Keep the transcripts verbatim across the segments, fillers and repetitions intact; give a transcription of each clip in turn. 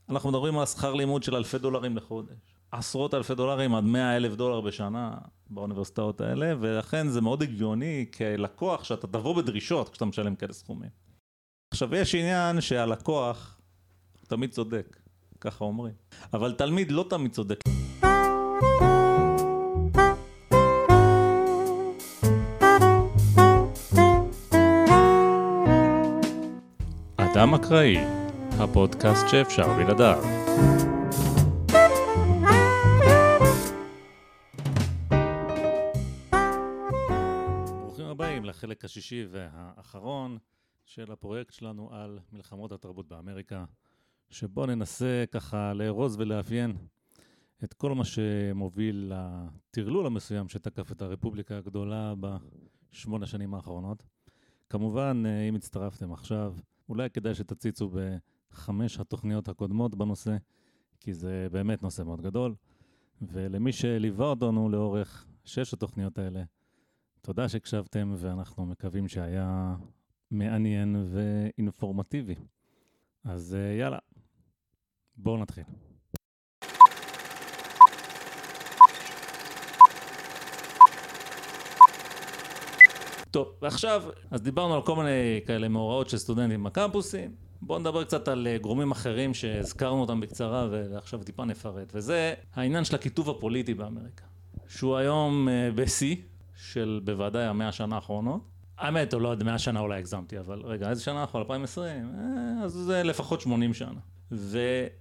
אנחנו מדברים על שכר לימוד של אלפי דולרים לחודש. עשרות אלפי דולרים עד מאה אלף דולר בשנה באוניברסיטאות האלה, ולכן זה מאוד הגיוני כלקוח שאתה תבוא בדרישות כשאתה משלם כאלה סכומים. עכשיו יש עניין שהלקוח תמיד צודק, ככה אומרים. אבל תלמיד לא תמיד צודק. אדם אקראי, הפודקאסט שאפשר בלעדיו. ברוכים הבאים לחלק השישי והאחרון של הפרויקט שלנו על מלחמות התרבות באמריקה, שבו ננסה ככה לארוז ולאפיין את כל מה שמוביל לטרלול המסוים שתקף את הרפובליקה הגדולה בשמונה שנים האחרונות. כמובן, אם הצטרפתם עכשיו, אולי כדאי שתציצו בחמש התוכניות הקודמות בנושא, כי זה באמת נושא מאוד גדול. ולמי שליווה אותנו לאורך שש התוכניות האלה, תודה שהקשבתם, ואנחנו מקווים שהיה מעניין ואינפורמטיבי. אז יאללה, בואו נתחיל. טוב, ועכשיו, אז דיברנו על כל מיני כאלה מאורעות של סטודנטים בקמפוסים. בואו נדבר קצת על גורמים אחרים שהזכרנו אותם בקצרה ועכשיו טיפה נפרט. וזה העניין של הכיתוב הפוליטי באמריקה, שהוא היום ב-C של בוודאי המאה השנה האחרונות. האמת, או לא יודע, מאה שנה אולי הגזמתי, אבל רגע, איזה שנה אנחנו? אלפיים ועשרים? אז זה לפחות שמונים שנה. ו...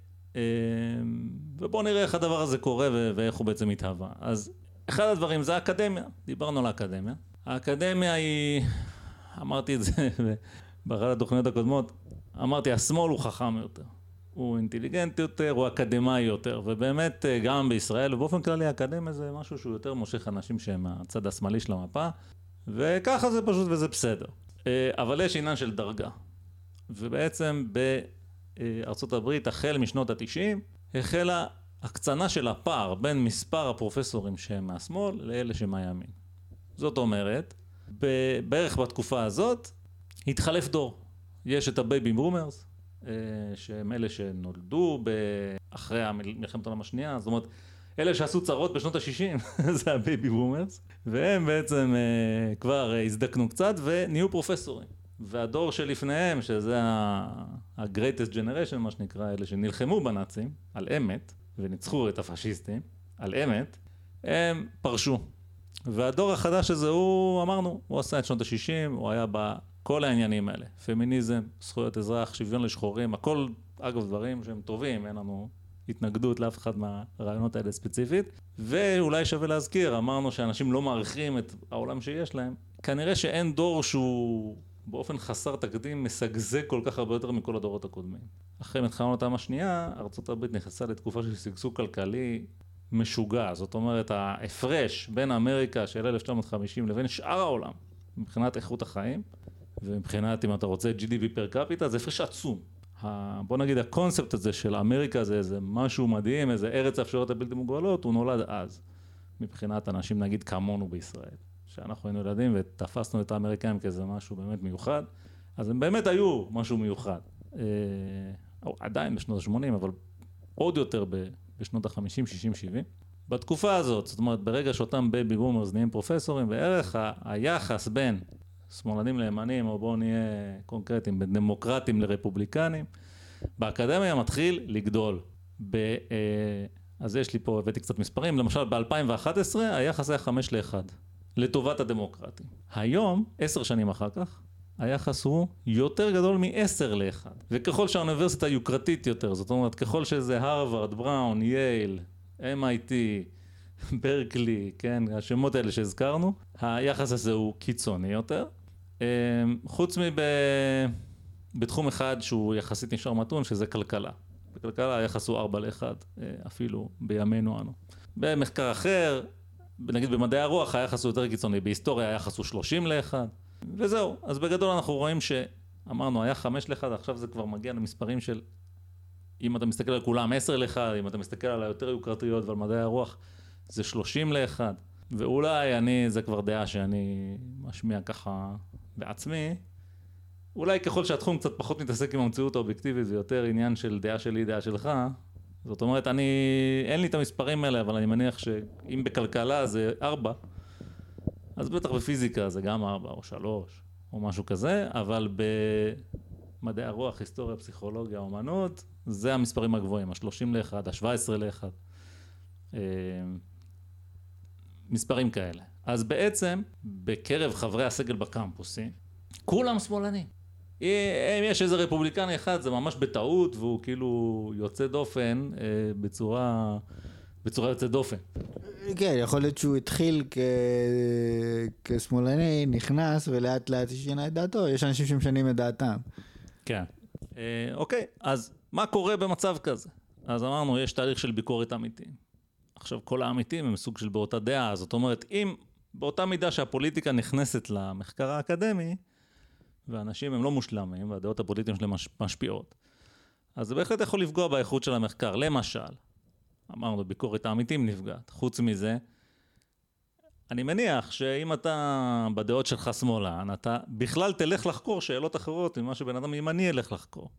ובואו נראה איך הדבר הזה קורה ואיך הוא בעצם מתהווה. אז אחד הדברים זה האקדמיה. דיברנו על האקדמיה. האקדמיה היא, אמרתי את זה באחת התוכניות הקודמות, אמרתי, השמאל הוא חכם יותר, הוא אינטליגנט יותר, הוא אקדמאי יותר, ובאמת גם בישראל, ובאופן כללי האקדמיה זה משהו שהוא יותר מושך אנשים שהם מהצד השמאלי של המפה, וככה זה פשוט וזה בסדר. אבל יש עניין של דרגה, ובעצם בארצות הברית, החל משנות ה-תשעים, החלה הקצנה של הפער בין מספר הפרופסורים שהם מהשמאל לאלה שמהימין. זאת אומרת, בערך בתקופה הזאת, התחלף דור. יש את הבייבי בומרס, שהם אלה שנולדו אחרי מלחמת העולם השנייה, זאת אומרת, אלה שעשו צרות בשנות ה-שישים, זה הבייבי בומרס, והם בעצם כבר הזדקנו קצת ונהיו פרופסורים. והדור שלפניהם, שזה ה-greatest generation, מה שנקרא, אלה שנלחמו בנאצים, על אמת, וניצחו את הפאשיסטים, על אמת, הם פרשו. והדור החדש הזה הוא, אמרנו, הוא עשה את שנות ה-שישים, הוא היה בכל העניינים האלה. פמיניזם, זכויות אזרח, שוויון לשחורים, הכל, אגב, דברים שהם טובים, אין לנו התנגדות לאף אחד מהרעיונות האלה ספציפית. ואולי שווה להזכיר, אמרנו שאנשים לא מעריכים את העולם שיש להם. כנראה שאין דור שהוא באופן חסר תקדים מסגזג כל כך הרבה יותר מכל הדורות הקודמים. אחרי מלחמת העולם השנייה, ארצות הברית נכנסה לתקופה של שגשוג כלכלי משוגע, זאת אומרת, ההפרש בין אמריקה של אלף תשע מאות וחמישים לבין שאר העולם, מבחינת איכות החיים, ומבחינת, אם אתה רוצה, ג'י די פי פר קפיטה, זה הפרש עצום. בוא נגיד, הקונספט הזה של אמריקה זה איזה משהו מדהים, איזה ארץ האפשרויות הבלתי מוגבלות, הוא נולד אז, מבחינת אנשים, נגיד, כמונו בישראל, שאנחנו היינו ילדים ותפסנו את האמריקאים כאיזה משהו באמת מיוחד, אז הם באמת היו משהו מיוחד. עדיין בשנות ה-שמונים, אבל עוד יותר ב... בשנות ה-חמישים, שישים, שבעים. בתקופה הזאת, זאת אומרת, ברגע שאותם בייבי בומרס נהיים פרופסורים, בערך ה- היחס בין שמאלנים לימנים, או בואו נהיה קונקרטיים, בין דמוקרטים לרפובליקנים, באקדמיה מתחיל לגדול. ב- אה, אז יש לי פה, הבאתי קצת מספרים, למשל ב-אלפיים ואחת עשרה היחס היה חמש לאחד, לטובת הדמוקרטים. היום, עשר שנים אחר כך, היחס הוא יותר גדול מ-עשר לאחד. וככל שהאוניברסיטה יוקרתית יותר, זאת אומרת, ככל שזה הרווארד, בראון, יייל, אם איי טי, ברקלי, כן, השמות האלה שהזכרנו, היחס הזה הוא קיצוני יותר. חוץ מבתחום אחד שהוא יחסית נשאר מתון, שזה כלכלה. בכלכלה היחס הוא ארבע לאחד, אפילו בימינו אנו. במחקר אחר, נגיד במדעי הרוח, היחס הוא יותר קיצוני. בהיסטוריה היחס הוא שלושים לאחד. וזהו, אז בגדול אנחנו רואים שאמרנו, היה חמש לאחד, עכשיו זה כבר מגיע למספרים של, אם אתה מסתכל על כולם עשר לאחד, אם אתה מסתכל על היותר יוקרתיות ועל מדעי הרוח, זה שלושים לאחד. ואולי אני, זה כבר דעה שאני משמיע ככה בעצמי, אולי ככל שהתחום קצת פחות מתעסק עם המציאות האובייקטיבית, זה יותר עניין של דעה שלי, דעה שלך, זאת אומרת, אני, אין לי את המספרים האלה, אבל אני מניח שאם בכלכלה זה ארבע, אז בטח בפיזיקה זה גם ארבע או שלוש, או משהו כזה, אבל במדעי הרוח, היסטוריה, פסיכולוגיה, אומנות, זה המספרים הגבוהים, ה-שלושים לאחד, ה-שבע עשרה לאחד. מספרים כאלה. אז בעצם, בקרב חברי הסגל בקמפוסים, כולם שמאלנים. אם יש איזה רפובליקני אחד, זה ממש בטעות, והוא כאילו יוצא דופן בצורה, בצורה יוצא דופן. כן, יכול להיות שהוא התחיל כ... כשמאלני, נכנס ולאט לאט שינה את דעתו. יש אנשים שמשנים את דעתם. כן. אוקיי, אז מה קורה במצב כזה? אז אמרנו, יש תהליך של ביקורת אמיתיים. עכשיו, כל האמיתיים הם סוג של באותה דעה. זאת אומרת, אם באותה מידה שהפוליטיקה נכנסת למחקר האקדמי, ואנשים הם לא מושלמים, והדעות הפוליטיים שלהם משפיעות, אז זה בהחלט יכול לפגוע באיכות של המחקר. למשל, אמרנו, ביקורת האמיתיים נפגעת. חוץ מזה, אני מניח שאם אתה בדעות שלך שמאלן, אתה בכלל תלך לחקור שאלות אחרות ממה שבן אדם ימני ילך לחקור.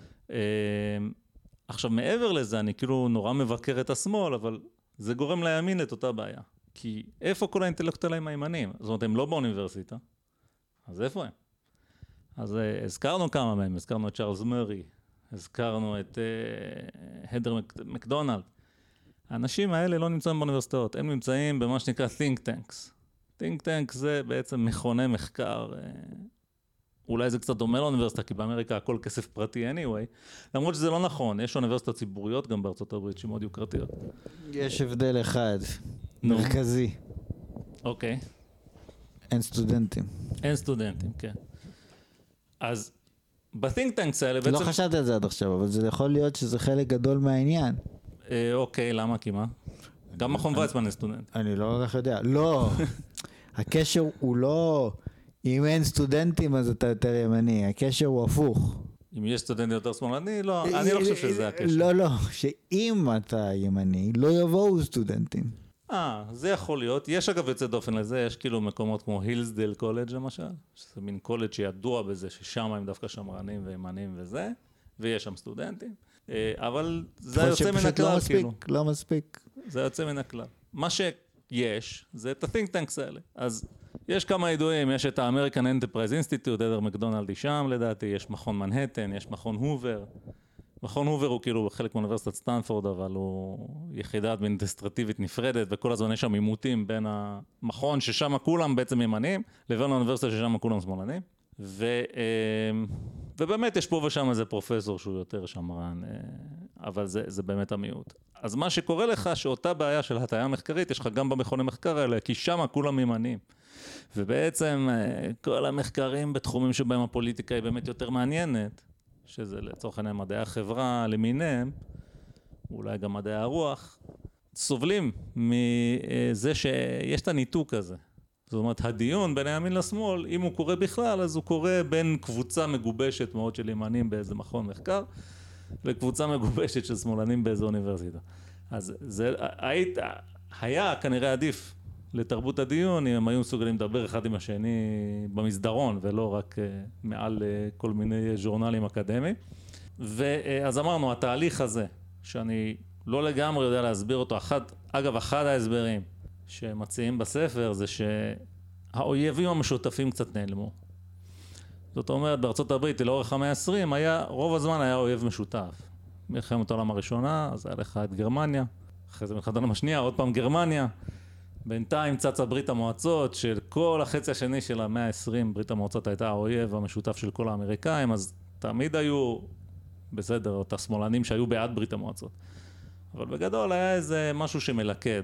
עכשיו, מעבר לזה, אני כאילו נורא מבקר את השמאל, אבל זה גורם לימין את אותה בעיה. כי איפה כל האינטלקטואלים הימנים? זאת אומרת, הם לא באוניברסיטה, אז איפה הם? אז הזכרנו כמה מהם, הזכרנו את צ'ארלס מרי, הזכרנו את uh, הדר מק, מקדונלד. האנשים האלה לא נמצאים באוניברסיטאות, הם נמצאים במה שנקרא think tanks. think tanks זה בעצם מכוני מחקר, uh, אולי זה קצת דומה לאוניברסיטה, כי באמריקה הכל כסף פרטי anyway, למרות שזה לא נכון, יש אוניברסיטות ציבוריות גם בארצות הברית שמאוד יוקרתיות. יש הבדל אחד, מרכזי. אוקיי. אין סטודנטים. אין סטודנטים, כן. אז ב-think tanks האלה בעצם... לא חשבתי על זה עד עכשיו, אבל זה יכול להיות שזה חלק גדול מהעניין. אה, אוקיי, למה? כי מה? גם מכון ויצמן אין סטודנט. אני לא כל כך יודע. לא, הקשר הוא לא... אם אין סטודנטים אז אתה יותר ימני, הקשר הוא הפוך. אם יש סטודנט יותר שמאלני, לא, אני לא חושב שזה הקשר. לא, לא, שאם אתה ימני, לא יבואו סטודנטים. אה, זה יכול להיות. יש אגב יוצא דופן לזה, יש כאילו מקומות כמו הילסדל קולג' למשל, שזה מין קולג' שידוע בזה, ששם הם דווקא שמרנים וימנים וזה, ויש שם סטודנטים, אבל זה יוצא מן הכלל, לא מספיק, כאילו. לא מספיק. זה יוצא מן הכלל. מה שיש, זה את ה-think tanks האלה. אז יש כמה ידועים, יש את ה-American Enterprise Institute, הדר מקדונלד שם לדעתי, יש מכון מנהטן, יש מכון הובר. מכון הובר הוא כאילו חלק מאוניברסיטת סטנפורד, אבל הוא יחידה אדמיניסטרטיבית נפרדת, וכל הזמן יש שם עימותים בין המכון ששם כולם בעצם ימנים, לבין האוניברסיטה ששם כולם שמאלנים. ו, ובאמת יש פה ושם איזה פרופסור שהוא יותר שמרן, אבל זה, זה באמת המיעוט. אז מה שקורה לך, שאותה בעיה של הטעיה מחקרית, יש לך גם במכוני מחקר האלה, כי שם כולם ימנים. ובעצם כל המחקרים בתחומים שבהם הפוליטיקה היא באמת יותר מעניינת, שזה לצורך העניין מדעי החברה למיניהם, אולי גם מדעי הרוח, סובלים מזה שיש את הניתוק הזה. זאת אומרת, הדיון בין הימין לשמאל, אם הוא קורה בכלל, אז הוא קורה בין קבוצה מגובשת מאוד של ימנים באיזה מכון מחקר, לקבוצה מגובשת של שמאלנים באיזו אוניברסיטה. אז זה היית, היה כנראה עדיף לתרבות הדיון, אם הם היו מסוגלים לדבר אחד עם השני במסדרון, ולא רק מעל כל מיני ז'ורנלים אקדמיים. ואז אמרנו, התהליך הזה, שאני לא לגמרי יודע להסביר אותו, אחד, אגב, אחד ההסברים שמציעים בספר, זה שהאויבים המשותפים קצת נעלמו. זאת אומרת, בארצות הברית, לאורך המאה ה-עשרים, היה, רוב הזמן היה אויב משותף. מלחמת העולם הראשונה, אז היה לך את גרמניה, אחרי זה מלחמת העולם השנייה, עוד פעם גרמניה, בינתיים צצה ברית המועצות, של כל החצי השני של המאה ה-עשרים, ברית המועצות הייתה האויב המשותף של כל האמריקאים, אז תמיד היו, בסדר, אותה שמאלנים שהיו בעד ברית המועצות. אבל בגדול היה איזה משהו שמלכד,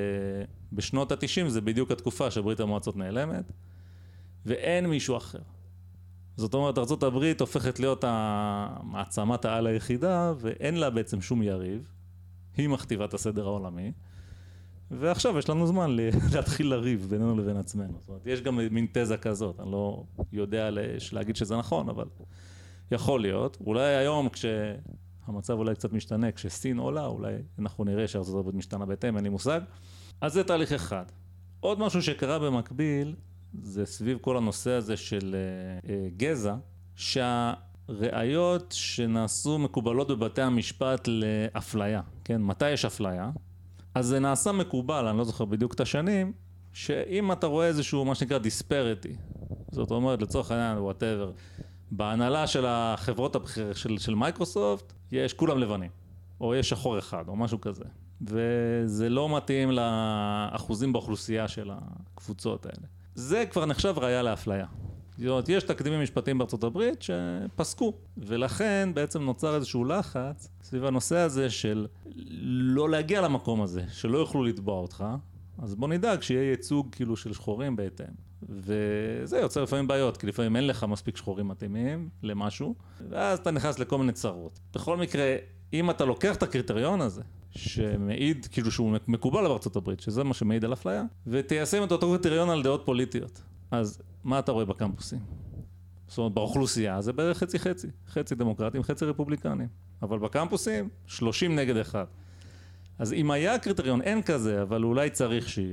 ובשנות ה-תשעים זה בדיוק התקופה שברית המועצות נעלמת, ואין מישהו אחר. זאת אומרת, ארצות הברית הופכת להיות המעצמת העל היחידה, ואין לה בעצם שום יריב, היא מכתיבת הסדר העולמי, ועכשיו יש לנו זמן להתחיל לריב בינינו לבין עצמנו. זאת אומרת, יש גם מין תזה כזאת, אני לא יודע להגיד שזה נכון, אבל יכול להיות. אולי היום כשהמצב אולי קצת משתנה, כשסין עולה, אולי אנחנו נראה שארצות הברית משתנה בהתאם, אין לי מושג. אז זה תהליך אחד. עוד משהו שקרה במקביל, זה סביב כל הנושא הזה של uh, גזע, שהראיות שנעשו מקובלות בבתי המשפט לאפליה, כן? מתי יש אפליה? אז זה נעשה מקובל, אני לא זוכר בדיוק את השנים, שאם אתה רואה איזשהו מה שנקרא disparity, זאת אומרת לצורך העניין, whatever, בהנהלה של החברות הבחיר, של, של מייקרוסופט, יש כולם לבנים, או יש שחור אחד, או משהו כזה. וזה לא מתאים לאחוזים באוכלוסייה של הקבוצות האלה. זה כבר נחשב ראיה לאפליה. זאת אומרת, יש תקדימים משפטיים בארצות הברית שפסקו, ולכן בעצם נוצר איזשהו לחץ סביב הנושא הזה של לא להגיע למקום הזה, שלא יוכלו לתבוע אותך, אז בוא נדאג שיהיה ייצוג כאילו של שחורים בהתאם. וזה יוצר לפעמים בעיות, כי לפעמים אין לך מספיק שחורים מתאימים למשהו, ואז אתה נכנס לכל מיני צרות. בכל מקרה, אם אתה לוקח את הקריטריון הזה, שמעיד כאילו שהוא מקובל בארצות הברית, שזה מה שמעיד על אפליה, ותיישם את אותו קריטריון על דעות פוליטיות. אז מה אתה רואה בקמפוסים? זאת אומרת, באוכלוסייה זה בערך חצי חצי, חצי דמוקרטים, חצי רפובליקנים. אבל בקמפוסים, שלושים נגד אחד. אז אם היה קריטריון, אין כזה, אבל אולי צריך שיהיה.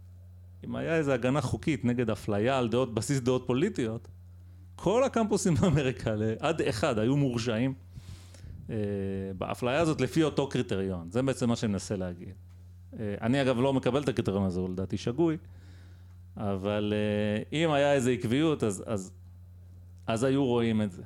אם היה איזו הגנה חוקית נגד אפליה על דעות, בסיס דעות פוליטיות, כל הקמפוסים באמריקה, עד אחד, היו מורשעים אה, באפליה הזאת לפי אותו קריטריון. זה בעצם מה שאני מנסה להגיד. אה, אני אגב לא מקבל את הקריטריון הזה, הוא לדעתי שגוי, אבל אה, אם היה איזו עקביות, אז, אז, אז היו רואים את זה.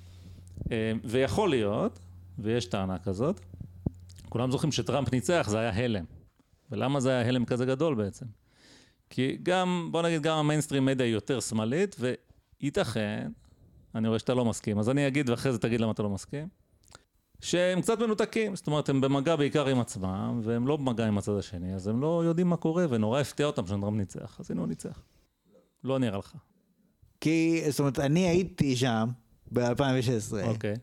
אה, ויכול להיות, ויש טענה כזאת, כולם זוכרים שטראמפ ניצח, זה היה הלם. ולמה זה היה הלם כזה גדול בעצם? כי גם, בוא נגיד, גם המיינסטרים מדיה היא יותר שמאלית, וייתכן, אני רואה שאתה לא מסכים, אז אני אגיד ואחרי זה תגיד למה אתה לא מסכים, שהם קצת מנותקים, זאת אומרת, הם במגע בעיקר עם עצמם, והם לא במגע עם הצד השני, אז הם לא יודעים מה קורה, ונורא הפתיע אותם שטראמפ ניצח, אז הנה הוא ניצח. לא נראה לך. כי, זאת אומרת, אני הייתי שם ב-אלפיים ושש עשרה. אוקיי.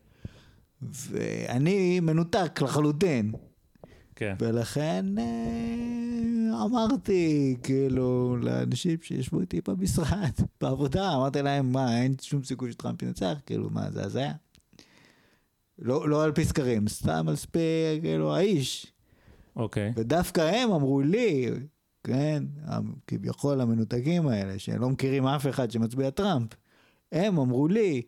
ואני מנותק לחלוטין. כן. ולכן אה, אמרתי, כאילו, לאנשים שישבו איתי במשרד, בעבודה, אמרתי להם, מה, אין שום סיכוי שטראמפ ינצח, כאילו, מה, זה הזיה? לא, לא על פי סקרים, סתם על פי, כאילו, האיש. אוקיי. ודווקא הם אמרו לי, כן, כביכול המנותקים האלה, שלא מכירים אף אחד שמצביע טראמפ, הם אמרו לי,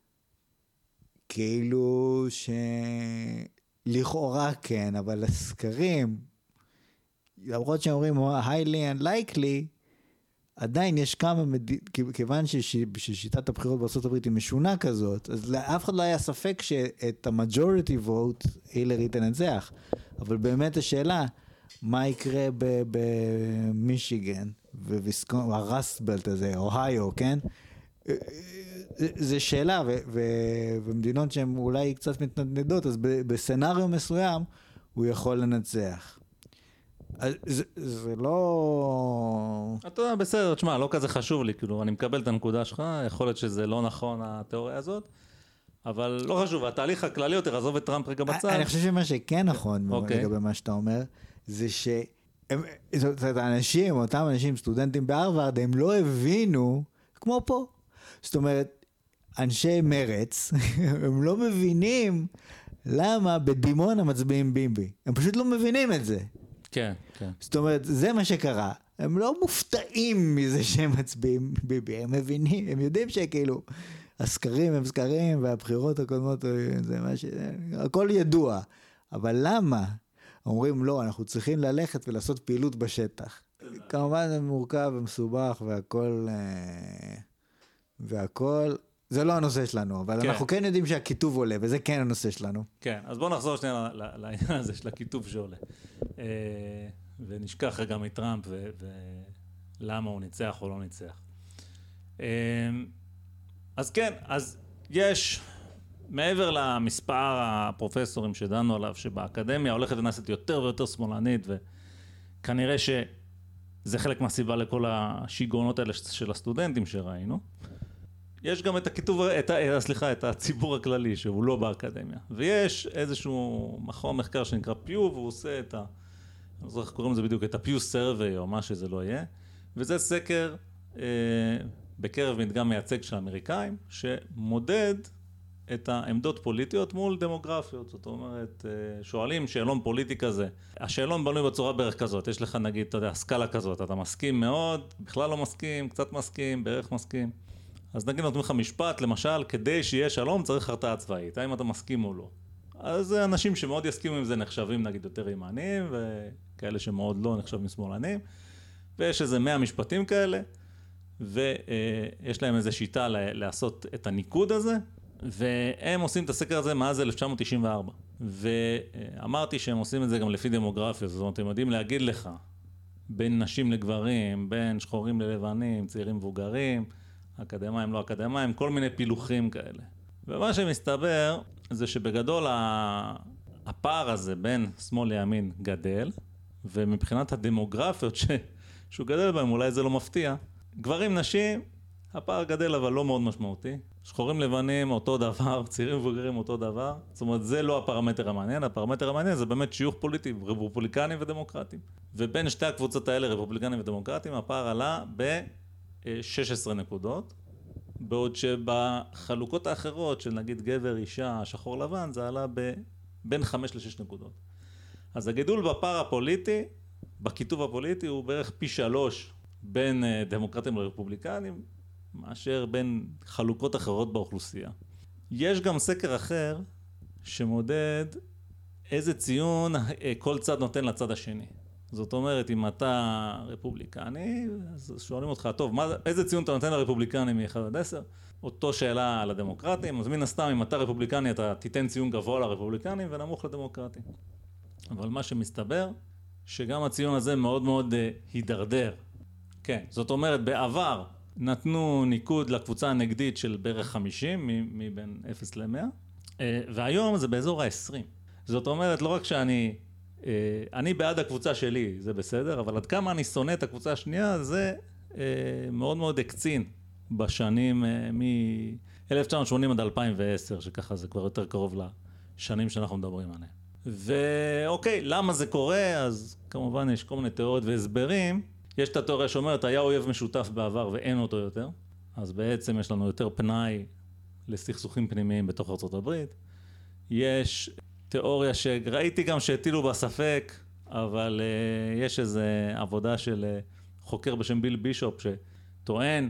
כאילו שלכאורה כן, אבל הסקרים, למרות שהם אומרים highly unlikely, עדיין יש כמה, מד... כיוון ששיטת הבחירות בארצות הברית היא משונה כזאת, אז לאף אחד לא היה ספק שאת ה-majority vote הילרי תנצח. אבל באמת השאלה, מה יקרה במישיגן, וויסקונסין, הרסטבלט הזה, אוהיו, כן? זה שאלה, ו- ו- ומדינות שהן אולי קצת מתנדנדות, אז ב- בסנריו מסוים הוא יכול לנצח. אז זה, זה לא... אתה יודע, בסדר, תשמע, לא כזה חשוב לי, כאילו, אני מקבל את הנקודה שלך, יכול להיות שזה לא נכון התיאוריה הזאת, אבל לא חשוב, התהליך הכללי יותר, עזוב את טראמפ רגע בצד. אני חושב שמה שכן נכון, okay. לגבי מה שאתה אומר, זה ש... הם, זאת אומרת, האנשים, אותם אנשים, סטודנטים בהרווארד, הם לא הבינו, כמו פה. זאת אומרת, אנשי מרץ, הם לא מבינים למה בדימונה מצביעים ביבי. הם פשוט לא מבינים את זה. כן, כן. זאת אומרת, זה מה שקרה. הם לא מופתעים מזה שהם מצביעים ביבי. הם מבינים, הם יודעים שכאילו, הסקרים הם סקרים, והבחירות הקודמות, זה מה ש... הכל ידוע. אבל למה? אומרים, לא, אנחנו צריכים ללכת ולעשות פעילות בשטח. כמובן זה מורכב ומסובך והכל... והכל, זה לא הנושא שלנו, אבל כן. אנחנו כן יודעים שהכיתוב עולה, וזה כן הנושא שלנו. כן, אז בואו נחזור שנייה לעניין הזה של הכיתוב שעולה. ונשכח רגע מטראמפ, ולמה הוא ניצח או לא ניצח. אז כן, אז יש, מעבר למספר הפרופסורים שדנו עליו, שבאקדמיה הולכת ונעשית יותר ויותר שמאלנית, וכנראה שזה חלק מהסיבה לכל השיגעונות האלה של הסטודנטים שראינו. יש גם את הכיתוב, את, סליחה, את הציבור הכללי שהוא לא באקדמיה. ויש איזשהו מכון מחקר שנקרא פיו, והוא עושה את ה... אני לא זוכר איך קוראים לזה בדיוק, את הפיו סרווי או מה שזה לא יהיה. וזה סקר אה, בקרב מדגם מייצג של האמריקאים, שמודד את העמדות פוליטיות מול דמוגרפיות. זאת אומרת, אה, שואלים שאלון פוליטי כזה. השאלון בנוי בצורה בערך כזאת. יש לך נגיד, אתה יודע, סקאלה כזאת. אתה מסכים מאוד, בכלל לא מסכים, קצת מסכים, בערך מסכים. אז נגיד נותנים לך משפט, למשל, כדי שיהיה שלום צריך הרתעה צבאית, האם אתה מסכים או לא. אז אנשים שמאוד יסכימו עם זה נחשבים נגיד יותר ימניים, וכאלה שמאוד לא נחשבים שמאלנים, ויש איזה מאה משפטים כאלה, ויש להם איזו שיטה לעשות את הניקוד הזה, והם עושים את הסקר הזה מאז אלף תשע מאות תשעים וארבע. ואמרתי שהם עושים את זה גם לפי דמוגרפיה, זאת אומרת, הם יודעים להגיד לך, בין נשים לגברים, בין שחורים ללבנים, צעירים מבוגרים, אקדמיים לא אקדמיים, כל מיני פילוחים כאלה. ומה שמסתבר זה שבגדול הפער הזה בין שמאל לימין גדל, ומבחינת הדמוגרפיות ש... שהוא גדל בהם, אולי זה לא מפתיע. גברים, נשים, הפער גדל אבל לא מאוד משמעותי. שחורים לבנים אותו דבר, צעירים מבוגרים אותו דבר. זאת אומרת, זה לא הפרמטר המעניין, הפרמטר המעניין זה באמת שיוך פוליטי, רפובליקנים ודמוקרטים. ובין שתי הקבוצות האלה, רפובליקנים ודמוקרטים, הפער עלה ב-שש עשרה נקודות. בעוד שבחלוקות האחרות של נגיד גבר, אישה, שחור לבן, זה עלה ב- בין חמש לשש נקודות. אז הגידול בפער הפוליטי, בכיתוב הפוליטי, הוא בערך פי שלוש בין דמוקרטים לרפובליקנים, מאשר בין חלוקות אחרות באוכלוסייה. יש גם סקר אחר שמודד איזה ציון כל צד נותן לצד השני. זאת אומרת, אם אתה רפובליקני, אז שואלים אותך, טוב, מה, איזה ציון אתה נותן לרפובליקנים מ-אחד עד עשר? אותו שאלה על הדמוקרטים, אז מן הסתם, אם אתה רפובליקני, אתה תיתן ציון גבוה לרפובליקנים ונמוך לדמוקרטים. אבל מה שמסתבר, שגם הציון הזה מאוד מאוד uh, הידרדר. כן, זאת אומרת, בעבר נתנו ניקוד לקבוצה הנגדית של בערך חמישים, מבין אפס למאה, uh, והיום זה באזור ה-עשרים. זאת אומרת, לא רק שאני... אני בעד הקבוצה שלי, זה בסדר, אבל עד כמה אני שונא את הקבוצה השנייה, זה מאוד מאוד הקצין בשנים מ-אלף תשע מאות שמונים עד אלפיים ועשר, שככה זה כבר יותר קרוב לשנים שאנחנו מדברים עליהן. ואוקיי, למה זה קורה? אז כמובן יש כל מיני תיאוריות והסברים. יש את התיאוריה שאומרת, היה אויב משותף בעבר ואין אותו יותר, אז בעצם יש לנו יותר פנאי לסכסוכים פנימיים בתוך ארצות הברית. יש... תיאוריה שראיתי גם שהטילו בה ספק, אבל uh, יש איזו עבודה של uh, חוקר בשם ביל בישופ, שטוען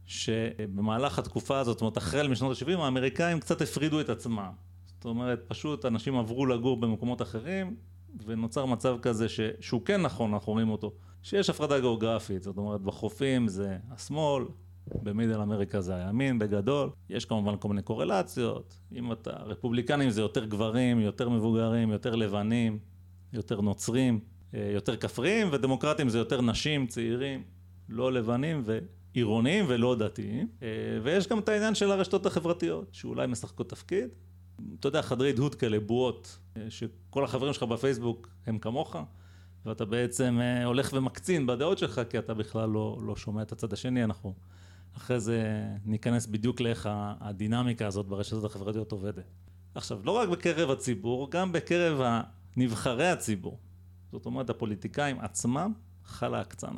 שבמהלך התקופה הזאת, זאת אומרת, אחרי משנות ה-שבעים, האמריקאים קצת הפרידו את עצמם. זאת אומרת, פשוט אנשים עברו לגור במקומות אחרים, ונוצר מצב כזה ש... שהוא כן נכון, אנחנו רואים אותו, שיש הפרדה גיאוגרפית, זאת אומרת, בחופים זה השמאל, במידל אמריקה זה הימין בגדול, יש כמובן כל מיני קורלציות, אם אתה רפובליקנים זה יותר גברים, יותר מבוגרים, יותר לבנים, יותר נוצרים, יותר כפריים, ודמוקרטים זה יותר נשים, צעירים, לא לבנים ועירוניים ולא דתיים, ויש גם את העניין של הרשתות החברתיות, שאולי משחקות תפקיד, אתה יודע, חדרי דהות כאלה, בועות, שכל החברים שלך בפייסבוק הם כמוך, ואתה בעצם הולך ומקצין בדעות שלך, כי אתה בכלל לא, לא שומע את הצד השני, אנחנו אחרי זה ניכנס בדיוק לאיך הדינמיקה הזאת ברשתות החברתיות עובדת. עכשיו, לא רק בקרב הציבור, גם בקרב נבחרי הציבור. זאת אומרת, הפוליטיקאים עצמם חלה הקצנה.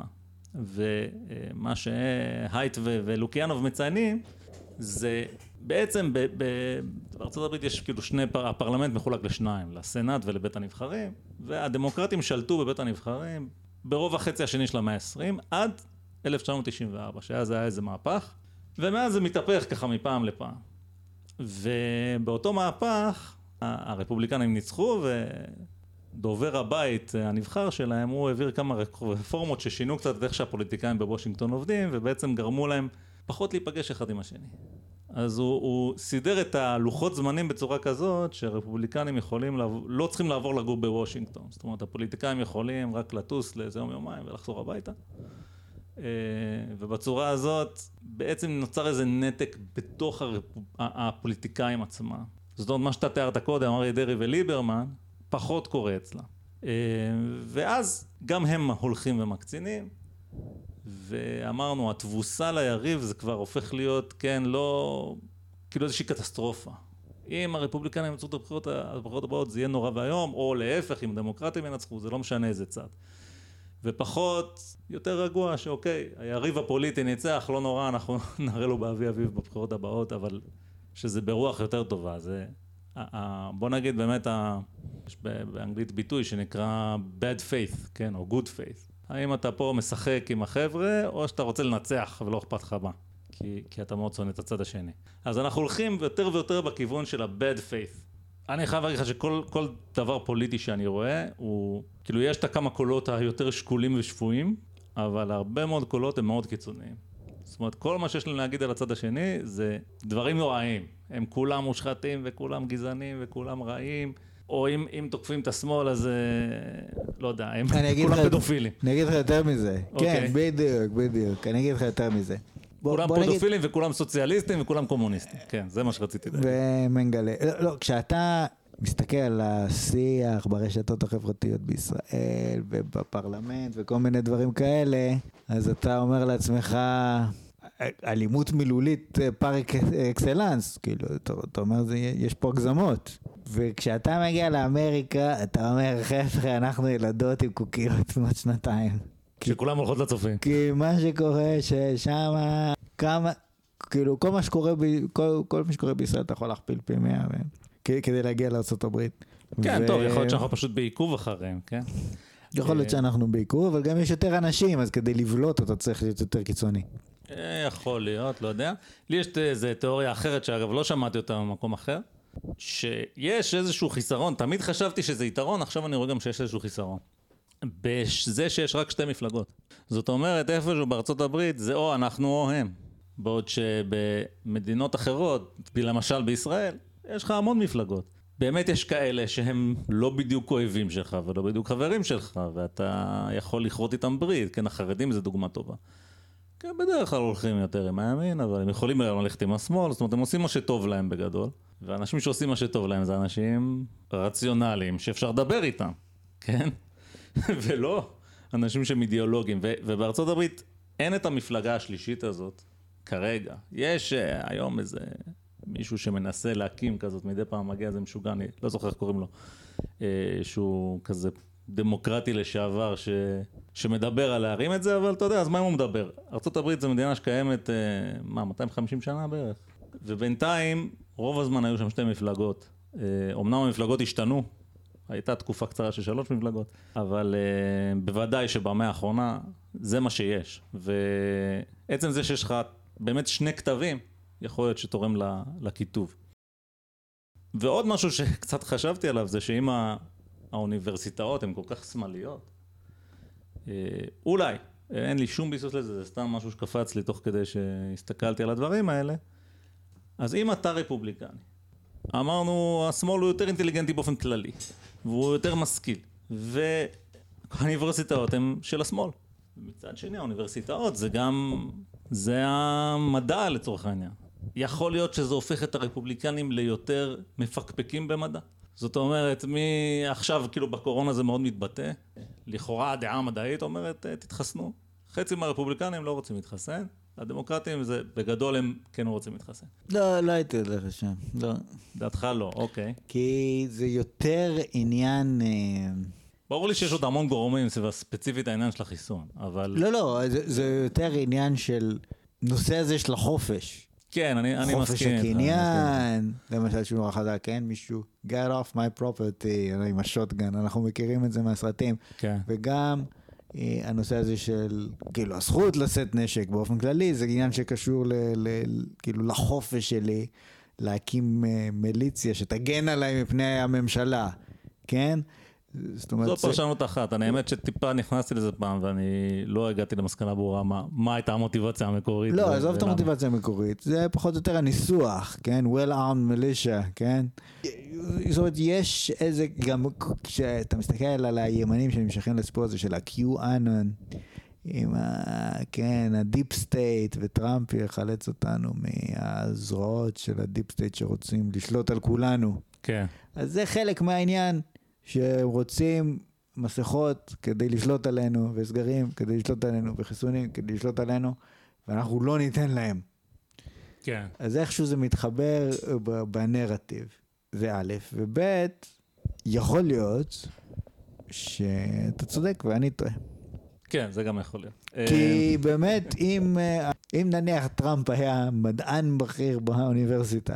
ומה שהייט ולוקיאנוב מציינים, זה בעצם בארצות הברית יש כאילו שני, הפרלמנט מחולק לשניים, לסנאט ולבית הנבחרים, והדמוקרטים שלטו בבית הנבחרים ברוב החצי השני של המאה ה-עשרים, עד אלף תשע מאות תשעים וארבע, שאז היה איזה מהפך, ומאז זה מתהפך ככה מפעם לפעם. ובאותו מהפך, הרפובליקנים ניצחו, ודובר הבית הנבחר שלהם, הוא העביר כמה רפורמות ששינו קצת את איך שהפוליטיקאים בוושינגטון עובדים, ובעצם גרמו להם פחות להיפגש אחד עם השני. אז הוא, הוא סידר את הלוחות זמנים בצורה כזאת, שהרפובליקנים יכולים, לעבור, לא צריכים לעבור לגור בוושינגטון. זאת אומרת, הפוליטיקאים יכולים רק לטוס לאיזה יום יומיים ולחזור הביתה. ובצורה הזאת בעצם נוצר איזה נתק בתוך הפוליטיקאים עצמם. זאת אומרת, מה שאתה תיארת קודם, אריה דרעי וליברמן, פחות קורה אצלה. ואז גם הם הולכים ומקצינים, ואמרנו, התבוסה ליריב זה כבר הופך להיות, כן, לא, כאילו איזושהי קטסטרופה. אם הרפובליקנים יצאו את הבחירות, הבחירות הבאות, זה יהיה נורא והיום, או להפך, אם הדמוקרטים ינצחו, זה לא משנה איזה צד. ופחות, יותר רגוע שאוקיי, היריב הפוליטי ניצח, לא נורא, אנחנו נראה לו באבי אביב בבחירות הבאות, אבל שזה ברוח יותר טובה. זה, בוא נגיד באמת, יש באנגלית ביטוי שנקרא bad faith, כן, או good faith. האם אתה פה משחק עם החבר'ה, או שאתה רוצה לנצח ולא אכפת לך מה. כי, כי אתה מאוד שונא את הצד השני. אז אנחנו הולכים יותר ויותר בכיוון של ה-bad faith. אני חייב להגיד לך שכל כל דבר פוליטי שאני רואה, הוא, כאילו יש את הכמה קולות היותר שקולים ושפויים, אבל הרבה מאוד קולות הם מאוד קיצוניים. זאת אומרת, כל מה שיש לנו להגיד על הצד השני, זה דברים נוראים. הם כולם מושחתים וכולם גזענים וכולם רעים, או אם, אם תוקפים את השמאל, אז לא יודע, הם כולם פדופילים. אני אגיד לך יותר מזה. כן, בדיוק, בדיוק. אני אגיד לך יותר מזה. כולם פדופילים וכולם סוציאליסטים וכולם קומוניסטים. כן, זה מה שרציתי לדעת. ומנגלה. לא, כשאתה מסתכל על השיח ברשתות החברתיות בישראל ובפרלמנט וכל מיני דברים כאלה, אז אתה אומר לעצמך, אלימות מילולית פר אקסלנס, כאילו, אתה אומר, יש פה הגזמות. וכשאתה מגיע לאמריקה, אתה אומר, חבר'ה, אנחנו ילדות עם קוקיות כמעט שנתיים. שכולם הולכות לצופים. כי מה שקורה ששם, כמה, כאילו, כל מה שקורה, כל, כל מה שקורה בישראל, אתה יכול להכפיל פי מאה, כדי להגיע לארצות הברית. כן, טוב, יכול להיות שאנחנו פשוט בעיכוב אחריהם, כן? יכול להיות שאנחנו בעיכוב, אבל גם יש יותר אנשים, אז כדי לבלוט אתה צריך להיות יותר קיצוני. יכול להיות, לא יודע. לי יש איזו תיאוריה אחרת, שאגב לא שמעתי אותה במקום אחר, שיש איזשהו חיסרון, תמיד חשבתי שזה יתרון, עכשיו אני רואה גם שיש איזשהו חיסרון. בזה שיש רק שתי מפלגות. זאת אומרת, איפשהו בארצות הברית זה או אנחנו או הם. בעוד שבמדינות אחרות, למשל בישראל, יש לך המון מפלגות. באמת יש כאלה שהם לא בדיוק אוהבים שלך ולא בדיוק חברים שלך, ואתה יכול לכרות איתם ברית, כן, החרדים זה דוגמה טובה. כן, בדרך כלל הולכים יותר עם הימין, אבל הם יכולים ללכת עם השמאל, זאת אומרת, הם עושים מה שטוב להם בגדול, ואנשים שעושים מה שטוב להם זה אנשים רציונליים שאפשר לדבר איתם, כן? ולא אנשים שהם אידיאולוגיים, ו- ובארצות הברית אין את המפלגה השלישית הזאת כרגע. יש uh, היום איזה מישהו שמנסה להקים כזאת, מדי פעם מגיע איזה משוגע, אני לא זוכר איך קוראים לו, uh, שהוא כזה דמוקרטי לשעבר ש... שמדבר על להרים את זה, אבל אתה יודע, אז מה אם הוא מדבר? ארצות הברית זה מדינה שקיימת, uh, מה, מאתיים וחמישים שנה בערך? ובינתיים, רוב הזמן היו שם שתי מפלגות. Uh, אמנם המפלגות השתנו, הייתה תקופה קצרה של שלוש מפלגות, אבל uh, בוודאי שבמאה האחרונה זה מה שיש. ועצם זה שיש לך באמת שני כתבים, יכול להיות שתורם לכיתוב. ועוד משהו שקצת חשבתי עליו, זה שאם האוניברסיטאות הן כל כך שמאליות, uh, אולי, אין לי שום ביסוס לזה, זה סתם משהו שקפץ לי תוך כדי שהסתכלתי על הדברים האלה, אז אם אתה רפובליקני, אמרנו, השמאל הוא יותר אינטליגנטי באופן כללי, והוא יותר משכיל, והאוניברסיטאות הן של השמאל. מצד שני, האוניברסיטאות זה גם, זה המדע לצורך העניין. יכול להיות שזה הופך את הרפובליקנים ליותר מפקפקים במדע. זאת אומרת, מעכשיו, כאילו בקורונה זה מאוד מתבטא, לכאורה הדעה המדעית אומרת, תתחסנו. חצי מהרפובליקנים לא רוצים להתחסן, הדמוקרטים זה בגדול הם כן רוצים להתחסן. לא, לא הייתי הולך שם, לא. דעתך לא, אוקיי. כי זה יותר עניין... ברור לי שיש עוד המון גורמים ספציפית העניין של החיסון, אבל... לא, לא, זה, זה יותר עניין של נושא הזה של החופש. כן, אני, אני חופש מסכים. חופש הקניין, למשל שהוא חזק, כן, מישהו, get off my property, עם השוטגן, אנחנו מכירים את זה מהסרטים. כן. וגם... הנושא הזה של, כאילו, הזכות לשאת נשק באופן כללי, זה עניין שקשור ל, ל, כאילו, לחופש שלי, להקים מיליציה שתגן עליי מפני הממשלה, כן? זאת אומרת... זו פרשנות אחת, אני האמת שטיפה נכנסתי לזה פעם, ואני לא הגעתי למסקנה ברורה מה, מה הייתה המוטיבציה המקורית. לא, עזוב את המוטיבציה המקורית, זה פחות או יותר הניסוח, כן? well-armed militia, כן? זאת אומרת, יש איזה, גם כשאתה מסתכל על הימנים שנמשכים לסיפור הזה של ה-QAnon, עם ה... כן, הדיפ סטייט, וטראמפ יחלץ אותנו מהזרועות של הדיפ סטייט שרוצים לשלוט על כולנו. כן. אז זה חלק מהעניין. שרוצים מסכות כדי לשלוט עלינו, וסגרים כדי לשלוט עלינו, וחיסונים כדי לשלוט עלינו, ואנחנו לא ניתן להם. כן. אז איכשהו זה מתחבר בנרטיב. זה א', וב', יכול להיות שאתה צודק ואני טועה. כן, זה גם יכול להיות. כי באמת, אם, אם נניח טראמפ היה מדען בכיר באוניברסיטה,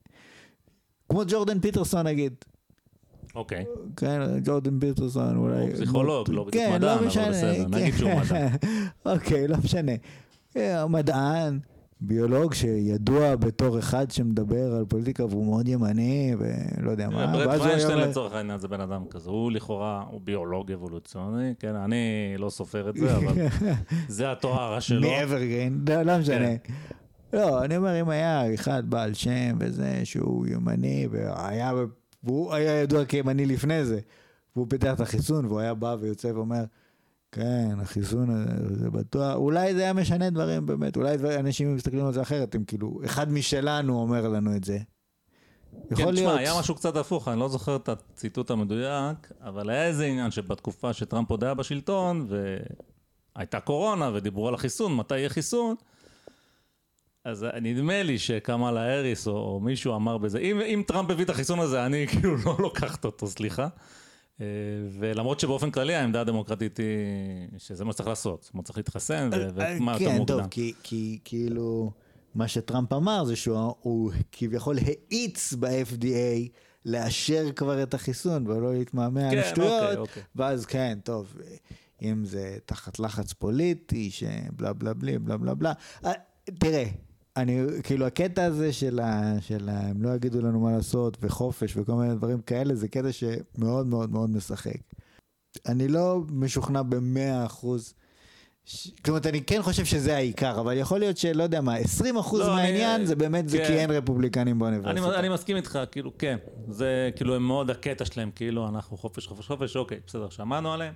כמו ג'ורדן פיטרסון נגיד, אוקיי. כן, ג'ורדן פיטרסון אולי... הוא פסיכולוג, לא בדיוק מדען, אבל בסדר, נגיד שהוא מדען. אוקיי, לא משנה. מדען, ביולוג שידוע בתור אחד שמדבר על פוליטיקה והוא מאוד ימני ולא יודע מה. ברט ויינשטיין לצורך העניין זה בן אדם כזה, הוא לכאורה, הוא ביולוג אבולוציוני, כן, אני לא סופר את זה, אבל זה התואר שלו. מאברגרין, לא משנה. לא, אני אומר, אם היה אחד בעל שם וזה שהוא ימני, והיה, והוא היה ידוע כימני לפני זה, והוא פיתח את החיסון, והוא היה בא ויוצא ואומר, כן, החיסון זה בטוח, אולי זה היה משנה דברים באמת, אולי אנשים מסתכלים על זה אחרת, אם כאילו, אחד משלנו אומר לנו את זה. כן, תשמע, היה משהו קצת הפוך, אני לא זוכר את הציטוט המדויק, אבל היה איזה עניין שבתקופה שטראמפ עוד היה בשלטון, והייתה קורונה, ודיברו על החיסון, מתי יהיה חיסון, אז נדמה לי שקמאלה האריס או, או מישהו אמר בזה, אם, אם טראמפ הביא את החיסון הזה, אני כאילו לא לוקחת אותו, סליחה. ולמרות שבאופן כללי העמדה הדמוקרטית היא שזה מה שצריך לעשות, זאת אומרת צריך להתחסן ומה יותר מוקדם. כן, טוב, כי, כי כאילו מה שטראמפ אמר זה שהוא כביכול האיץ ב-אף די איי לאשר כבר את החיסון ולא להתמהמה על שטויות, אוקיי, אוקיי. ואז כן, טוב, אם זה תחת לחץ פוליטי שבלה בלה בלה בלה בלה בלה, תראה, אני, כאילו הקטע הזה של ה, של ה, הם לא יגידו לנו מה לעשות וחופש וכל מיני דברים כאלה, זה קטע שמאוד מאוד מאוד משחק. אני לא משוכנע במאה אחוז, כלומר, אני כן חושב שזה העיקר, אבל יכול להיות שלא יודע מה, עשרים אחוז לא, מהעניין אני, זה באמת, כן. זה כי אין רפובליקנים באוניברסיטה. אני, אני מסכים איתך, כאילו, כן, זה כאילו הם מאוד הקטע שלהם, כאילו אנחנו חופש, חופש, חופש, אוקיי, בסדר, שמענו עליהם.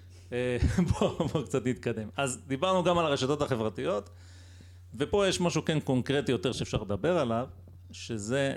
בואו בוא קצת נתקדם. אז דיברנו גם על הרשתות החברתיות, ופה יש משהו כן קונקרטי יותר שאפשר לדבר עליו, שזה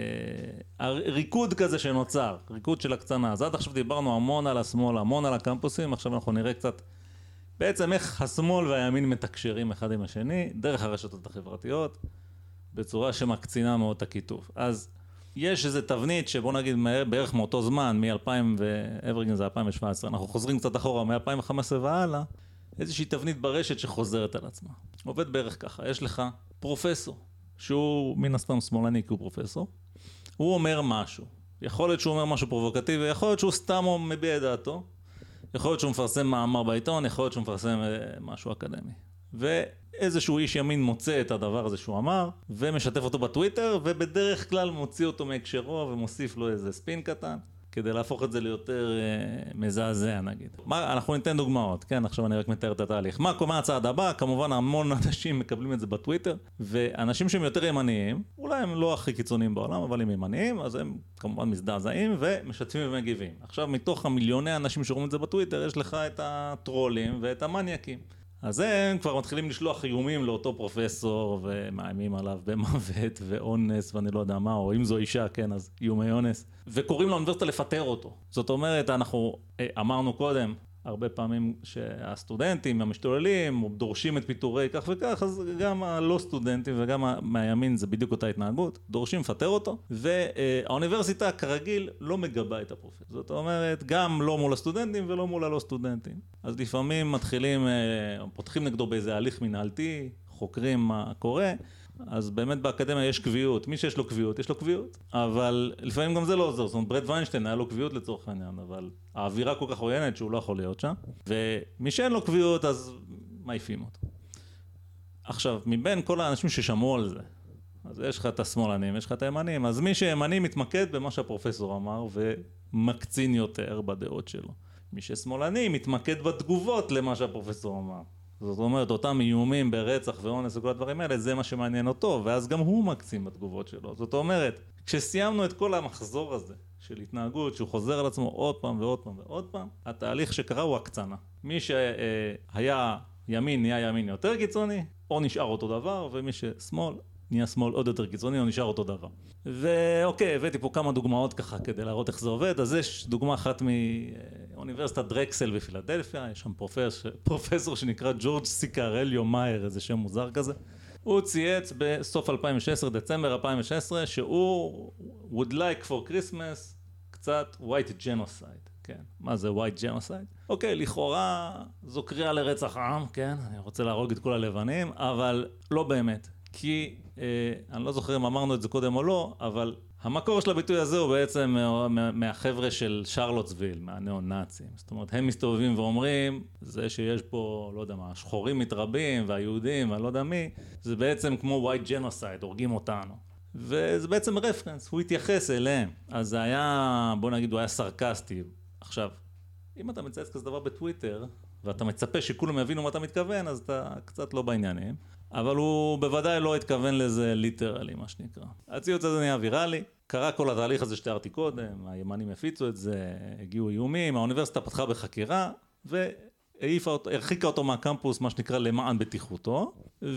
אה, ריקוד כזה שנוצר, ריקוד של הקצנה. אז עד עכשיו דיברנו המון על השמאל, המון על הקמפוסים, עכשיו אנחנו נראה קצת בעצם איך השמאל והימין מתקשרים אחד עם השני, דרך הרשתות החברתיות, בצורה שמקצינה מאוד את הכיתוב. אז יש איזו תבנית שבוא נגיד בערך מאותו זמן, מ-אלפיים ואברגין זה אלפיים ושבע עשרה, אנחנו חוזרים קצת אחורה, מ-אלפיים וחמש עשרה והלאה, איזושהי תבנית ברשת שחוזרת על עצמה. עובד בערך ככה, יש לך פרופסור, שהוא מן הסתם שמאלני כי הוא פרופסור, הוא אומר משהו, יכול להיות שהוא אומר משהו פרובוקטיבי, יכול להיות שהוא סתם מביע את דעתו, יכול להיות שהוא מפרסם מאמר בעיתון, יכול להיות שהוא מפרסם משהו אקדמי. ואיזשהו איש ימין מוצא את הדבר הזה שהוא אמר, ומשתף אותו בטוויטר, ובדרך כלל מוציא אותו מהקשרו ומוסיף לו איזה ספין קטן, כדי להפוך את זה ליותר אה, מזעזע נגיד. מה, אנחנו ניתן דוגמאות, כן? עכשיו אני רק מתאר את התהליך. מה, מה הצעד הבא? כמובן המון אנשים מקבלים את זה בטוויטר, ואנשים שהם יותר ימניים, אולי הם לא הכי קיצוניים בעולם, אבל הם ימניים, אז הם כמובן מזדעזעים ומשתפים ומגיבים. עכשיו מתוך המיליוני אנשים שרואים את זה בטוויטר, יש לך את הטרולים ואת המניאקים. אז הם כבר מתחילים לשלוח איומים לאותו פרופסור, ומאיימים עליו במוות ואונס ואני לא יודע מה, או אם זו אישה, כן, אז איומי אונס. וקוראים לאוניברסיטה לפטר אותו. זאת אומרת, אנחנו אמרנו קודם, הרבה פעמים שהסטודנטים, המשתוללים, דורשים את פיטורי כך וכך, אז גם הלא סטודנטים וגם מהימין זה בדיוק אותה התנהגות, דורשים לפטר אותו, והאוניברסיטה כרגיל לא מגבה את הפרופסור. זאת אומרת, גם לא מול הסטודנטים ולא מול הלא סטודנטים. אז לפעמים מתחילים, פותחים נגדו באיזה הליך מנהלתי, חוקרים מה קורה, אז באמת באקדמיה יש קביעות, מי שיש לו קביעות, יש לו קביעות, אבל לפעמים גם זה לא עוזר, זאת אומרת, ברט ויינשטיין היה לו קביעות לצורך העניין, אבל האווירה כל כך עוינת שהוא לא יכול להיות שם, ומי שאין לו קביעות אז מעיפים אותו. עכשיו, מבין כל האנשים ששמעו על זה, אז יש לך את השמאלנים, יש לך את הימנים, אז מי שימני מתמקד במה שהפרופסור אמר ומקצין יותר בדעות שלו. מי ששמאלני מתמקד בתגובות למה שהפרופסור אמר. זאת אומרת, אותם איומים ברצח ואונס וכל הדברים האלה, זה מה שמעניין אותו, ואז גם הוא מקצין בתגובות שלו. זאת אומרת, כשסיימנו את כל המחזור הזה של התנהגות, שהוא חוזר על עצמו עוד פעם ועוד פעם ועוד פעם, התהליך שקרה הוא הקצנה. מי שהיה ימין נהיה ימין יותר קיצוני, או נשאר אותו דבר, ומי ששמאל נהיה שמאל עוד יותר קיצוני, או נשאר אותו דבר. ואוקיי, הבאתי פה כמה דוגמאות ככה כדי להראות איך זה עובד, אז יש דוגמה אחת מאוניברסיטת דרקסל בפילדלפיה, יש שם פרופסור, פרופסור שנקרא ג'ורג' סיקרליו מאייר, איזה שם מוזר כזה. הוא צייץ בסוף אלפיים ושש עשרה, דצמבר אלפיים ושש עשרה, שהוא would like for Christmas קצת white genocide. כן, מה זה white genocide? אוקיי, לכאורה זו קריאה לרצח עם, כן, אני רוצה להרוג את כל הלבנים, אבל לא באמת. כי, אה, אני לא זוכר אם אמרנו את זה קודם או לא, אבל המקור של הביטוי הזה הוא בעצם מהחבר'ה של שרלוטסוויל, מהניאו-נאצים. זאת אומרת, הם מסתובבים ואומרים, זה שיש פה, לא יודע מה, שחורים מתרבים והיהודים, אני לא יודע מי, זה בעצם כמו white genocide, הורגים אותנו. וזה בעצם רפרנס, הוא התייחס אליהם. אז זה היה, בוא נגיד, הוא היה סרקסטי. עכשיו, אם אתה מצייץ כזה דבר בטוויטר, ואתה מצפה שכולם יבינו מה אתה מתכוון, אז אתה קצת לא בעניינים. אבל הוא בוודאי לא התכוון לזה ליטרלי, מה שנקרא. הציוץ הזה נהיה ויראלי, קרה כל התהליך הזה שתיארתי קודם, הימנים הפיצו את זה, הגיעו איומים, האוניברסיטה פתחה בחקירה, והרחיקה אותו מהקמפוס, מה שנקרא, למען בטיחותו,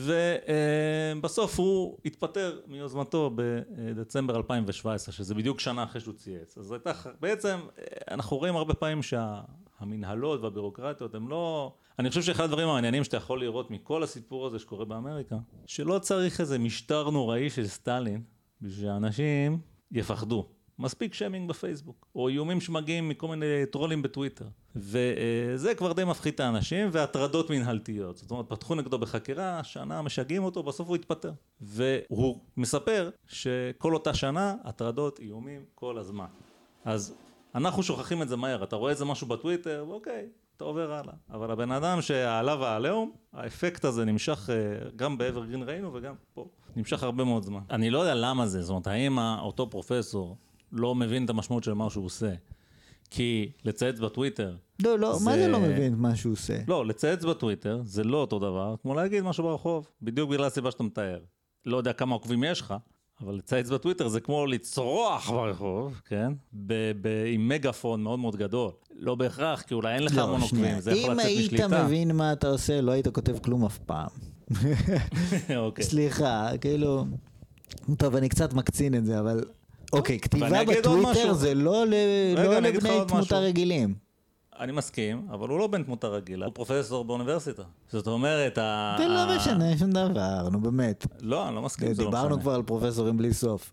ובסוף הוא התפטר מיוזמתו בדצמבר אלפיים שבע עשרה, שזה בדיוק שנה אחרי שהוא צייץ. אז הייתה, בעצם, אנחנו רואים הרבה פעמים שהמנהלות והבירוקרטיות הם לא... אני חושב שאחד הדברים המעניינים שאתה יכול לראות מכל הסיפור הזה שקורה באמריקה, שלא צריך איזה משטר נוראי של סטלין, בשביל שאנשים יפחדו. מספיק שיימינג בפייסבוק, או איומים שמגיעים מכל מיני טרולים בטוויטר. וזה כבר די מפחיד את האנשים, והטרדות מנהלתיות. זאת אומרת, פתחו נגדו בחקירה, שנה משגעים אותו, בסוף הוא התפטר. והוא מספר שכל אותה שנה, הטרדות, איומים, כל הזמן. אז אנחנו שוכחים את זה מהר. אתה רואה איזה משהו בטוויטר, ואוקיי, אתה עובר הלאה. אבל הבן אדם שעליו העליהום, האפקט הזה נמשך גם באברגרין ראינו, וגם פה. נמשך הרבה מאוד זמן. אני לא יודע למה זה. זאת אומרת, האם אותו פרופסור לא מבין את המשמעות של מה שהוא עושה. כי לצייץ בטוויטר... לא, לא, זה... מה זה לא מבין מה שהוא עושה? לא, לצייץ בטוויטר זה לא אותו דבר, כמו להגיד משהו ברחוב, בדיוק בגלל הסיבה שאתה מתאר. לא יודע כמה עוקבים יש לך, אבל לצייץ בטוויטר זה כמו לצרוח ברחוב, כן? ב- ב- עם מגאפון מאוד מאוד גדול. לא בהכרח, כי אולי אין לך המון עוקבים, זה יכול לצאת משליטה. אם היית מבין מה אתה עושה, לא היית כותב כלום אף פעם. אוקיי. סליחה, כאילו... טוב, אני קצת מקצין את זה, אבל... אוקיי, כתיבה בטוויטר זה לא לבני תמותה רגילים. אני מסכים, אבל הוא לא בן תמותה רגילה, הוא פרופסור באוניברסיטה. זאת אומרת, זה לא משנה שום דבר, נו באמת. לא, אני לא מסכים, זה לא משנה. דיברנו כבר על פרופסורים בלי סוף.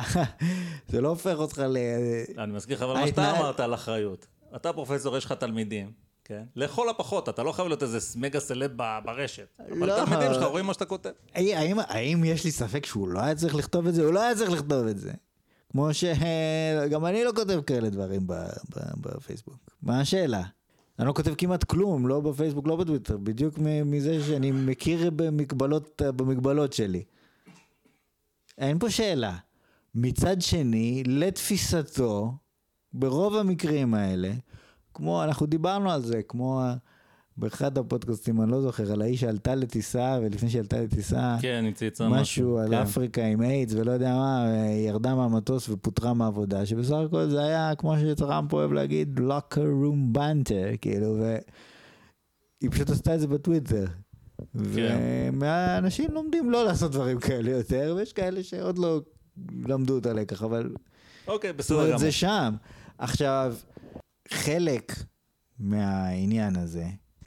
זה לא הופך אותך ל... אני מזכיר לך, אבל מה שאתה אמרת על אחריות. אתה פרופסור, יש לך תלמידים, כן? לכל הפחות, אתה לא חייב להיות איזה מגה סלב ברשת. אבל תלמידים שלך רואים מה שאתה כותב. האם יש לי ספק שהוא לא היה צריך לכתוב את זה? הוא לא היה צריך לכתוב את זה. כמו שגם אני לא כותב כאלה דברים בפייסבוק. מה השאלה? אני לא כותב כמעט כלום, לא בפייסבוק, לא בטוויטר, בדיוק מזה שאני מכיר במגבלות, במגבלות שלי. אין פה שאלה. מצד שני, לתפיסתו, ברוב המקרים האלה, כמו, אנחנו דיברנו על זה, כמו באחד הפודקאסטים, אני לא זוכר, על האיש שעלתה לטיסה, ולפני שעלתה לטיסה, כן, משהו, משהו על כן. אפריקה עם איידס, ולא יודע מה, ירדה מהמטוס ופוטרה מהעבודה, שבסך הכל זה היה, כמו שטראמפ אוהב להגיד, locker room banter, כאילו, והיא פשוט עשתה את זה בטוויטר. כן. והאנשים לומדים לא לעשות דברים כאלה יותר, ויש כאלה שעוד לא למדו את הלקח, אבל... אוקיי, בסדר גמור. זה שם. עכשיו, חלק מהעניין הזה,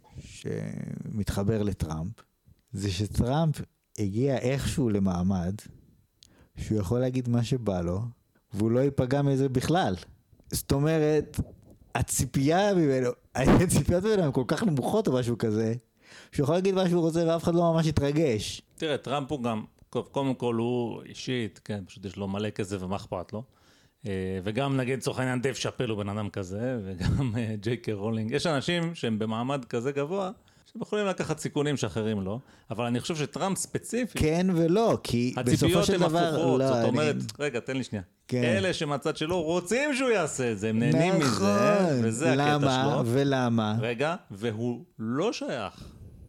שמתחבר לטראמפ, זה שטראמפ הגיע איכשהו למעמד, שהוא יכול להגיד מה שבא לו, והוא לא ייפגע מזה בכלל. זאת אומרת, הציפייה ממנו, הציפיות ממנו הן כל כך נמוכות או משהו כזה, שהוא יכול להגיד מה שהוא רוצה ואף אחד לא ממש יתרגש. תראה, טראמפ הוא גם, קודם כל הוא אישית, כן, פשוט יש לו מלא כזה ומה אכפת לו. וגם נגיד צורך העניין דייב שאפל הוא בן אדם כזה, וגם ג'יי קיי רולינג. יש אנשים שהם במעמד כזה גבוה, שהם יכולים לקחת סיכונים שאחרים לא, אבל אני חושב שטראמפ ספציפי... כן ולא, כי בסופו של דבר... הציפיות הן הפוכות, זאת אומרת, רגע, תן לי שנייה. אלה שמצד שלו רוצים שהוא יעשה את זה, הם נהנים מזה, וזה הקטע שלו. למה ולמה? רגע, והוא לא שייך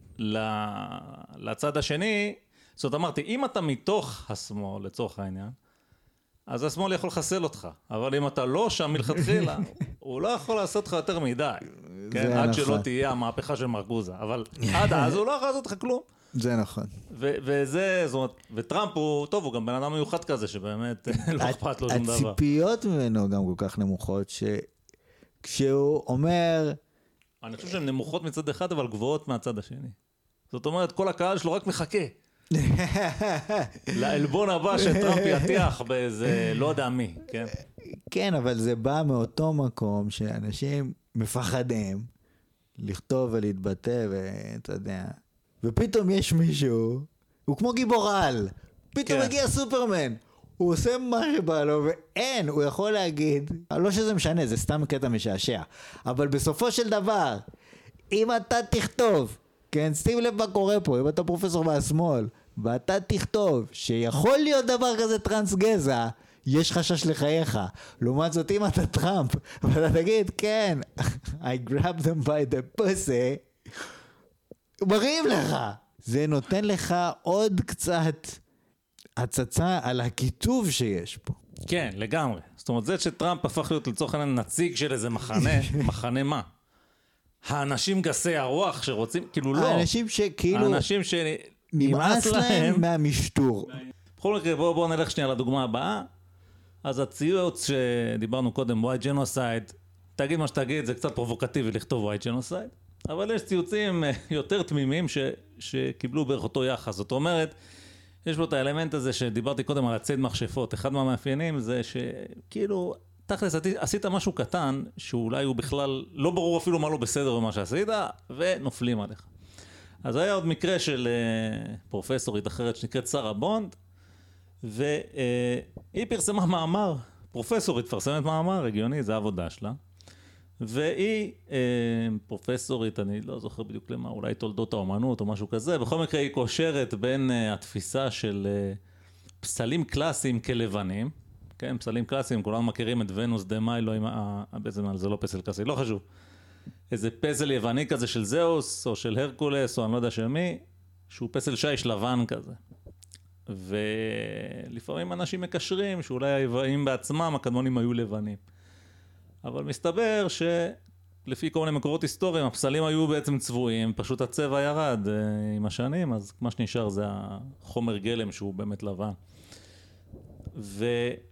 לצד השני, זאת אומרת, אמרתי, אם אתה מתוך השמאל, לצורך העניין, אז השמאל יכול לחסל אותך, אבל אם אתה לא שם מלכתחילה, הוא לא יכול לעשות לך יותר מדי, כן? עד שלא תהיה המהפכה של מרגוזה, אבל עד אז הוא לא יכול לעשות לך כלום. זה נכון. וזה, זאת אומרת, וטראמפ הוא, טוב, הוא גם בן אדם מיוחד כזה, שבאמת לא אכפת לו שום דבר. הציפיות ממנו גם כל כך נמוכות, שכשהוא אומר... אני חושב שהן נמוכות מצד אחד, אבל גבוהות מהצד השני. זאת אומרת, כל הקהל שלו רק מחכה. לאלבון הבא שטראמפ יתיח באיזה לא יודע מי, כן? כן, אבל זה בא מאותו מקום שאנשים מפחדים לכתוב ולהתבטא ואתה יודע, ופתאום יש מישהו, הוא כמו גיבור על, פתאום מגיע סופרמן, הוא עושה מה שבא לו, ואין, הוא יכול להגיד, לא שזה משנה, זה סתם קטע משעשע, אבל בסופו של דבר, אם אתה תכתוב, כן, שים לב מה קורה פה, אם אתה פרופסור מהשמאל, ואתה תכתוב שיכול להיות דבר כזה טרנס גזע, יש חשש לחייך. לעומת זאת, אם אתה טראמפ, ואתה תגיד, כן, I grabbed them by the pussy, מראים לך. זה נותן לך עוד קצת הצצה על הכיתוב שיש פה. כן, לגמרי. זאת אומרת, זה שטראמפ הפך להיות לצורך העניין נציג של איזה מחנה, מחנה מה? האנשים גסי הרוח שרוצים, כאילו לא. האנשים שכאילו... האנשים שנמאס להם מהמשטור. בכל מקרה, בואו בוא נלך שנייה לדוגמה הבאה. אז הציוץ שדיברנו קודם, white genocide, תגיד מה שתגיד, זה קצת פרובוקטיבי לכתוב white genocide, אבל יש ציוצים יותר תמימים ש, שקיבלו בערך אותו יחס. זאת אומרת, יש פה את האלמנט הזה שדיברתי קודם על הציד מכשפות. אחד מהמאפיינים זה שכאילו, תכלס, עשית משהו קטן, שאולי הוא בכלל, לא ברור אפילו מה לא בסדר במה שעשית, ונופלים עליך. אז היה עוד מקרה של פרופסורית אחרת שנקראת שרה בונד, והיא פרסמה מאמר, פרופסורית פרסמת מאמר, הגיוני, זה העבודה שלה, והיא פרופסורית, אני לא זוכר בדיוק למה, אולי תולדות האומנות או משהו כזה, בכל מקרה היא קושרת בין התפיסה של פסלים קלאסיים כלבנים, כן, פסלים קלאסיים, כולנו מכירים את ונוס דה מיילו, בעצם זה לא פסל קלאסי, לא חשוב, איזה פסל יווני כזה של זאוס או של הרקולס או אני לא יודע של מי, שהוא פסל שיש לבן כזה. ולפעמים אנשים מקשרים שאולי היוונים בעצמם הקדמונים היו לבנים, אבל מסתבר שלפי כל מיני מקורות היסטוריים הפסלים היו בעצם צבועים, פשוט הצבע ירד עם השנים, אז מה שנשאר זה החומר גלם שהוא באמת לבן. ו...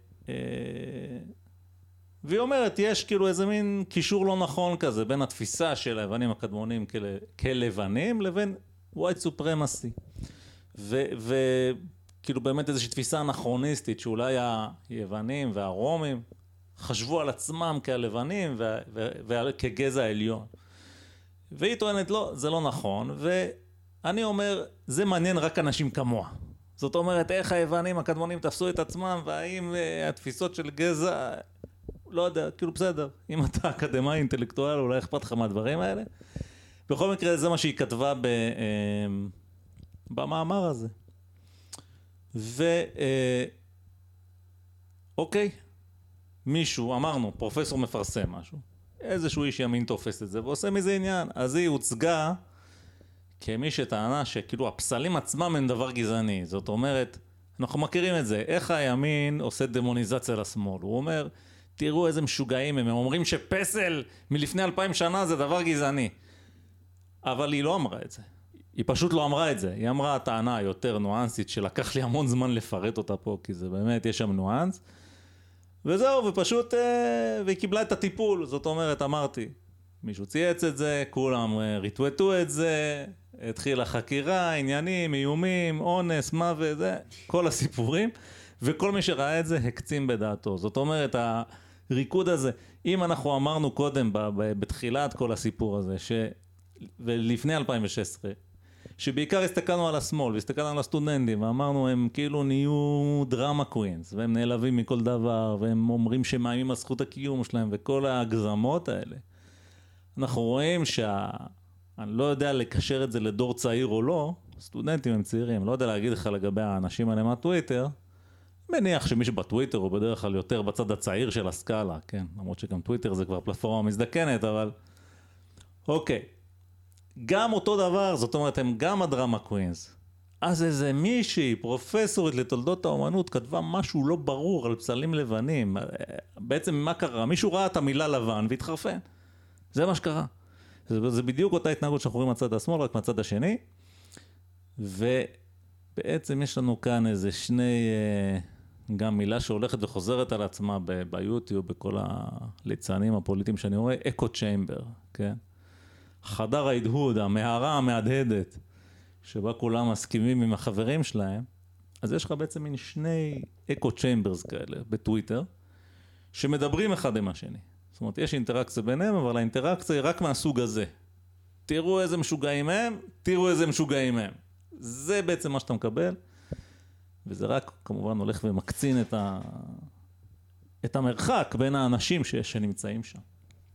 והיא אומרת, יש כאילו איזה מין קישור לא נכון כזה בין התפיסה של היוונים הקדמונים כל... כלבנים לבין white supremacy. ו... ו... כאילו באמת איזושהי תפיסה אנכרוניסטית, שאולי היוונים והרומים חשבו על עצמם כהלבנים וכגזע העליון. והיא טוענת, לא, זה לא נכון, ואני אומר, זה מעניין רק אנשים כמוה. זאת אומרת, איך היוונים הקדמונים תפסו את עצמם, והאם התפיסות של גזע, לא יודע, כאילו בסדר, אם אתה אקדמאי אינטלקטואל, אולי אכפת לך מהדברים האלה. בכל מקרה, זה מה שהיא כתבה ב, במאמר הזה. ו... אוקיי, מישהו, אמרנו, פרופסור מפרסם משהו, איזשהו איש ימין תופס את זה ועושה מזה עניין, אז היא הוצגה כמי שטענה שכאילו הפסלים עצמם הם דבר גזעני. זאת אומרת, אנחנו מכירים את זה, איך הימין עושה דמוניזציה לשמאל. הוא אומר, תראו איזה משוגעים הם, הם אומרים שפסל מלפני אלפיים שנה זה דבר גזעני. אבל היא לא אמרה את זה. היא פשוט לא אמרה את זה. היא אמרה הטענה היותר נואנסית שלקח לי המון זמן לפרט אותה פה, כי זה באמת, יש שם נואנס. וזהו, ופשוט, והיא קיבלה את הטיפול. זאת אומרת, אמרתי, מישהו צייץ את זה, כולם ריטווטו את זה, התחילה חקירה, עניינים, איומים, אונס, מוות, זה, כל הסיפורים, וכל מי שראה את זה הקצים בדעתו. זאת אומרת, הריקוד הזה, אם אנחנו אמרנו קודם, בתחילת כל הסיפור הזה, ש... ולפני אלפיים ושש עשרה, שבעיקר הסתכלנו על השמאל, והסתכלנו על הסטודנטים, ואמרנו, הם כאילו נהיו דרמה קווינס, והם נעלבים מכל דבר, והם אומרים שמאיימים על זכות הקיום שלהם, וכל הגזמות האלה. אנחנו רואים שה... אני לא יודע לקשר את זה לדור צעיר או לא, סטודנטים הם צעירים, לא יודע להגיד לך לגבי האנשים האלה מהטוויטר, מניח שמי שבטוויטר הוא בדרך כלל יותר בצד הצעיר של הסקאלה, כן, למרות שגם טוויטר זה כבר פלטפורמה מזדקנת, אבל אוקיי. גם אותו דבר, זאת אומרת, הם גם הדרמה קווינס. אז איזה מישהי, פרופסורית לתולדות האומנות, כתבה משהו לא ברור על פסלים לבנים. בעצם מה קרה? מישהו ראה את המילה לבן והתחרפן. זה מה שקרה. זה, זה בדיוק אותה התנהגות שאנחנו רואים מהצד השמאל, רק מהצד השני. ובעצם יש לנו כאן איזה שני, גם מילה שהולכת וחוזרת על עצמה ב- ביוטיוב, בכל הליצנים הפוליטיים שאני רואה, אקו צ'יימבר, כן? חדר ההדהוד, המערה המהדהדת, שבה כולם מסכימים עם החברים שלהם, אז יש לך בעצם מין שני אקו צ'יימברס כאלה בטוויטר, שמדברים אחד עם השני. זאת אומרת, יש אינטראקציה ביניהם, אבל האינטראקציה היא רק מהסוג הזה. תראו איזה משוגעים הם, תראו איזה משוגעים הם. זה בעצם מה שאתה מקבל. וזה רק כמובן הולך ומקצין את, ה... את המרחק בין האנשים ש... שנמצאים שם.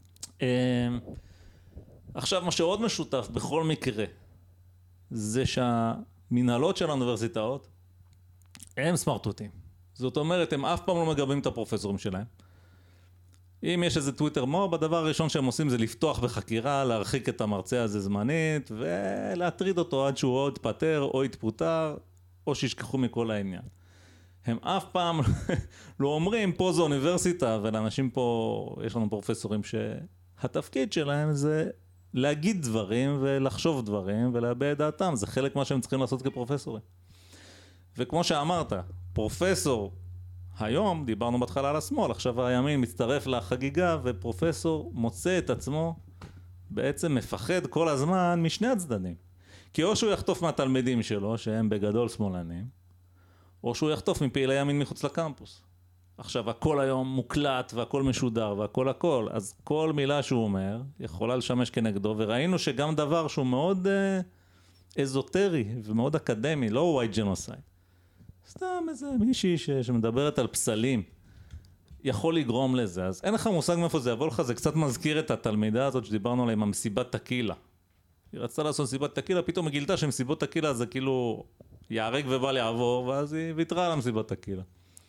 עכשיו, מה שעוד משותף בכל מקרה, זה שהמנהלות של האוניברסיטאות הם סמרטוטים. זאת אומרת, הם אף פעם לא מגבים את הפרופסורים שלהם. אם יש איזה טוויטר מוב, הדבר הראשון שהם עושים זה לפתוח בחקירה, להרחיק את המרצה הזה זמנית, ולהטריד אותו עד שהוא או יתפטר, או יתפוטר, או שישכחו מכל העניין. הם אף פעם לא אומרים, פה זו אוניברסיטה, ולאנשים פה, יש לנו פרופסורים שהתפקיד שלהם זה להגיד דברים, ולחשוב דברים, ולהביע את דעתם. זה חלק מה שהם צריכים לעשות כפרופסורים. וכמו שאמרת, פרופסור, היום דיברנו בהתחלה על השמאל, עכשיו הימין מצטרף לחגיגה, ופרופסור מוצא את עצמו, בעצם מפחד כל הזמן משני הצדדים. כי או שהוא יחטוף מהתלמידים שלו, שהם בגדול שמאלנים, או שהוא יחטוף מפעילי ימין מחוץ לקמפוס. עכשיו, הכל היום מוקלט, והכל משודר, והכל הכל, אז כל מילה שהוא אומר, יכולה לשמש כנגדו, וראינו שגם דבר שהוא מאוד אה, אזוטרי, ומאוד אקדמי, לא white genocide. סתם איזה מישהי ש, שמדברת על פסלים, יכול לגרום לזה, אז אין לך מושג מאיפה זה יבוא לך, זה קצת מזכיר את התלמידה הזאת שדיברנו עליה עם המסיבת טקילה. היא רצתה לעשות מסיבת טקילה, פתאום היא גילתה שמסיבות טקילה זה כאילו יערק ובא לעבור, ואז היא ויתרה על המסיבת טקילה.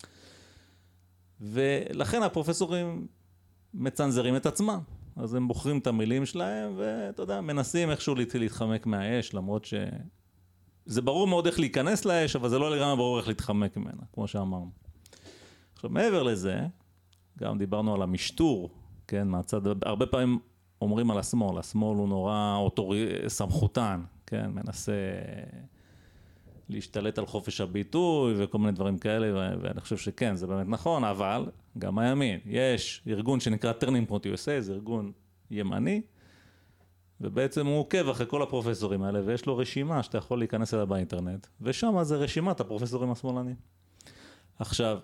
ולכן הפרופסורים מצנזרים את עצמם, אז הם בוחרים את המילים שלהם, ואתה יודע, מנסים איכשהו להתחמק מהאש, למרות ש... זה ברור מאוד איך להיכנס לאש, אבל זה לא לגמרי ברור איך להתחמק ממנה, כמו שאמרנו. עכשיו, מעבר לזה, גם דיברנו על המשטור, כן, מהצד, הרבה פעמים אומרים על השמאל, השמאל הוא נורא אוטורי, סמכותן, כן, מנסה להשתלט על חופש הביטוי וכל מיני דברים כאלה, ואני חושב שכן, זה באמת נכון, אבל גם הימין, יש ארגון שנקרא Turning Point יו אס איי, זה ארגון ימני, ובעצם הוא עוקב אחרי כל הפרופסורים האלה, ויש לו רשימה שאתה יכול להיכנס אליה באינטרנט, ושם זה רשימת הפרופסורים השמאלנים. עכשיו,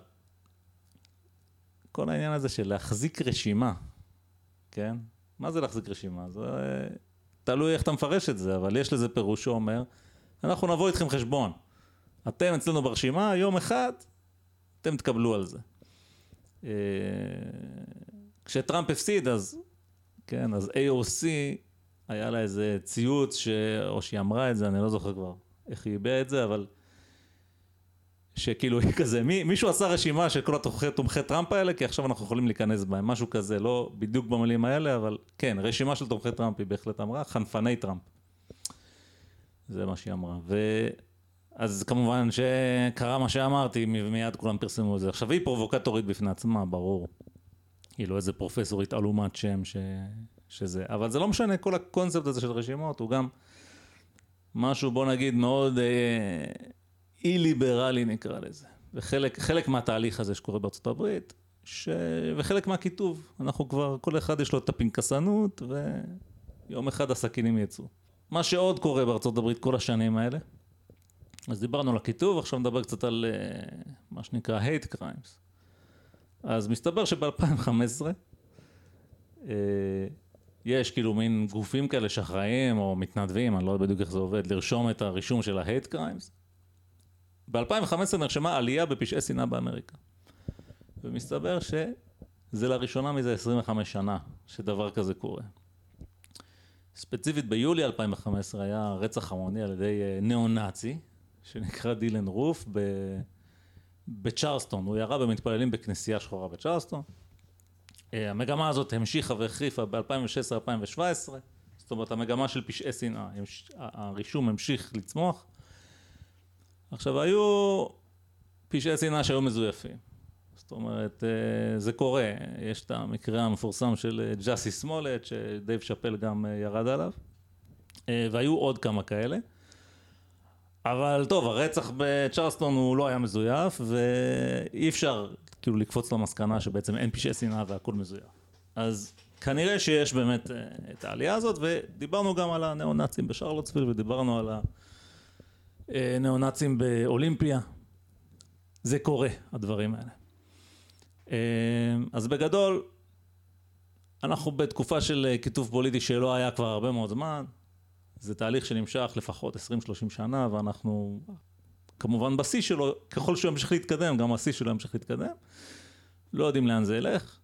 כל העניין הזה של להחזיק רשימה, כן? מה זה להחזיק רשימה? זה תלוי איך אתה מפרש את זה, אבל יש לזה פירוש שאומר, אנחנו נבוא איתכם חשבון. אתם אצלנו ברשימה, יום אחד, אתם תקבלו על זה. כשטראמפ הפסיד, אז, כן, אז איי או סי, היה לה איזה ציוץ, ש... או שהיא אמרה את זה, אני לא זוכר כבר איך היא הביעה את זה, אבל שכאילו היא כזה, מי, מישהו עשה רשימה של כל התומכי, תומכי טראמפ האלה, כי עכשיו אנחנו יכולים להיכנס בהם, משהו כזה, לא בדיוק במילים האלה, אבל כן, רשימה של תומכי טראמפ היא בהחלט אמרה, חנפני טראמפ. זה מה שהיא אמרה. ואז כמובן שקרה מה שאמרתי, מיד כולם פרסמו את זה. עכשיו היא פרובוקטורית בפני עצמה, ברור. היא לא איזה פרופסורית אלומת שם ש... שזה, אבל זה לא משנה, כל הקונספט הזה של רשימות הוא גם משהו, בוא נגיד, מאוד אה, אי-ליברלי נקרא לזה. וחלק חלק מהתהליך הזה שקורה בארצות הברית, ש... וחלק מהכיתוב, אנחנו כבר, כל אחד יש לו את הפנקסנות, ויום אחד הסכינים יצאו. מה שעוד קורה בארצות הברית כל השנים האלה, אז דיברנו על הכיתוב, עכשיו נדבר קצת על uh, מה שנקרא hate crimes. אז מסתבר שב-אלפיים וחמש עשרה, uh, יש כאילו מין גופים כאלה שאחראים או מתנדבים, אני לא יודע בדיוק איך זה עובד, לרשום את הרישום של ה-hate crimes. ב-אלפיים וחמש עשרה נרשמה עלייה בפשעי שנאה באמריקה. ומסתבר שזה לראשונה מזה עשרים וחמש שנה שדבר כזה קורה. ספציפית ביולי אלפיים וחמש עשרה היה רצח המוני על ידי ניאו-נאצי, שנקרא דילן רוף ב... בצ'רלסטון. הוא ירה במתפללים בכנסייה שחורה בצ'רלסטון. המגמה הזאת המשיכה והחריפה ב-אלפיים ושש עשרה אלפיים ושבע עשרה. זאת אומרת, המגמה של פשעי שנאה, הרישום המשיך לצמוח. עכשיו, היו פשעי שנאה שהיו מזויפים. זאת אומרת, זה קורה. יש את המקרה המפורסם של ג'אסי סמולט, שדייב שאפל גם ירד עליו. והיו עוד כמה כאלה. אבל טוב, הרצח בצ'רלסטון הוא לא היה מזויף, ואי אפשר כאילו לקפוץ למסקנה שבעצם אין פשעי שנאה והכל מזויף. אז כנראה שיש באמת את העלייה הזאת, ודיברנו גם על הניאו-נאצים בשרלוטסוויל, ודיברנו על הניאו-נאצים באולימפיה. זה קורה, הדברים האלה. אז בגדול, אנחנו בתקופה של כיתוב פוליטי שלא היה כבר הרבה מאוד זמן, זה תהליך שנמשך לפחות עשרים שלושים שנה, ואנחנו כמובן בשיא שלו, ככל שהוא ימשיך להתקדם, גם השיא שלו ימשיך להתקדם. לא יודעים לאן זה ילך.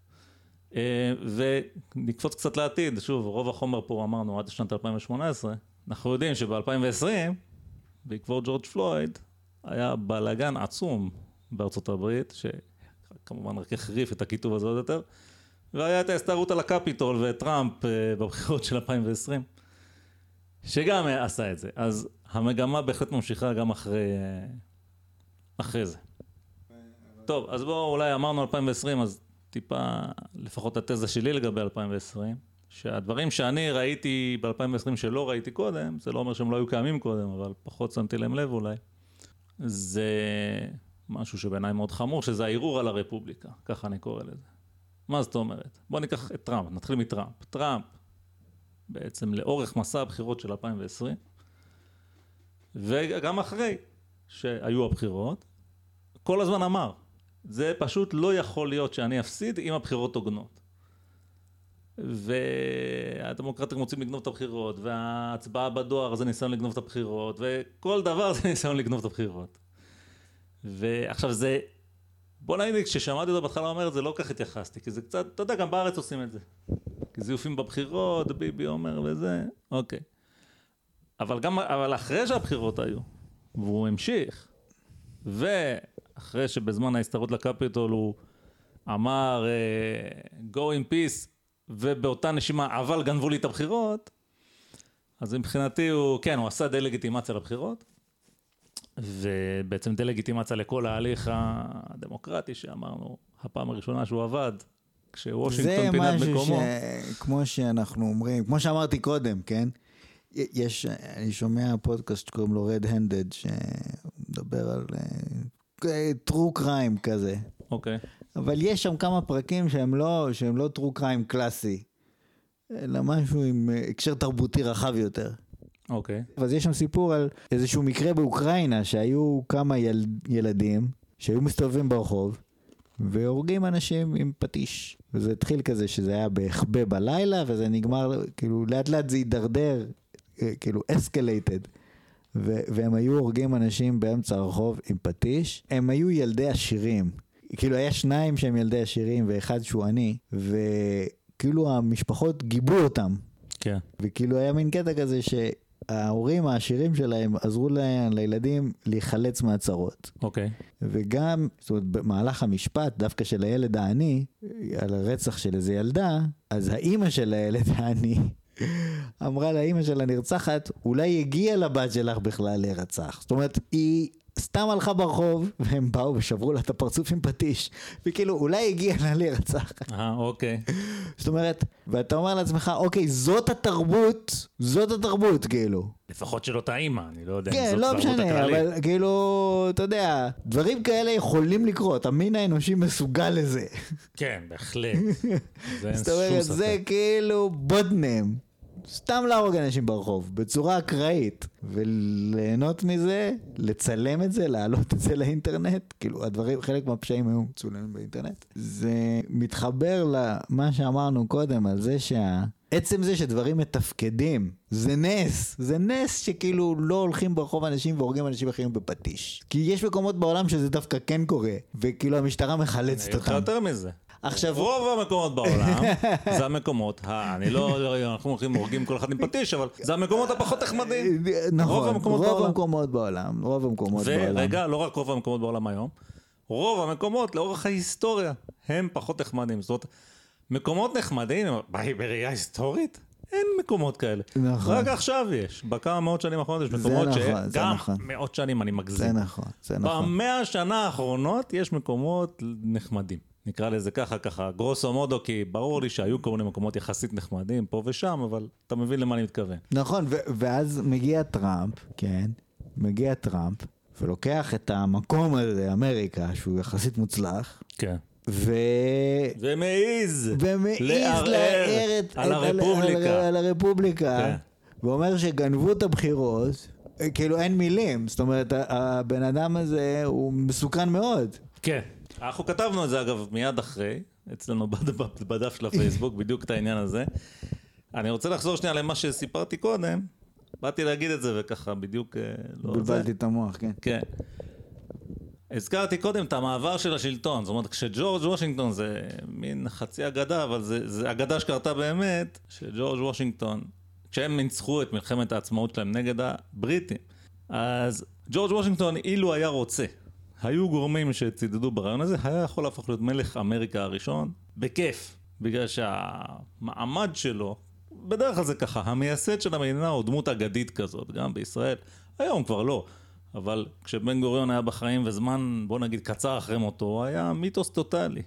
ונקפוץ קצת לעתיד, שוב, רוב החומר פה אמרנו עד שנת אלפיים שמונה עשרה, אנחנו יודעים שב-אלפיים עשרים, בעקבות ג'ורג' פלויד, היה בלגן עצום בארצות הברית, שכמובן רק החריף את הכיתוב הזה עוד יותר, והיה את ההסתערות על הקפיטול וטראמפ בבחירות של אלפיים עשרים, שגם עשה את זה. אז המגמה בהחלט ממשיכה גם אחרי, אחרי זה. טוב, אז בואו אולי אמרנו אלפיים עשרים, אז טיפה, לפחות התזה שלי לגבי אלפיים עשרים, שהדברים שאני ראיתי ב-אלפיים עשרים שלא ראיתי קודם, זה לא אומר שהם לא היו קיימים קודם, אבל פחות שמתי להם לב אולי, זה משהו שבעיניי מאוד חמור, שזה הערעור על הרפובליקה, ככה אני קורא לזה. מה זאת אומרת? בואו ניקח את טראמפ, נתחיל מטראמפ. טראמפ, בעצם לאורך מסע הבחירות של אלפיים עשרים, וגם אחרי שהיו הבחירות, כל הזמן אמר, זה פשוט לא יכול להיות שאני אפסיד אם הבחירות הוגנות. והדמוקרטים רוצים לגנוב את הבחירות, וההצבעה בדואר זה ניסיון לגנוב את הבחירות, וכל דבר זה ניסיון לגנוב את הבחירות. ועכשיו זה, בוא נגיד, כששמעתי אותו בהתחלה אומר את זה, לא כך התייחסתי, כי זה קצת, אתה יודע, גם בארץ עושים את זה. כי זיופים בבחירות, ביבי אומר וזה, אוקיי. אבל גם, אבל אחרי שהבחירות היו, והוא המשיך, ואחרי שבזמן ההסתערות לקפיטול הוא אמר, go in peace, ובאותה נשימה, אבל גנבו לי את הבחירות, אז מבחינתי הוא, כן, הוא עשה דה-לגיטימציה לבחירות, ובעצם דה-לגיטימציה לכל ההליך הדמוקרטי שאמרנו, הפעם הראשונה שהוא עבד, כשוושינגטון פינת מקומו. זה משהו כמו שאנחנו אומרים, כמו שאמרתי קודם, כן? יש, אני שומע פודקאסט שקוראים לו Red Handed, שמדבר על true crime כזה. אוקיי. אבל יש שם כמה פרקים שהם לא, שהם לא true crime קלאסי, אלא משהו עם הקשר תרבותי רחב יותר. אוקיי. אז יש שם סיפור על איזשהו מקרה באוקראינה, שהיו כמה יל, ילדים שהיו מסתובבים ברחוב, והורגים אנשים עם פטיש. וזה התחיל כזה שזה היה בהחבא בלילה, וזה נגמר, כאילו לאט לאט זה יידרדר, כאילו escalated. ו- והם היו הורגים אנשים באמצע הרחוב עם פטיש. הם היו ילדי עשירים. כאילו היה שניים שהם ילדי עשירים ואחד שהוא עני, וכאילו המשפחות גיבו אותם. כן. וכאילו היה מין קטע כזה שההורים העשירים שלהם עזרו להם, לילדים להיחלץ מהצרות. אוקיי. וגם, זאת אומרת, במהלך המשפט, דווקא של הילד העני, על הרצח של איזה ילדה, אז האימא של הילד העני, אמרה לאמא של הנרצחת, אולי הגיע לבת שלך בכלל להירצח. זאת אומרת, היא סתם הלכה ברחוב, והם באו ושברו לה את הפרצוף עם פטיש, וכאילו, אולי הגיע לה להירצח. אה, אוקיי. זאת אומרת, ואתה אומר לעצמך, אוקיי, זאת התרבות, זאת התרבות, כאילו. לפחות של אותה אימא, אני לא יודע. כן, לא משנה, אבל כאילו, אתה יודע, דברים כאלה יכולים לקרות, המין האנושי מסוגל לזה. כן, בהחלט. זאת אומרת, זה כאילו בודנם. סתם להרוג אנשים ברחוב, בצורה אקראית, וליהנות מזה, לצלם את זה, להעלות את זה לאינטרנט, כאילו הדברים, חלק מהפשעים היו מצולמים באינטרנט. זה מתחבר למה שאמרנו קודם, על זה שה... עצם זה שדברים מתפקדים, זה נס, זה נס שכאילו לא הולכים ברחוב אנשים והורגים אנשים אחרים בפטיש. כי יש מקומות בעולם שזה דווקא כן קורה, וכאילו המשטרה מחלצת אותם. יותר מזה. עכשיו, רוב המקומות בעולם, זה המקומות, אני לא, אנחנו הולכים הורגים כל אחד עם פטיש, אבל זה המקומות הפחות נחמדים. נכון, רוב המקומות בעולם, רוב המקומות בעולם. ורגע, לא רק רוב המקומות בעולם היום, רוב המקומות לאורך ההיסטוריה, הם פחות נחמדים. זאת אומרת, מקומות נחמדים, בראייה היסטורית, אין מקומות כאלה. נכון. רק עכשיו יש, בכמה מאות שנים האחרונות יש מקומות שגם מאות שנים אני מגזים. זה נכון, זה נכון. במאה השנה האחרונות יש מקומות נחמדים. נקרא לזה ככה, ככה, גרוסו מודו, כי ברור לי שהיו כל מיני מקומות יחסית נחמדים, פה ושם, אבל אתה מבין למה אני מתכוון. נכון, ו- ואז מגיע טראמפ, כן, מגיע טראמפ, ולוקח את המקום הזה, אמריקה, שהוא יחסית מוצלח, כן. ו... ומעיז, ומעיז לערער את, על הרפובליקה. על, על הרפובליקה, כן. ואומר שגנבו את הבחירות, כאילו אין מילים, זאת אומרת, הבן אדם הזה הוא מסוכן מאוד. כן. אנחנו כתבנו את זה אגב מיד אחרי, אצלנו בדף של הפייסבוק, בדיוק את העניין הזה. אני רוצה לחזור שנייה למה שסיפרתי קודם, באתי להגיד את זה וככה בדיוק לא זה. בלבלתי את המוח, כן. כן. הזכרתי קודם את המעבר של השלטון, זאת אומרת, כשג'ורג' וושינגטון זה מין חצי אגדה, אבל זה, זה אגדה שקרתה באמת, שג'ורג' וושינגטון, כשהם ניצחו את מלחמת העצמאות שלהם נגד הבריטים, אז ג'ורג' וושינגטון, אילו היה רוצה, היו גורמים שצידדו ברעיון הזה, היה יכול להפוך להיות מלך אמריקה הראשון, בכיף, בגלל שהמעמד שלו, בדרך כלל זה ככה, המייסד של המדינה הוא דמות אגדית כזאת, גם בישראל, היום כבר לא. אבל כשבן גוריון היה בחיים וזמן, בוא נגיד, קצר אחרי מותו, הוא היה מיתוס טוטלי.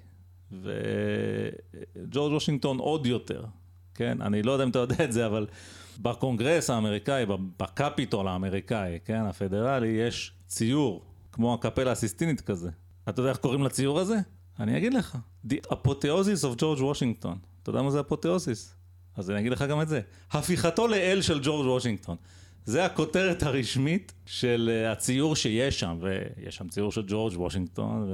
וג'ורג' וושינגטון עוד יותר. כן? אני לא יודע אם אתה יודע את זה, אבל בקונגרס האמריקאי, בקפיטול האמריקאי, כן? הפדרלי, יש ציור, כמו הקפלה הסיסטינית כזה. אתה יודע איך קוראים לציור הזה? אני אגיד לך. The Apotheosis of George Washington. אתה יודע מה זה אפותיאוסיס? אז אני אגיד לך גם את זה. הפיכתו לאל של ג'ורג' וושינגטון. זה הכותרת הרשמית של הציור שיש שם, ויש שם ציור של ג'ורג' וושינגטון,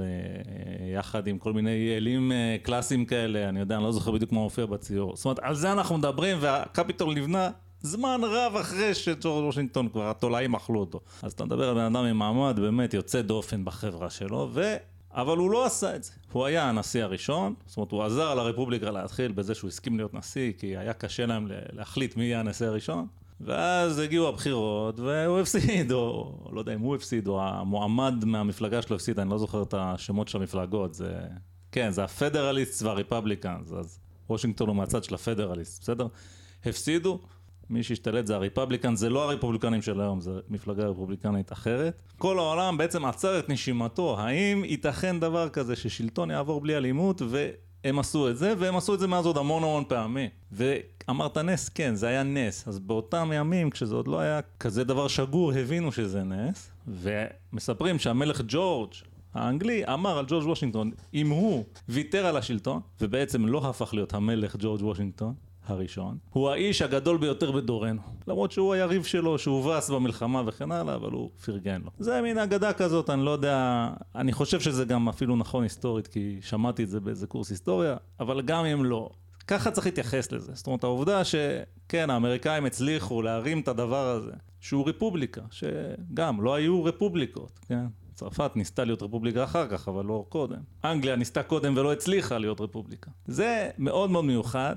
ויחד עם כל מיני אלים קלאסיים כאלה, אני יודע, אני לא זוכר בדיוק מה מופיע בציור. זאת אומרת, על זה אנחנו מדברים, והקפיטול נבנה זמן רב אחרי שג'ורג' וושינגטון כבר התולעים אכלו אותו. אז אתה מדבר על בן אדם עם מעמד באמת יוצא דופן בחברה שלו, ו... אבל הוא לא עשה את זה. הוא היה הנשיא הראשון, זאת אומרת, הוא עזר לרפובליקה להתחיל בזה שהוא הסכים להיות נשיא, כי היה קשה להם להחליט מי יהיה הנשיא הראשון. ואז הגיעו הבחירות, והוא הפסיד, או לא יודע אם הוא הפסיד, או המועמד מהמפלגה שלו הפסיד, אני לא זוכר את השמות של המפלגות, זה... כן, זה הפדרליסט והריפבליקנס, אז וושינגטון הוא מהצד של הפדרליסט, בסדר? הפסידו, מי שהשתלט זה הריפבליקנס, זה לא הרפובליקנים של היום, זה מפלגה רפובליקנית אחרת. כל העולם בעצם עצר את נשימתו, האם ייתכן דבר כזה ששלטון יעבור בלי אלימות, והם עשו את זה, והם עשו את זה מאז עוד המון המון פעמים. ואמרת נס, כן, זה היה נס. אז באותם ימים, כשזה עוד לא היה כזה דבר שגור, הבינו שזה נס, ומספרים שהמלך ג'ורג' האנגלי אמר על ג'ורג' וושינגטון, אם הוא ויתר על השלטון, ובעצם לא הפך להיות המלך ג'ורג' וושינגטון, הראשון, הוא האיש הגדול ביותר בדורנו. למרות שהוא היריב שלו, שהוא הובס במלחמה וכן הלאה, אבל הוא פרגן לו. זה מין אגדה כזאת, אני לא יודע, אני חושב שזה גם אפילו נכון היסטורית, כי שמעתי את זה באיזה קורס היסטוריה, אבל גם אם לא, ככה צריך להתייחס לזה. זאת אומרת, העובדה שכן, האמריקאים הצליחו להרים את הדבר הזה, שהוא רפובליקה, שגם לא היו רפובליקות, כן? צרפת ניסתה להיות רפובליקה אחר כך, אבל לא קודם. אנגליה ניסתה קודם ולא הצליחה להיות רפובליקה. זה מאוד מאוד מיוחד,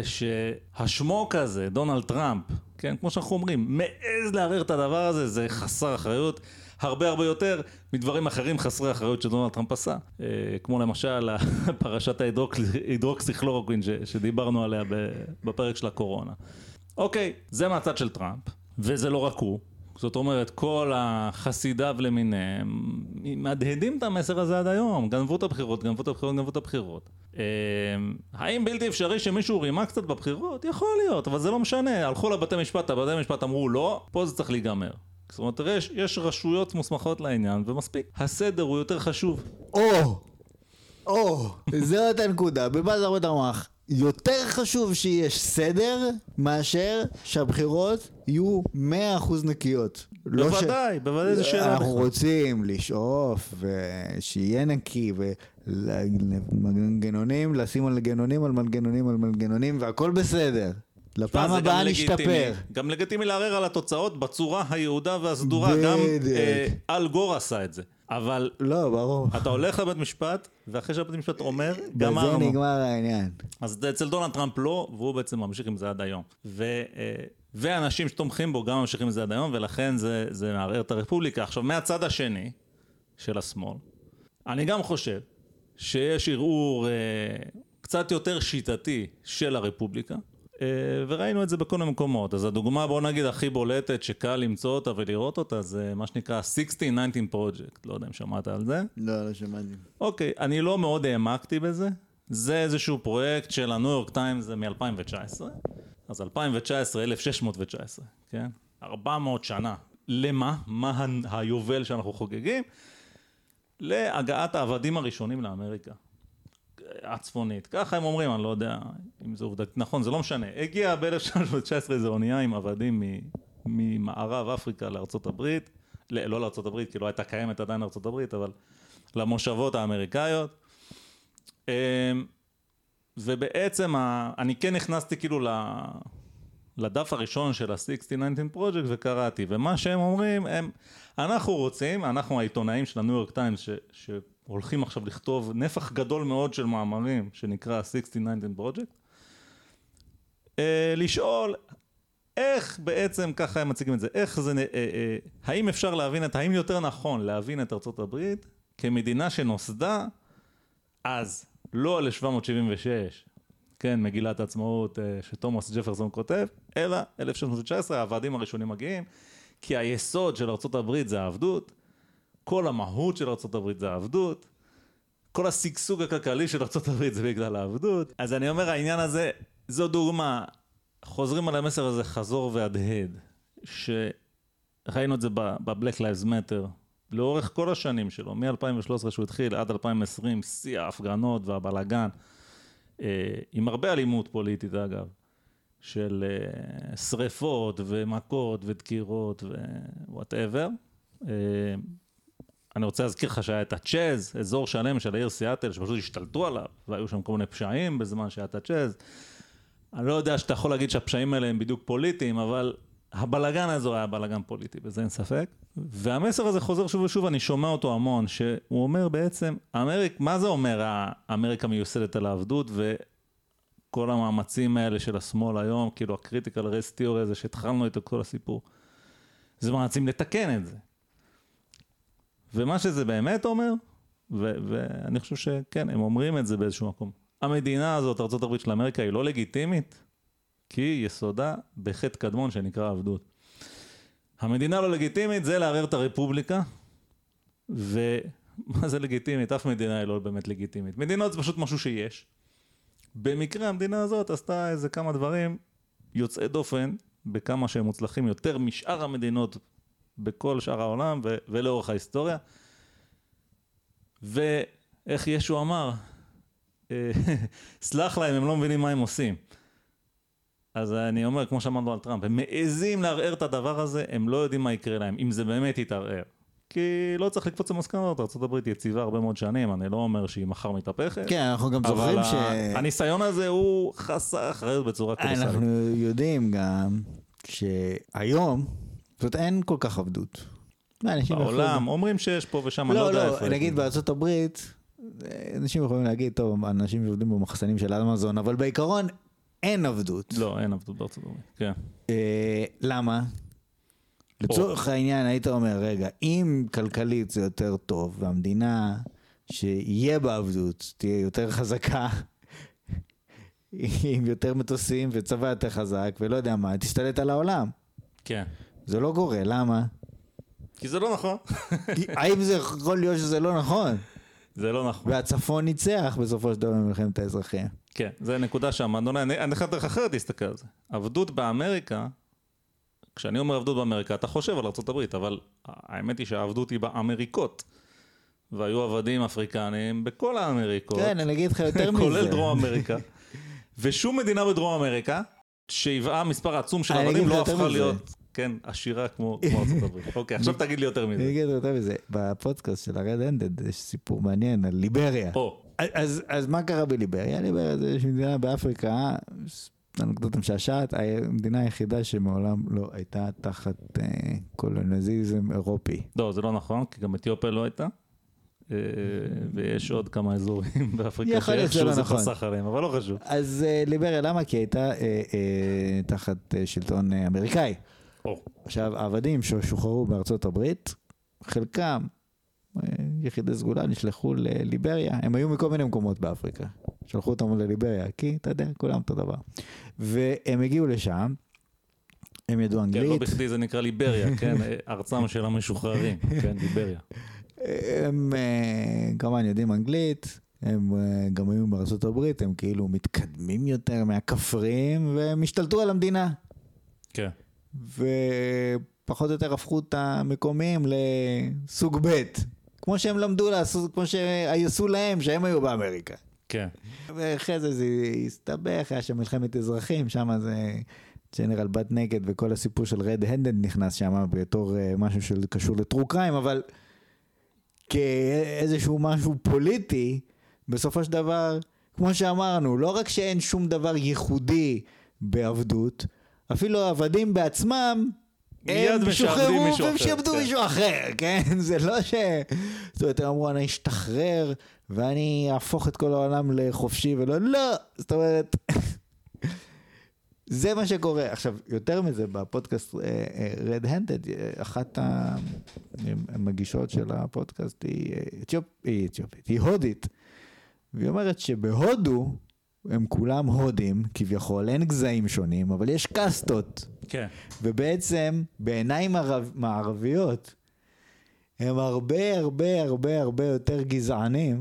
ושהשמוק הזה, דונלד טראמפ, כן, כמו שאנחנו אומרים, מעז לערער את הדבר הזה, זה חסר אחריות, הרבה הרבה יותר מדברים אחרים חסרי אחריות שדונלד טראמפ עשה. אה, כמו למשל, פרשת ההידרוקסיכלורוקווין שדיברנו עליה בפרק של הקורונה. אוקיי, זה מהצד של טראמפ, וזה לא רק הוא. זאת אומרת, כל החסידיו למיניהם, מדהדים את המסר הזה עד היום. גנבו את הבחירות, גנבו את הבחירות, גנבו את הבחירות. האם בלתי אפשרי שמישהו רימה קצת בבחירות? יכול להיות, אבל זה לא משנה. הלכו לבתי משפט, הבתי משפט אמרו לא, פה זה צריך להיגמר. זאת אומרת, יש, יש רשויות מוסמכות לעניין, ומספיק. הסדר הוא יותר חשוב. או, או, זה אותה נקודה. במה זה הרבה תרמח? יותר חשוב שיש סדר מאשר שהבחירות יהיו מאה אחוז נקיות. בוודאי, ש... בוודאי זה שאלה. אנחנו בכלל. רוצים לשאוף ושיהיה נקי ומנגנונים, לשים על מנגנונים על מנגנונים על מנגנונים והכל בסדר. לפעם הבאה נשתפר. גם לגיטימי לערער על התוצאות בצורה היהודה והסדורה. גם אה, אל גור עשה את זה. אבל לא, ברור. אתה הולך לבית משפט, ואחרי שהבית משפט אומר, גמרנו. בזה נגמר העניין. אז אצל דונלד טראמפ לא, והוא בעצם ממשיך עם זה עד היום. ו, ואנשים שתומכים בו גם ממשיכים עם זה עד היום, ולכן זה, זה מערער את הרפובליקה. עכשיו, מהצד השני של השמאל, אני גם חושב שיש ערעור אה, קצת יותר שיטתי של הרפובליקה, וראינו את זה בכל המקומות. אז הדוגמה, בוא נגיד, הכי בולטת שקל למצוא אותה ולראות אותה, זה מה שנקרא שישים תשע עשרה Project. לא יודע אם שמעת על זה. לא, לא שמעתי. אוקיי, אני לא מאוד העמקתי בזה. זה איזשהו פרויקט של הניו יורק טיימס מ-אלפיים תשע עשרה. אז אלפיים תשע עשרה, אלף שש מאות תשע עשרה, כן? ארבע מאות שנה. למה? מה היובל שאנחנו חוגגים? להגעת העבדים הראשונים לאמריקה. הצפונית. ככה הם אומרים, אני לא יודע אם זה עובדה. נכון, זה לא משנה. הגיע ב-אלף שש מאות תשע עשרה איזו אונייה עם עבדים ממערב אפריקה לארצות הברית, לא לארצות הברית, כי לא הייתה קיימת עדיין לארצות הברית, אבל למושבות האמריקאיות. ובעצם אני כן נכנסתי כאילו לדף הראשון של ה-שישים תשע עשרה Project וקראתי, ומה שהם אומרים, הם, אנחנו רוצים, אנחנו העיתונאים של הניו יורק טיימס, ש, שהולכים עכשיו לכתוב נפח גדול מאוד של מאמרים, שנקרא ה-שישים תשע עשרה Project, אה, לשאול איך בעצם, ככה הם מציגים את זה, איך זה, אה, אה, האם אפשר להבין את, האם יותר נכון להבין את ארצות הברית, כמדינה שנוסדה, אז לא ל-שבע מאות שבעים ושש, כן, מגילת העצמאות שתומאס ג'פרסון כותב, אלא אלף שש מאות תשע עשרה, העבדים הראשונים מגיעים, כי היסוד של ארצות הברית זה העבדות, כל המהות של ארצות הברית זה העבדות, כל הסגסוג הכלכלי של ארצות הברית זה בגלל העבדות. אז אני אומר, העניין הזה, זו דוגמה, חוזרים על המסר הזה חזור והדהד, שראינו את זה ב-Black Lives Matter, לאורך כל השנים שלו, מ-אלפיים ושלוש עשרה שהוא התחיל עד אלפיים ועשרים, שיא ההפגנות והבלגן, עם הרבה אלימות פוליטית אגב, של שריפות ומכות ודקירות ווואטאבר. אני רוצה להזכיר לך שהיה את הצ'אז, אזור שלם של העיר סיאטל, שפשוט השתלטו עליו, והיו שם כל מיני פשעים בזמן שהיה את הצ'אז. אני לא יודע שאתה יכול להגיד שהפשעים האלה הם בדיוק פוליטיים, אבל הבלגן הזה היה בלגן פוליטי, בזה אין ספק. והמסר הזה חוזר שוב ושוב, אני שומע אותו המון, שהוא אומר בעצם, אמריק, מה זה אומר האמריקה מיוסדת על העבדות, וכל המאמצים האלה של השמאל היום, כאילו הקריטיקל רייס תיאורי הזה, שהתחלנו את כל הסיפור, זה מאמצים לתקן את זה. ומה שזה באמת אומר, ו- ואני חושב שכן, הם אומרים את זה באיזשהו מקום. המדינה הזאת, ארצות הברית של אמריקה, היא לא לגיטימית, כי יסודה בחטא קדמון שנקרא עבדות. המדינה לא לגיטימית, זה לערער את הרפובליקה, ומה זה לגיטימית? אף מדינה היא לא באמת לגיטימית. מדינות זה פשוט משהו שיש. במקרה המדינה הזאת עשתה איזה כמה דברים יוצאי דופן, בכמה שהם מוצלחים יותר משאר המדינות בכל שאר העולם ו- ולאורך ההיסטוריה. ואיך ישו אמר, סלח להם, הם לא מבינים מה הם עושים. אז אני אומר, כמו שאמרנו על טראמפ, הם מעזים לערער את הדבר הזה, הם לא יודעים מה יקרה להם, אם זה באמת יתערער. כי לא צריך לקפוץ למסקנות, ארצות הברית יציבה הרבה מאוד שנים, אני לא אומר שהיא מחר מתהפך. כן, אנחנו גם זוכרים ש... אבל הניסיון הזה הוא חסר אחריות בצורה קולוסלית. אנחנו יודעים גם שהיום, זאת אין כל כך עבדות. בעולם, אומרים שיש פה ושם, אני לא יודע איפה. לא, נגיד בארצות הברית, אנשים יכולים להגיד, טוב, אנשים שעובדים במחסנים של אמזון, אבל בעיקרון אין עבדות. לא, אין עבדות בארצות הברית, כן. למה? לצורך העניין היית אומר, רגע, אם כלכלית זה יותר טוב, והמדינה שיהיה בעבדות, תהיה יותר חזקה, עם יותר מטוסים וצבא יותר חזק, ולא יודע מה, תשתלט על העולם. כן. זה לא קורה, למה? כי זה לא נכון. האם זה יכול להיות שזה לא נכון? זה לא נכון. והצפון ניצח בסופו של דבר במלחמת האזרחים. כן, זה נקודה שם. אני חייב דרך אחרת להסתכל על זה. עבדות באמריקה, כשאני אומר עבדות באמריקה, אתה חושב על ארצות הברית, אבל האמת היא שהעבדות היא באמריקות. והיו עבדים אפריקנים בכל האמריקות. כן, אני אגיד לך יותר מזה. כולל דרום אמריקה. ושום מדינה בדרום אמריקה, שהיווה מספר עצום של עבדים, לא הפכה להיות, כן, עשירה כמו ארצות הברית. אוקיי, עכשיו תגיד לי יותר מזה. אני אגיד יותר מזה. בפודקאסט של הרד אנדד, יש סיפור מעניין על ליבריה. אז מה קרה בליבריה? ליבריה זה מדינה באפריקה, אנקדוטה משעשעת, המדינה היחידה שמעולם לא הייתה תחת קולוניאליזם אירופי. לא, זה לא נכון, כי גם אתיופיה לא הייתה. ויש עוד כמה אזורים באפריקה שאיכשהו זה חסך עליהם, אבל לא חשוב. אז ליבריה, למה? כי הייתה תחת שלטון אמריקאי. עכשיו, העבדים ששוחררו בארצות הברית, חלקם, יחידי סגולה, נשלחו לליבריה. הם היו מכל מיני מקומות באפריקה. שלחו אותם לליבריה, כי אתה יודע, כולם אותו דבר. והם הגיעו לשם, הם ידעו אנגלית. כן, לא בכדי זה נקרא ליבריה, כן? ארצם של המשוחררים, כן, ליבריה. הם כמובן יודעים אנגלית, הם גם היו בארצות הברית, הם כאילו מתקדמים יותר מהכפרים, והם השתלטו על המדינה. כן. ופחות או יותר הפכו את המקומיים לסוג ב', כמו שהם למדו לעשות, כמו שעשו להם, שהם היו באמריקה. כן. ואחרי זה זה הסתבך, היה שם מלחמת אזרחים, שם זה ג'נרל בת נגד, וכל הסיפור של רד הנדד נכנס שם בתור משהו שקשור לטרו קריים, אבל כאיזשהו משהו פוליטי, בסופו של דבר, כמו שאמרנו, לא רק שאין שום דבר ייחודי בעבדות, אפילו העבדים בעצמם, הם שוחררו והם שיעבדו מישהו אחר, כן? זה לא ש... זאת אומרת, הם אמרו, אני אשתחרר ואני אהפוך את כל העולם לחופשי ולא, לא! זאת אומרת, זה מה שקורה. עכשיו, יותר מזה, בפודקאסט Red Handed, אחת המגישות של הפודקאסט היא אתיופית, היא הודית, והיא אומרת שבהודו, הם כולם הודים, כביכול, אין גזעים שונים, אבל יש קסטות. כן. ובעצם, בעיניים מערביות, הם הרבה הרבה הרבה הרבה יותר גזענים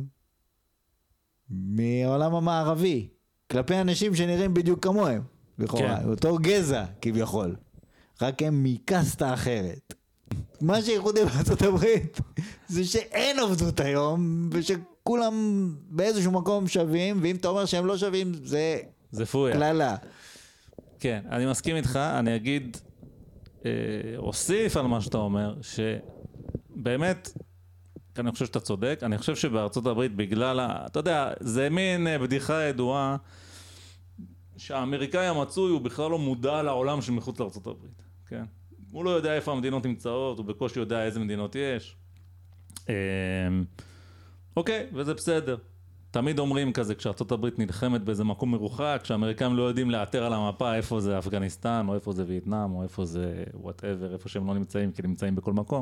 מעולם המערבי, כלפי אנשים שנראים בדיוק כמוהם, לכאורה, כן. אותו גזע, כביכול. רק הם מקסטה אחרת. מה שייחודי בארצות הברית, זה שאין עבדות היום, וש... כולם באיזשהו מקום שווים, ואם אתה אומר שהם לא שווים, זה, זה פויה. כללה. כן, אני מסכים איתך, אני אגיד, אה, אוסיף על מה שאתה אומר, שבאמת, אני חושב שאתה צודק, אני חושב שבארצות הברית, בגלל, ה, אתה יודע, זה מין בדיחה ידועה, שהאמריקאי המצוי הוא בכלל לא מודע לעולם של מחוץ לארצות הברית, כן? הוא לא יודע איפה המדינות נמצאות, הוא בקושי יודע איזה מדינות יש. אה, אוקיי, וזה בסדר. תמיד אומרים כזה, כשארצות הברית נלחמת באיזה מקום מרוחק, כשהאמריקאים לא יודעים לאתר על המפה איפה זה אפגניסטן, או איפה זה וייטנאם, או איפה זה whatever, איפה שהם לא נמצאים, כי נמצאים בכל מקום.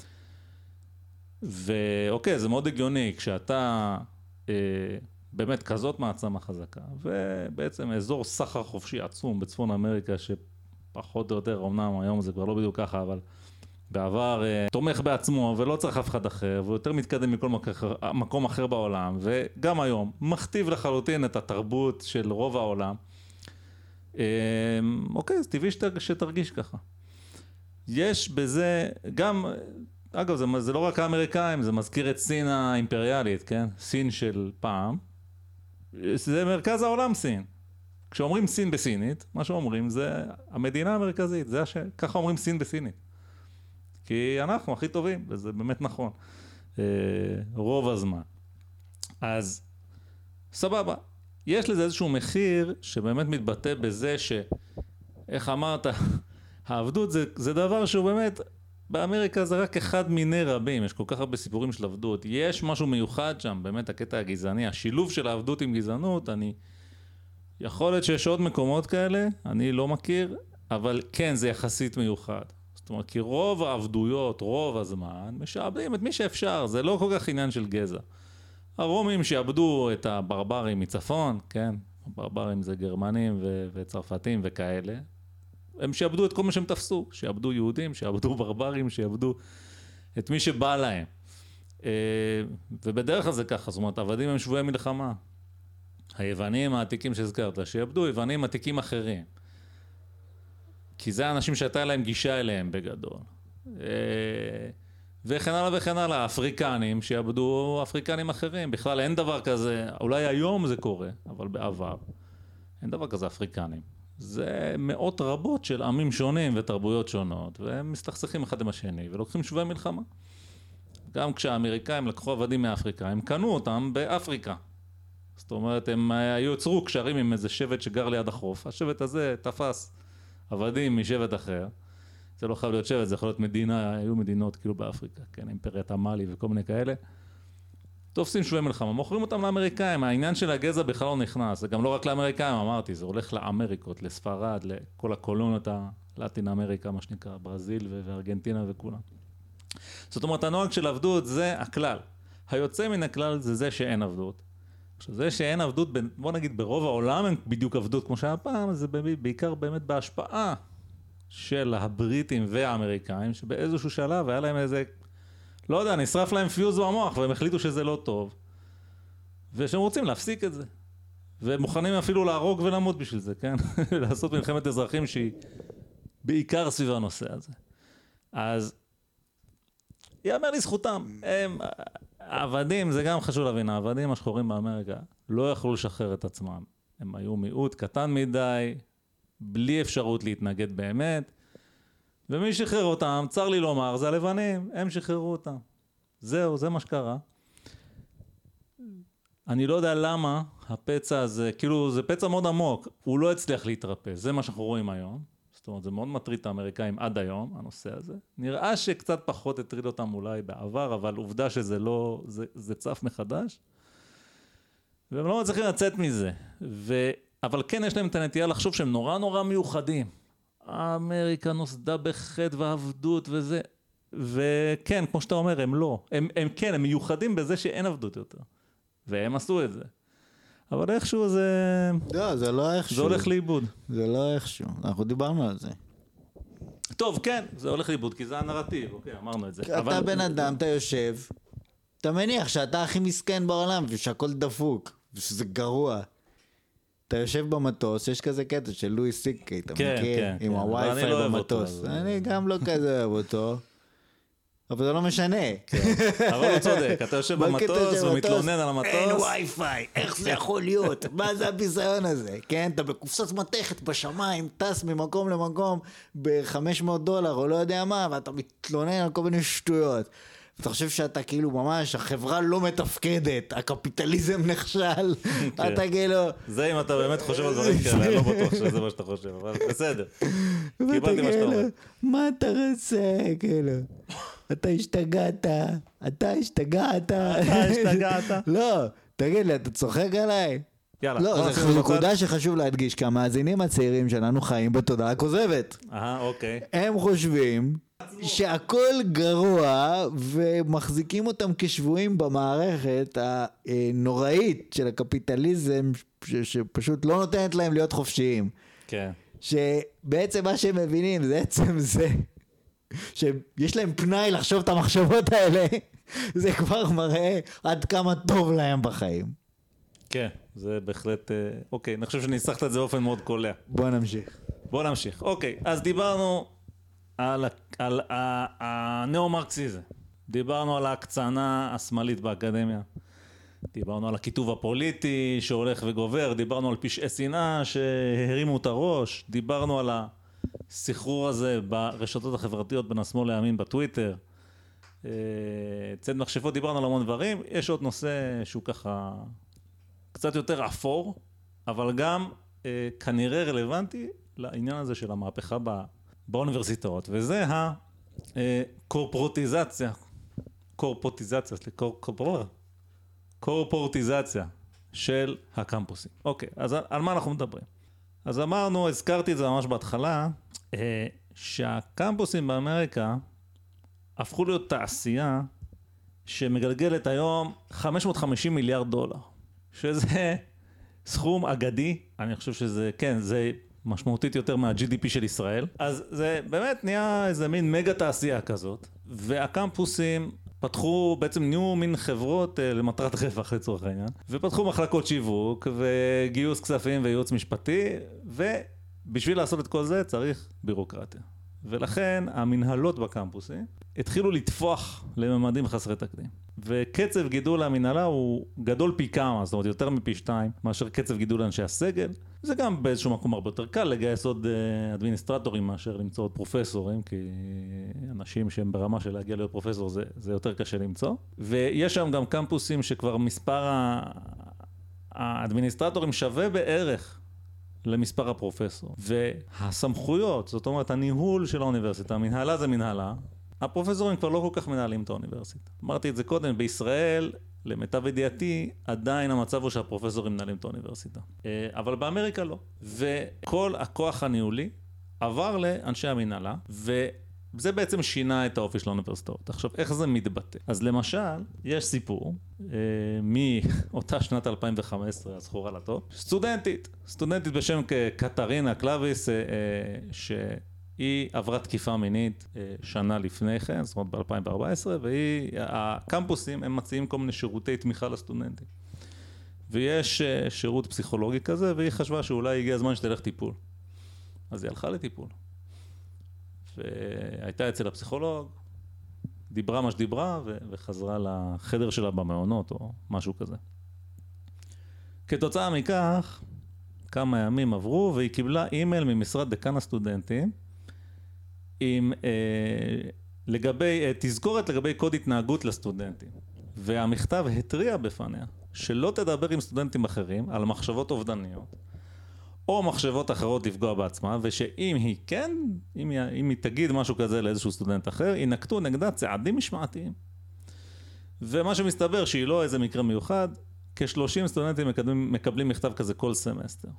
ואוקיי, זה מאוד הגיוני, כשאתה אה, באמת כזאת מעצמה חזקה, ובעצם אזור סחר חופשי עצום בצפון אמריקה, שפחות או יותר, אמנם היום זה כבר לא בדיוק ככה, אבל... בעבר תומך בעצמו ולא צריך אף אחד אחר, ויותר מתקדם מכל מקום אחר בעולם, וגם היום מכתיב לחלוטין את התרבות של רוב העולם. אוקיי, אז טבעי שתרגיש ככה. יש בזה גם, אגב, זה, זה לא רק האמריקאים, זה מזכיר את סין האימפריאלית, כן? סין של פעם. זה מרכז העולם סין. כשאומרים סין בסינית, מה שאומרים זה המדינה המרכזית, זה הש... ככה אומרים סין בסינית. כי אנחנו הכי טובים, וזה באמת נכון, רוב הזמן. אז סבבה, יש לזה איזשהו מחיר שבאמת מתבטא בזה ש, איך אמרת, העבדות זה, זה דבר שהוא באמת, באמריקה זה רק אחד מיני רבים, יש כל כך הרבה סיפורים של עבדות, יש משהו מיוחד שם, באמת הקטע הגזעני, השילוב של העבדות עם גזענות, אני, יכול להיות שיש עוד מקומות כאלה, אני לא מכיר, אבל כן, זה יחסית מיוחד. זאת אומרת, כי רוב העבדויות, רוב הזמן, משעבדים את מי שאפשר, זה לא כל כך עניין של גזע. הרומים שעבדו את הברברים מצפון, כן, הברברים זה גרמנים ו- וצרפתים וכאלה, הם שעבדו את כל מה שהם תפסו, שעבדו יהודים, שעבדו ברברים, שעבדו את מי שבא להם. ובדרך כלל זה ככה, זאת אומרת, עבדים הם שבויי מלחמה. היוונים העתיקים שהזכרת, שעבדו יוונים עתיקים אחרים. כי זה האנשים שהייתה להם גישה אליהם בגדול. וכן הלאה וכן הלאה, אפריקנים שיעבדו אפריקנים אחרים. בכלל אין דבר כזה, אולי היום זה קורה, אבל בעבר. אין דבר כזה אפריקנים. זה מאות רבות של עמים שונים ותרבויות שונות, והם מסתכסכים אחד עם השני ולוקחים שבויי מלחמה. גם כשהאמריקאים לקחו עבדים מאפריקה, הם קנו אותם באפריקה. זאת אומרת, הם יוצרו קשרים עם איזה שבט שגר ליד החוף. השבט הזה תפס עבדים משבט אחר. זה לא חייב להיות שבט, זה יכול להיות מדינה, היו מדינות כאילו באפריקה, כן, אימפריית המאלי וכל מיני כאלה. תופסים שבויי מלחמה, מוכרים אותם לאמריקאים, העניין של הגזע בכלל לא נכנס, זה גם לא רק לאמריקאים, אמרתי, זה הולך לאמריקות, לספרד, לכל הקולוניות הלטין אמריקה, מה שנקרא, ברזיל וארגנטינה וכולם. זאת אומרת, הנוהג של עבדות זה הכלל. היוצא מן הכלל זה זה שאין עבדות. עכשיו, זה שאין עבדות, בוא נגיד, ברוב העולם אין בדיוק עבדות כמו שהיה פעם, זה בעיקר באמת בהשפעה של הבריטים והאמריקאים, שבאיזשהו שלב היה להם איזה, לא יודע, נשרף להם פיוז במוח, והם החליטו שזה לא טוב, ושהם רוצים להפסיק את זה. והם מוכנים אפילו להרוג ולמות בשביל זה, כן? לעשות מלחמת אזרחים שהיא בעיקר סביב הנושא הזה. אז, יאמר לי זכותם, הם, העבדים, זה גם חשוב להבין, העבדים השחורים באמריקה לא יכלו לשחרר את עצמם. הם היו מיעוט קטן מדי, בלי אפשרות להתנגד באמת, ומי שחרר אותם, צר לי לומר, זה הלבנים, הם שחררו אותם. זהו, זה מה שקרה. אני לא יודע למה הפצע הזה, כאילו זה פצע מאוד עמוק, הוא לא הצליח להתרפא, זה מה שאנחנו רואים היום. זאת אומרת, זה מאוד מטריד את האמריקאים עד היום, הנושא הזה. נראה שקצת פחות הטריד אותם אולי בעבר, אבל עובדה שזה לא, זה, זה צף מחדש. והם לא מצליחים לצאת מזה. ו... אבל כן יש להם את הנטייה לחשוב שהם נורא נורא מיוחדים. אמריקה נוסדה בחטא ועבדות וזה. וכן, כמו שאתה אומר, הם לא. הם, הם כן, הם מיוחדים בזה שאין עבדות יותר. והם עשו את זה. אבל איכשהו זה... לא, זה לא איכשהו. זה הולך לאיבוד. זה לא איכשהו. אנחנו דיברנו על זה. טוב, כן, זה הולך לאיבוד, כי זה הנרטיב. אוקיי, אמרנו את זה. אתה אבל... בן אדם, אתה יושב, אתה מניח שאתה הכי מסכן בעולם, ושהכל דפוק, ושזה גרוע. אתה יושב במטוס, יש כזה קטע של לואי סי-קיי, אתה כן, מכיר? כן, עם כן. הווי-פיי במטוס. אותו, אני גם לא כזה אוהב אותו. אבל זה לא משנה. אבל הוא צודק, אתה יושב במטוס ומתלונן על המטוס. אין ווי-פיי, איך זה יכול להיות? מה זה הביזיון הזה? כן, אתה בקופסת מתכת בשמיים, טס ממקום למקום ב-חמש מאות דולר או לא יודע מה, ואתה מתלונן על כל מיני שטויות. אתה חושב שאתה כאילו ממש, החברה לא מתפקדת, הקפיטליזם נכשל, אתה כאילו... זה אם אתה באמת חושב על דברים כאלה, אני לא בטוח שזה מה שאתה חושב, אבל בסדר. קיבלתי מה שאתה אומר. מה אתה רוצה, כאילו? אתה השתגעת, אתה השתגעת. אתה השתגעת. לא, תגיד לי, אתה צוחק עליי? יאללה. לא, זו נקודה שחשוב להדגיש, כי המאזינים הצעירים שלנו חיים בתודעה כוזבת. אה, אוקיי. הם חושבים שהכל גרוע, ומחזיקים אותם כשבויים במערכת הנוראית של הקפיטליזם, שפשוט לא נותנת להם להיות חופשיים. כן. שבעצם מה שהם מבינים זה עצם זה, שיש להם פנאי לחשוב את המחשבות האלה, זה כבר מראה עד כמה טוב להם בחיים. כן, זה בהחלט, אוקיי, אני חושב שניסחת את זה באופן מאוד קולע. בוא נמשיך. בוא נמשיך, אוקיי, אז דיברנו על, על הנאו-מרקסיזם, דיברנו על ההקצנה השמאלית באקדמיה, דיברנו על הכיתוב הפוליטי שהולך וגובר, דיברנו על פשעי שנאה שהרימו את הראש, דיברנו על הסחרור הזה ברשתות החברתיות בין השמאל לימין בטוויטר, צד מכשפות, דיברנו על המון דברים. יש עוד נושא שהוא ככה קצת יותר אפור, אבל גם אה, כנראה רלוונטי לעניין הזה של המהפכה בא, באוניברסיטאות, וזה הקורפורטיזציה, קורפורטיזציה, קור, קור, קורפורטיזציה של הקמפוסים. אוקיי, אז על, על מה אנחנו מדברים? אז אמרנו, הזכרתי את זה ממש בהתחלה, אה, שהקמפוסים באמריקה הפכו להיות תעשייה שמגלגלת היום חמש מאות וחמישים מיליארד דולר, שזה סכום אגדי. אני חושב שזה, כן, זה משמעותית יותר מה-ג'י די פי של ישראל. אז זה באמת נהיה איזה מין מגה תעשייה כזאת, והקמפוסים פתחו, בעצם נהיו מין חברות אה, למטרת רווח לצורך העניין, ופתחו מחלקות שיווק וגיוס כספים וייעוץ משפטי, ובשביל לעשות את כל זה צריך בירוקרטיה. ולכן המנהלות בקמפוסים התחילו לתפוח לממדים חסרי תקדים. וקצב גידול המנהלה הוא גדול פי כמה, זאת אומרת יותר מפי שתיים, מאשר קצב גידול אנשי הסגל. זה גם באיזשהו מקום הרבה יותר קל לגייס עוד אדמיניסטרטורים מאשר למצוא עוד פרופסורים, כי אנשים שהם ברמה של להגיע להיות פרופסור זה, זה יותר קשה למצוא. ויש שם גם קמפוסים שכבר מספר האדמיניסטרטורים שווה בערך למספר הפרופסור. והסמכויות, זאת אומרת, הניהול של האוניברסיטה, המנהלה זה מנהלה, הפרופסורים כבר לא כל כך מנהלים את האוניברסיטה. אמרתי את זה קודם, בישראל, למיטב ידיעתי, עדיין המצב הוא שהפרופסורים מנהלים את האוניברסיטה. אבל באמריקה לא. וכל הכוח הניהולי עבר לאנשי המנהלה, וזה בעצם שינה את האופי של האוניברסיטאות. עכשיו, איך זה מתבטא? אז למשל, יש סיפור מאותה שנת אלפיים וחמש עשרה, הזכורה לטוב, סטודנטית, סטודנטית בשם קטרינה קלאביס, שהיא עברה תקיפה מינית שנה לפני כן, זאת אומרת ב-אלפיים וארבע עשרה, והקמפוסים הם מציעים כל מיני שירותי תמיכה לסטודנטים. ויש שירות פסיכולוגי כזה, והיא חשבה שאולי הגיע הזמן שתלך טיפול. אז היא הלכה לטיפול. והייתה אצל הפסיכולוג, דיברה מה שדיברה, וחזרה לחדר שלה במעונות, או משהו כזה. כתוצאה מכך, כמה ימים עברו, והיא קיבלה אימייל ממשרד דקן הסטודנטים, עם אה, לגבי, אה, תזכורת לגבי קוד התנהגות לסטודנטים. והמכתב התריע בפניה, שלא תדבר עם סטודנטים אחרים על מחשבות אובדניות, או מחשבות אחרות לפגוע בעצמה, ושאם היא כן, אם היא, אם היא תגיד משהו כזה לאיזשהו סטודנט אחר, ינקטו נגדה צעדים משמעתיים. ומה שמסתבר שהיא לא איזה מקרה מיוחד, כ-שלושים סטודנטים מקבלים, מקבלים מכתב כזה כל סמסטר.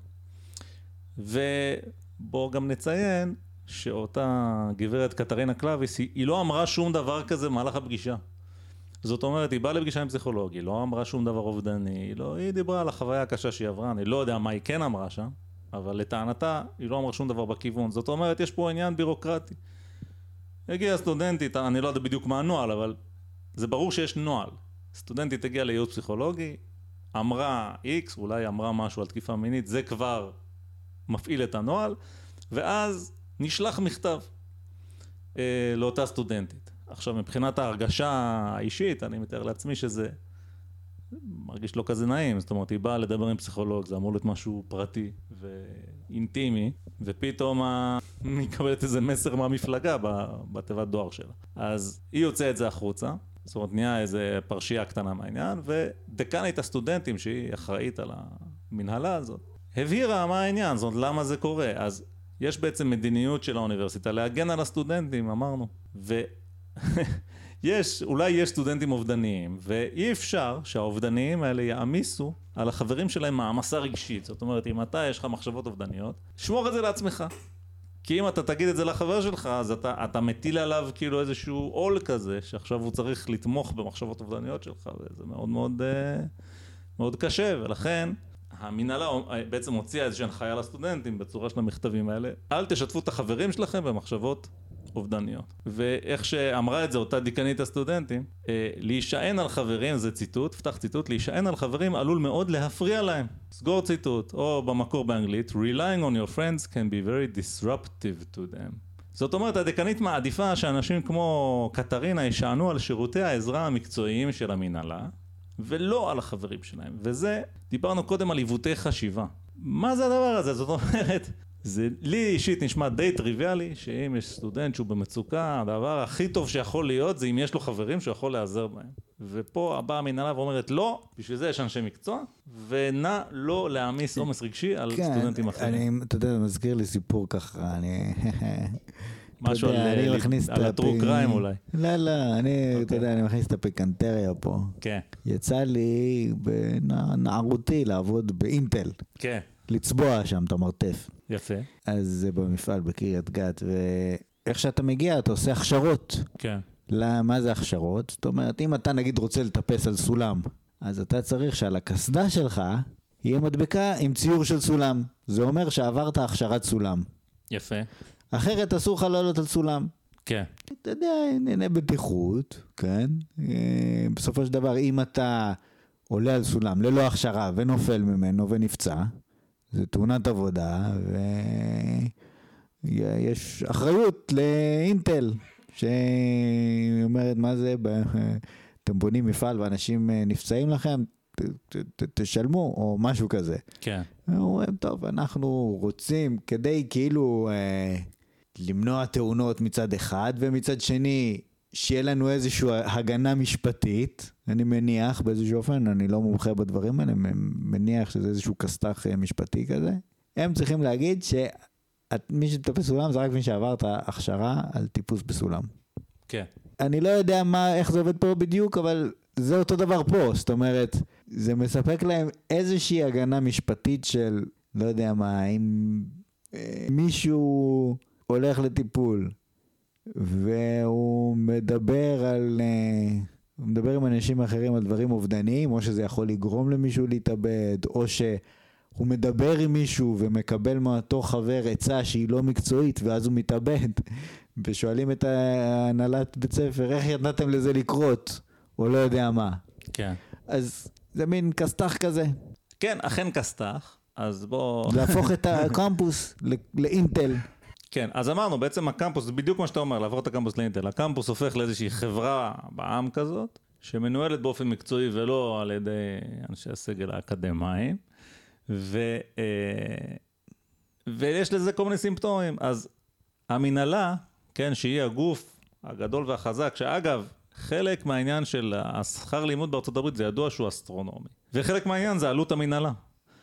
ובואו גם נציין שאותה גברת קטרינה קלאביס, היא, היא לא אמרה שום דבר כזה במהלך הפגישה. זאת אומרת, היא באה לפגישה עם פסיכולוג, היא לא אמרה שום דבר אובדני, היא, לא, היא דיברה על החוויה הקשה שהיא עברה, אני לא יודע מה היא כן אמרה שם, אבל לטענתה היא לא אמרה שום דבר בכיוון. זאת אומרת, יש פה עניין בירוקרטי. הגיעה סטודנטית, אני לא יודע בדיוק מה הנוהל, אבל זה ברור שיש נוהל. סטודנטית הגיעה לייעוץ פסיכולוגי, אמרה X, אולי אמרה משהו על תקיפה מינית, זה כבר מפעיל את הנוהל, ואז נשלח מכתב אה, לאותה סטודנטית. עכשיו, מבחינת ההרגשה האישית, אני מתאר לעצמי שזה מרגיש לא כזה נעים. זאת אומרת, היא באה לדבר עם פסיכולוג, זה אמור להיות משהו פרטי ואינטימי, ופתאום היא מקבלת איזה מסר מהמפלגה בתיבת דואר שלה. אז היא יוצאה את זה החוצה, זאת אומרת, נהיה איזה פרשייה קטנה מהעניין, ודקנית הסטודנטים, שהיא אחראית על המנהלה הזאת, הבהירה מה העניין, זאת אומרת, למה זה קורה. אז יש בעצם מדיניות של האוניברסיטה להגן על הסטודנטים, אמרנו, ויש, אולי יש סטודנטים אובדניים, ואי אפשר שהאובדניים האלה יעמיסו על החברים שלהם מעמסה רגשית. זאת אומרת, אם אתה יש לך מחשבות אובדניות, שמור את זה לעצמך. כי אם אתה תגיד את זה לחבר שלך, אז אתה, אתה מטיל עליו כאילו איזשהו עול כזה, שעכשיו הוא צריך לתמוך במחשבות אובדניות שלך, וזה מאוד מאוד, מאוד קשה, ולכן המנהלה בעצם הוציאה איזושהי הנחיה לסטודנטים בצורה של המכתבים האלה, אל תשתפו את החברים שלכם במחשבות אובדניות. ואיך שאמרה את זה אותה דיקנית הסטודנטים, להישען על חברים, זה ציטוט, פתח ציטוט, להישען על חברים עלול מאוד להפריע להם. סגור ציטוט, או במקור באנגלית, relying on your friends can be very disruptive to them. זאת אומרת, הדיקנית מעדיפה שאנשים כמו קטרינה ישענו על שירותי העזרה המקצועיים של המנהלה, ולא על החברים שלהם. וזה, דיברנו קודם על עיוותי חשיבה. מה זה הדבר הזה? זאת אומרת, זה לי אישית נשמע די טריוויאלי, שאם יש סטודנט שהוא במצוקה, הדבר הכי טוב שיכול להיות זה אם יש לו חברים שיכול לעזר בהם. ופה הבאה המנהלה ואומרת לא, בשביל זה יש אנשי מקצוע, ונע לא להעמיס עומס רגשי על כן, סטודנטים אחרים. אני, אתה יודע, מזכיר לי סיפור ככה, אני... משהו על הטרו קריים אולי. לא, לא, אני, אתה יודע, אני מכניס את הפיקנטריה פה. כן. יצא לי בנערותי לעבוד באינטל. כן. לצבוע שם את המרתף. יפה. אז זה במפעל בקריית גת, ואיך שאתה מגיע, אתה עושה הכשרות. כן. למה זה הכשרות? זאת אומרת, אם אתה נגיד רוצה לטפס על סולם, אז אתה צריך שעל הקסדה שלך יהיה מדבקה עם ציור של סולם. זה אומר שעברת הכשרת סולם. יפה. אחרת אסור לך לעלות על סולם. כן. אתה יודע, ענייני בטיחות, כן? בסופו של דבר, אם אתה עולה על סולם ללא הכשרה ונופל ממנו ונפצע, זה תאונת עבודה, ויש אחריות לאינטל, שאומרת מה זה, אתם בונים מפעל ואנשים נפצעים לכם, תשלמו, או משהו כזה. כן. אומרים, טוב, אנחנו רוצים כדי כאילו אה, למנוע תאונות מצד אחד, ומצד שני, שיהיה לנו איזושהי הגנה משפטית, אני מניח באיזשהו אופן, אני לא מומחה בדברים האלה, אני מניח שזה איזשהו כסתח משפטי כזה. הם צריכים להגיד שמי שתופס סולם זה רק מי שעבר את ההכשרה על טיפוס בסולם. כן. אני לא יודע מה, איך זה עובד פה בדיוק, אבל זה אותו דבר פה, זאת אומרת, זה מספק להם איזושהי הגנה משפטית של, לא יודע מה, אם אה, מישהו הולך לטיפול, והוא מדבר על, אה, הוא מדבר עם אנשים אחרים על דברים אובדניים, או שזה יכול לגרום למישהו להתאבד, או שהוא מדבר עם מישהו ומקבל מאותו חבר עצה שהיא לא מקצועית, ואז הוא מתאבד, ושואלים את הנהלת בית ספר, איך ידעתם לזה לקרות? או לא יודע מה. כן. אז זה מין כסתח כזה. כן, אכן כסתח. אז בוא... להפוך את הקמפוס לאינטל. כן, אז אמרנו, בעצם הקמפוס, זה בדיוק מה שאתה אומר, להפוך את הקמפוס לאינטל. הקמפוס הופך לאיזושהי חברה בעם כזאת, שמנוהלת באופן מקצועי ולא על ידי אנשי הסגל האקדמיים. ו... ויש לזה כל מיני סימפטומים. אז המנהלה, כן, שהיא הגוף הגדול והחזק, שאגב, חלק מהעניין של השכר לימוד בארצות הברית זה ידוע שהוא אסטרונומי. וחלק מהעניין זה עלות המנהלה.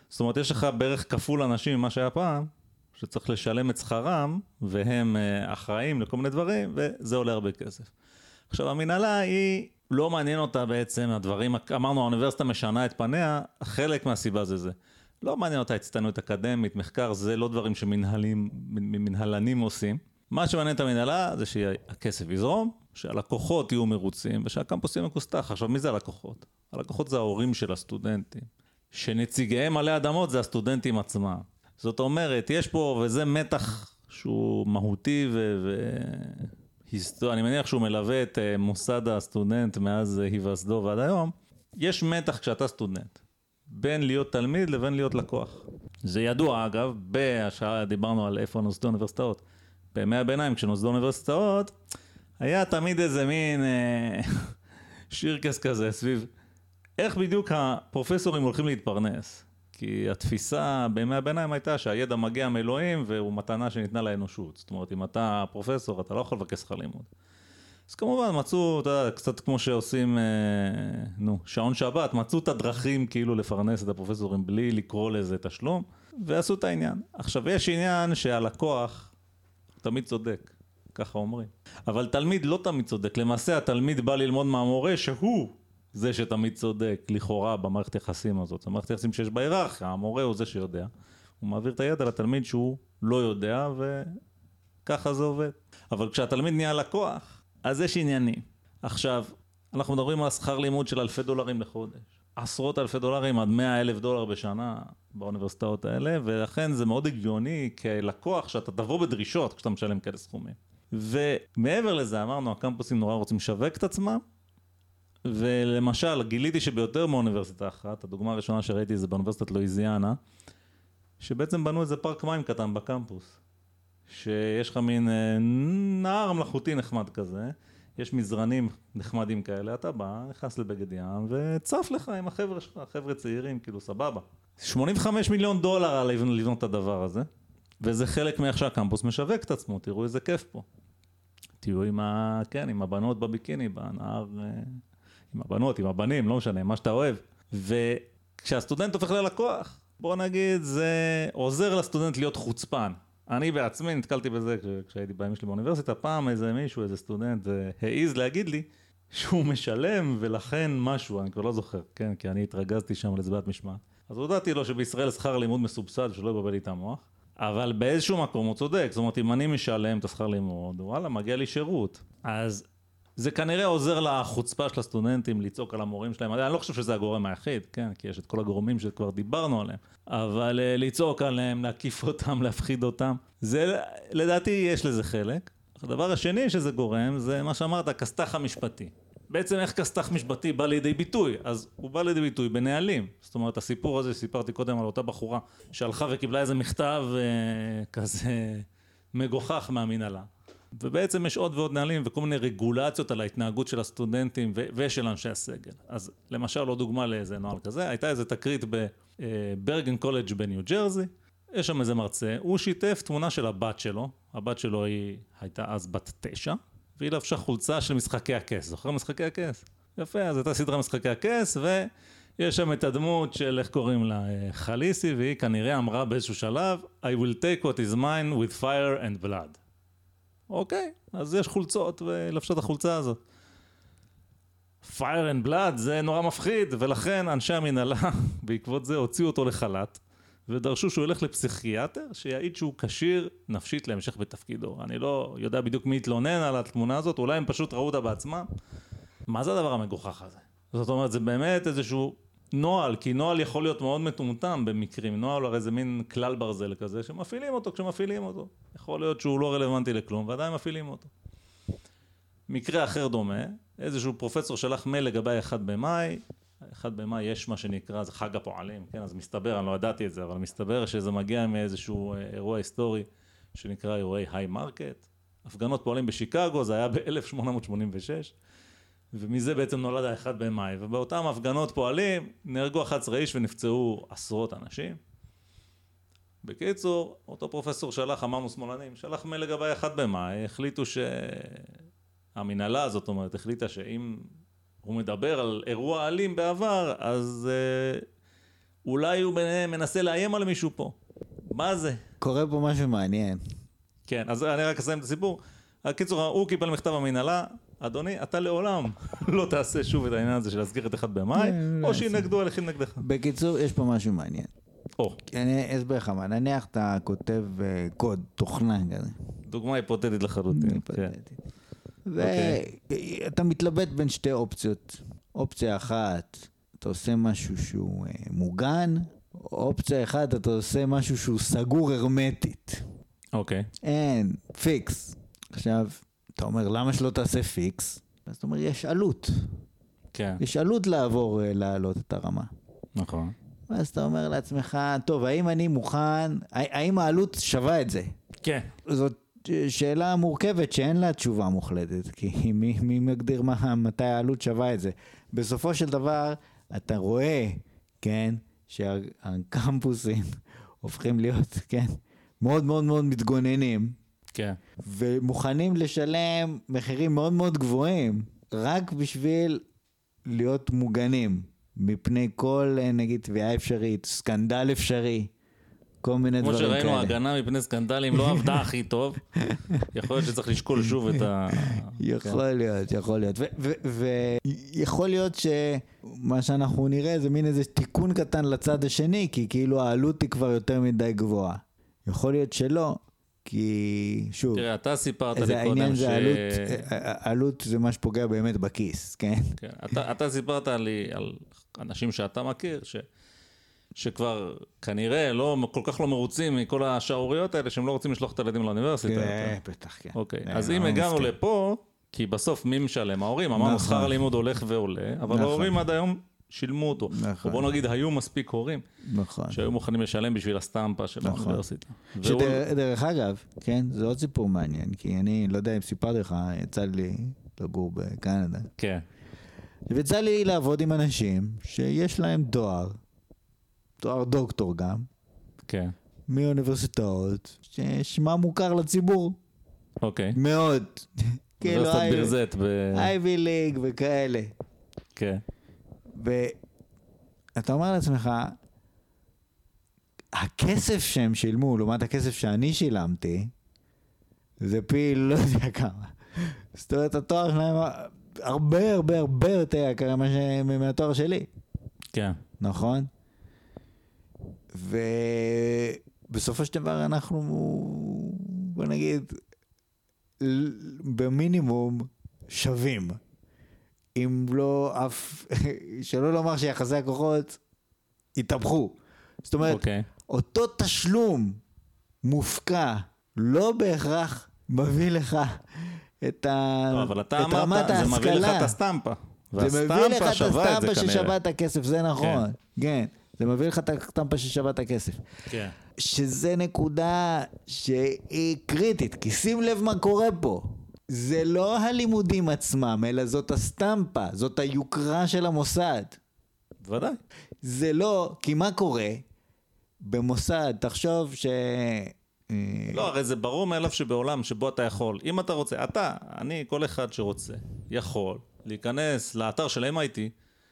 זאת אומרת, יש לך בערך כפול אנשים ממה שהיה פעם, שצריך לשלם את שכרם, והם אחראים לכל מיני דברים, וזה עולה הרבה כסף. עכשיו, המנהלה היא לא מעניין אותה בעצם, הדברים, אמרנו, האוניברסיטה משנה את פניה, חלק מהסיבה זה זה. לא מעניין אותה הצטיינות אקדמית, מחקר, זה לא דברים שמנהלים, מנהלנים עושים. מה שמעניין את המנהלה זה שהכסף יזרום, שהלקוחות יהיו מרוצים, ושהקמפוס יהיה מקוסטח. עכשיו, מי זה הלקוחות? הלקוחות זה ההורים של הסטודנטים, שנציגיהם עלי אדמות זה הסטודנטים עצמם. זאת אומרת, יש פה, וזה מתח שהוא מהותי והיסטורי, אני מניח שהוא מלווה את מוסד הסטודנט מאז היווסדו ועד היום, יש מתח כשאתה סטודנט, בין להיות תלמיד לבין להיות לקוח. זה ידוע אגב, בהשעה דיברנו על איפה נוסדו אוניברסיטאות. בימי הביניים כשנוסדו אוניברסיטאות, היה תמיד איזה מין אה, שירקס כזה סביב, איך בדיוק הפרופסורים הולכים להתפרנס. כי התפיסה בימי הביניים הייתה שהידע מגיע מאלוהים והוא מתנה שניתנה לאנושות. זאת אומרת, אם אתה פרופסור, אתה לא יכול לבקש שכר לימוד. אז כמובן מצאו, אתה יודע, קצת כמו שעושים, אה, נו, שעון שבת, מצאו את הדרכים כאילו לפרנס את הפרופסורים בלי לקרוא לזה תשלום, ועשו את העניין. עכשיו, יש עניין שהלקוח תמיד צודק, ככה אומרים. אבל תלמיד לא תמיד צודק. למעשה, התלמיד בא ללמוד מהמורה שהוא זה שתמיד צודק, לכאורה, במערכת יחסים הזאת. זו מערכת יחסים שיש בהיררכיה, המורה הוא זה שיודע. הוא מעביר את הידע לתלמיד שהוא לא יודע, וככה זה עובד. אבל כשהתלמיד נהיה לקוח, אז יש עניינים. עכשיו, אנחנו מדברים על שכר לימוד של אלפי דולרים לחודש. עשרות אלפי דולרים עד מאה אלף דולר בשנה באוניברסיטאות האלה, ולכן זה מאוד הגיוני כלקוח שאתה תבוא בדרישות כשאתה משלם כאלה סכומים. ומעבר לזה, אמרנו, הקמפוסים נורא רוצים לשווק את עצמם, ולמשל, גיליתי שביותר מאוניברסיטה אחת, הדוגמה הראשונה שראיתי זה באוניברסיטת לואיזיאנה, שבעצם בנו איזה פארק מים קטן בקמפוס, שיש לך מין נהר מלאכותי נחמד כזה, יש מזרנים נחמדים כאלה, אתה בא, נכנס לבגד ים, וצף לך עם החבר'ה שלך, החבר'ה צעירים, כאילו סבבה. שמונים וחמישה מיליון דולר על לבנות את הדבר הזה, וזה חלק מאיך שהקמפוס משווק את עצמו, תראו איזה כיף פה. תהיו עם, ה... כן, עם הבנות בביקיני, בנהר, עם הבנות, עם הבנים, לא משנה, מה שאתה אוהב. וכשהסטודנט הופך ללקוח, בוא נגיד, זה עוזר לסטודנט להיות חוצפן. אני בעצמי נתקלתי בזה כשהייתי בימים שלי באוניברסיטה, פעם איזה מישהו, איזה סטודנט, העיז להגיד לי שהוא משלם ולכן משהו, אני כבר לא זוכר, כן, כי אני התרגזתי שם לצבעת משמעת. אז הודעתי לו שבישראל שכר לימוד מסובסד, שלא יבלבל לי את המוח, אבל באיזשהו מקום הוא צודק, זאת אומרת, אם אני משלם את השכר לימוד, וואלה, מגיע לי שירות. אז זה כנראה עוזר לחוצפה של הסטודנטים לצעוק על המורים שלהם, אני לא חושב שזה הגורם היחיד, כן, כי יש את כל הגורמים שכבר דיברנו עליהם, אבל לצעוק עליהם, להקיף אותם, להפחיד אותם, זה, לדעתי יש לזה חלק. הדבר השני שזה גורם, זה מה שאמרת, הכסתח המשפטי. בעצם איך כסתח משפטי בא לידי ביטוי? אז הוא בא לידי ביטוי בנהלים. זאת אומרת, הסיפור הזה שסיפרתי קודם על אותה בחורה, שהלכה וקיבלה איזה מכתב אה, כזה מגוחך מהמנהלה. ובעצם יש עוד ועוד נהלים וכל מיני רגולציות על ההתנהגות של הסטודנטים ו- ושל אנשי הסגל. אז למשל, לא דוגמה לאיזה נוהל כזה, הייתה איזה תקרית בברגן קולג' בניו ג'רזי, יש שם איזה מרצה, הוא שיתף תמונה של הבת שלו, הבת שלו היא הייתה אז בת תשע, והיא לבשה חולצה של משחקי הכס, זוכר משחקי הכס? יפה, אז הייתה סדרה משחקי הכס, ויש שם את הדמות של, איך קוראים לה, חליסי, והיא כנראה אמרה באיזשהו שלב, I will take what is mine with fire and blood. אוקיי, אז יש חולצות, ולבשה את החולצה הזאת. fire and blood זה נורא מפחיד, ולכן אנשי המנהלה, בעקבות זה, הוציאו אותו לחל"ת, ודרשו שהוא ילך לפסיכיאטר, שיעיד שהוא כשיר נפשית להמשך בתפקידו. אני לא יודע בדיוק מי התלונן על התמונה הזאת, אולי הם פשוט ראו אותה בעצמם. מה זה הדבר המגוחך הזה? זאת אומרת, זה באמת איזשהו נוהל, כי נוהל יכול להיות מאוד מטומטם במקרים. נוהל הרי זה מין כלל ברזל כזה, שמפעילים אותו כשמפעילים אותו. יכול להיות שהוא לא רלוונטי לכלום, ועדיין מפעילים אותו. מקרה אחר דומה, איזשהו פרופסור שלח מייל לגבי אחד במאי, אחד במאי יש מה שנקרא, זה חג הפועלים, כן, אז מסתבר, אני לא ידעתי את זה, אבל מסתבר שזה מגיע מאיזשהו אירוע היסטורי, שנקרא אירועי היי מרקט, הפגנות פועלים בשיקגו, זה היה ב-אלף שמונה מאות שמונים ושש, ומזה בעצם נולד האחד במאי, ובאותם הפגנות פועלים, נהרגו אחת עשרה איש ונפצעו עשרות אנשים. בקיצור, אותו פרופסור שלח, אמרנו שמאלנים, שלח מייל לגבי אחד במאי, החליטו שהמנהלה, זאת אומרת, החליטה שאם הוא מדבר על אירוע אלים בעבר, אז uh, אולי הוא מנסה לאיים על מישהו פה. מה זה? קורה פה משהו מעניין. כן, אז אני רק אסיים את הסיפור. הקיצור, הוא קיבל מכתב המנהלה, אדוני, אתה לעולם לא תעשה שוב את העניין הזה של להסגיר את אחד במאי, או שינגדו הליכים נגדך. בקיצור, יש פה משהו מעניין. או. אני אסביר לך מה, נניח אתה כותב קוד, תוכנה כזה. דוגמה היפותטית לחלוטין. היפותטית. ואתה מתלבט בין שתי אופציות. אופציה אחת, אתה עושה משהו שהוא מוגן, אופציה אחת, אתה עושה משהו שהוא סגור הרמטית. אוקיי. אין, פיקס. עכשיו, אתה אומר, למה שלא תעשה פיקס? אז אתה אומר, יש עלות. כן. יש עלות לעבור, לעלות את הרמה. נכון. אז אתה אומר לעצמך, טוב, האם אני מוכן, האם העלות שווה את זה? כן. זאת שאלה מורכבת שאין לה תשובה מוחלטת, כי מי, מי מגדיר מה, מתי העלות שווה את זה? בסופו של דבר, אתה רואה, כן, שהקמפוסים הופכים להיות, כן, מאוד מאוד מאוד מתגוננים, כן. ומוכנים לשלם מחירים מאוד מאוד גבוהים, רק בשביל להיות מוגנים, מפני כל, נגיד, תביעה אפשרית, סקנדל אפשרי, כל מיני דברים כאלה. כמו שראינו, הגנה מפני סקנדלים לא עבדה הכי טוב, יכול להיות שצריך לשקול שוב את ה... יכול להיות, יכול להיות. ויכול להיות שמה שאנחנו נראה זה מין איזה תיקון קטן לצד השני, כי כאילו העלות היא כבר יותר מדי גבוהה. יכול להיות שלא, כי שוב, תראה, אתה סיפרת לי קודם ש... העלות זה מה שפוגע באמת בכיס, כן? כן. אתה, אתה סיפרת לי על אנשים שאתה מכיר, ש... שכבר כנראה לא, כל כך לא מרוצים מכל השערוריות האלה, שהם לא רוצים לשלוח את הילדים לאוניברסיטה. כן, בטח, כן. אוקיי, אז אם הגענו לפה, כי בסוף מי משלם? ההורים, אמרנו שכר הלימוד הולך ועולה, אבל ההורים עד היום שילמו אותו. או בוא נגיד, היו מספיק הורים, שהיו מוכנים לשלם בשביל הסטמפה של האוניברסיטה. שדרך אגב, כן, זה עוד סיפור מעניין, כי אני לא יודע אם סיפרתי לך, יצא לי לגור בקנדה. כן. ויצא לי לעבוד עם אנשים שיש להם תואר, תואר דוקטור גם, כן. מאוניברסיטאות, ששמה מוכר לציבור. אוקיי. מאוד. אוניברסיטת בירזט. אייבי ליג וכאלה. כן. ואתה אומר לעצמך, הכסף שהם שילמו, לעומת הכסף שאני שילמתי, זה פי לא יודע כמה. זאת אומרת, התואר שלהם הרבה הרבה הרבה יותר יקר מהתואר שלי. כן. נכון? ובסופו של דבר אנחנו, בוא נגיד, במינימום שווים. אם לא אף, שלא לומר שיחסי הכוחות התהפכו. זאת אומרת, okay. אותו תשלום מופקע, לא בהכרח מביא לך את, ה... לא, אבל אתה אמרת, זה מביא לך את הסטמפה. זה מביא לך את הסטמפה ששווה את הכסף, זה נכון. כן. כן. זה מביא לך את הסטמפה ששווה את הכסף. כן. שזה נקודה שהיא קריטית, כי שים לב מה קורה פה. זה לא הלימודים עצמם, אלא זאת הסטמפה, זאת היוקרה של המוסד. בוודאי. זה לא, כי מה קורה? במוסד, תחשוב ש... לא, הרי זה ברור מאליו שבעולם שבו אתה יכול, אם אתה רוצה, אתה, אני, כל אחד שרוצה, יכול להיכנס לאתר של אם איי טי,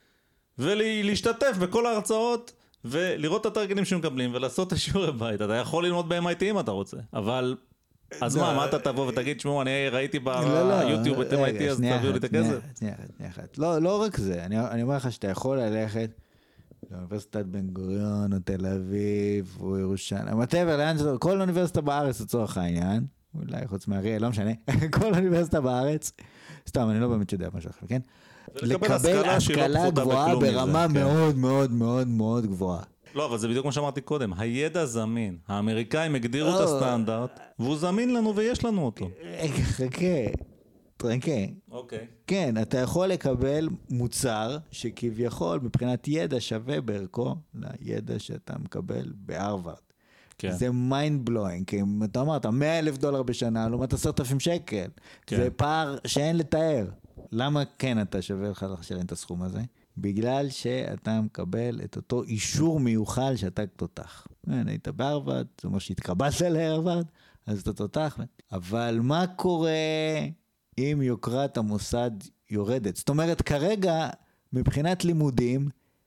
ולהשתתף בכל ההרצאות, ולראות את התרגילים שמקבלים, ולעשות את השיעורי בית. אתה יכול ללמוד ב-אם איי טי אם אתה רוצה, אבל... אז מה, מה אתה תבוא ותגיד, שמעו, אני ראיתי ביוטיוב את אם איי טי, אז תביאו לי את הכסף? לא רק זה, אני אומר לך שאתה יכול ללכת לאוניברסיטת בן גוריון, או תל אביב, או ירושלים, כל אוניברסיטה בארץ לצורך העניין, אולי חוץ מאריאל, לא משנה, כל אוניברסיטה בארץ, סתם, אני לא באמת יודע משהו אחר, כן? לקבל השכלה גבוהה ברמה מאוד מאוד מאוד מאוד גבוהה. לא, אבל זה בדיוק מה שאמרתי קודם, הידע זמין, האמריקאים הגדירו את הסטנדרט, והוא זמין לנו ויש לנו אותו. חכה, חכה. אוקיי. כן, אתה יכול לקבל מוצר שכביכול מבחינת ידע שווה בערכו לידע שאתה מקבל בהרווארד. זה mind blowing, כי אתה אמרת, מאה אלף דולר בשנה, לעומת עשרת אלפים שקל. זה פער שאין לתאר. למה כן אתה שווה לך לשלם את הסכום הזה? בגלל שאתה מקבל את אותו אישור מיוחל שאתה תותח. היית בהרווארד, זאת אומרת שהתקבלת להרווארד, אז אתה תותח. אבל מה קורה אם יוקרת המוסד יורדת? זאת אומרת, כרגע, מבחינת לימודים,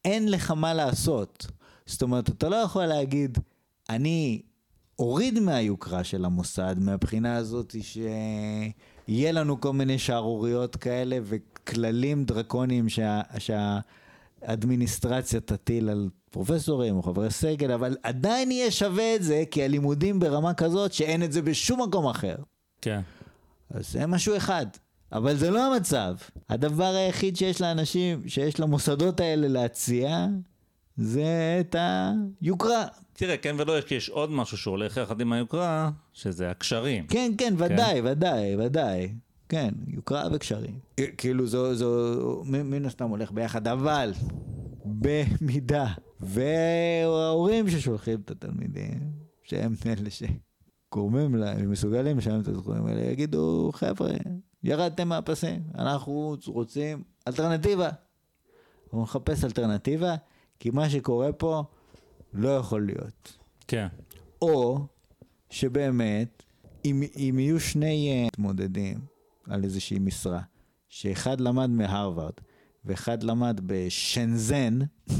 אין לך מה לעשות. זאת אומרת, אתה לא יכול להגיד, אני אוריד מהיוקרה של המוסד, מהבחינה הזאת שיהיה לנו כל מיני שערוריות כאלה, וכללים דרקוניים שה, שהאדמיניסטרציה תטיל על פרופסורים או חברי סגל, אבל עדיין יהיה שווה את זה, כי הלימודים ברמה כזאת שאין את זה בשום מקום אחר. כן. אז זה משהו אחד. אבל זה לא המצב. הדבר היחיד שיש לאנשים, שיש למוסדות האלה להציע, זה את היוקרה. תראה, כן ולא, יש עוד משהו שהולך יחד עם היוקרה, שזה הקשרים. כן, כן, ודאי, ודאי, ודאי. כן, יוקרה וקשרים. כאילו זו, זו, מן הסתם הולך ביחד, אבל במידה, וההורים ששולחים את התלמידים, שהם אלה שגורמים להם, מסוגלים לשלם את הזכויים האלה, יגידו, חבר'ה, ירדתם מהפסים, אנחנו רוצים אלטרנטיבה. הוא מחפש אלטרנטיבה, כי מה שקורה פה לא יכול להיות. כן. או שבאמת, אם, אם יהיו שני מתמודדים על איזושהי משרה, שאחד למד מהרווארד, ואחד למד בשנזן,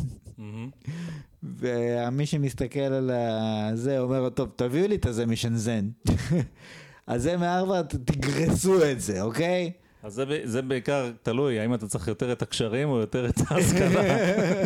ומי שמסתכל על זה אומר, טוב, תביאו לי את זה משנזן. אז זה מהרווארד, תגרסו את זה, אוקיי? אז זה, זה בעיקר תלוי, האם אתה צריך יותר את הקשרים או יותר את ההשכלה.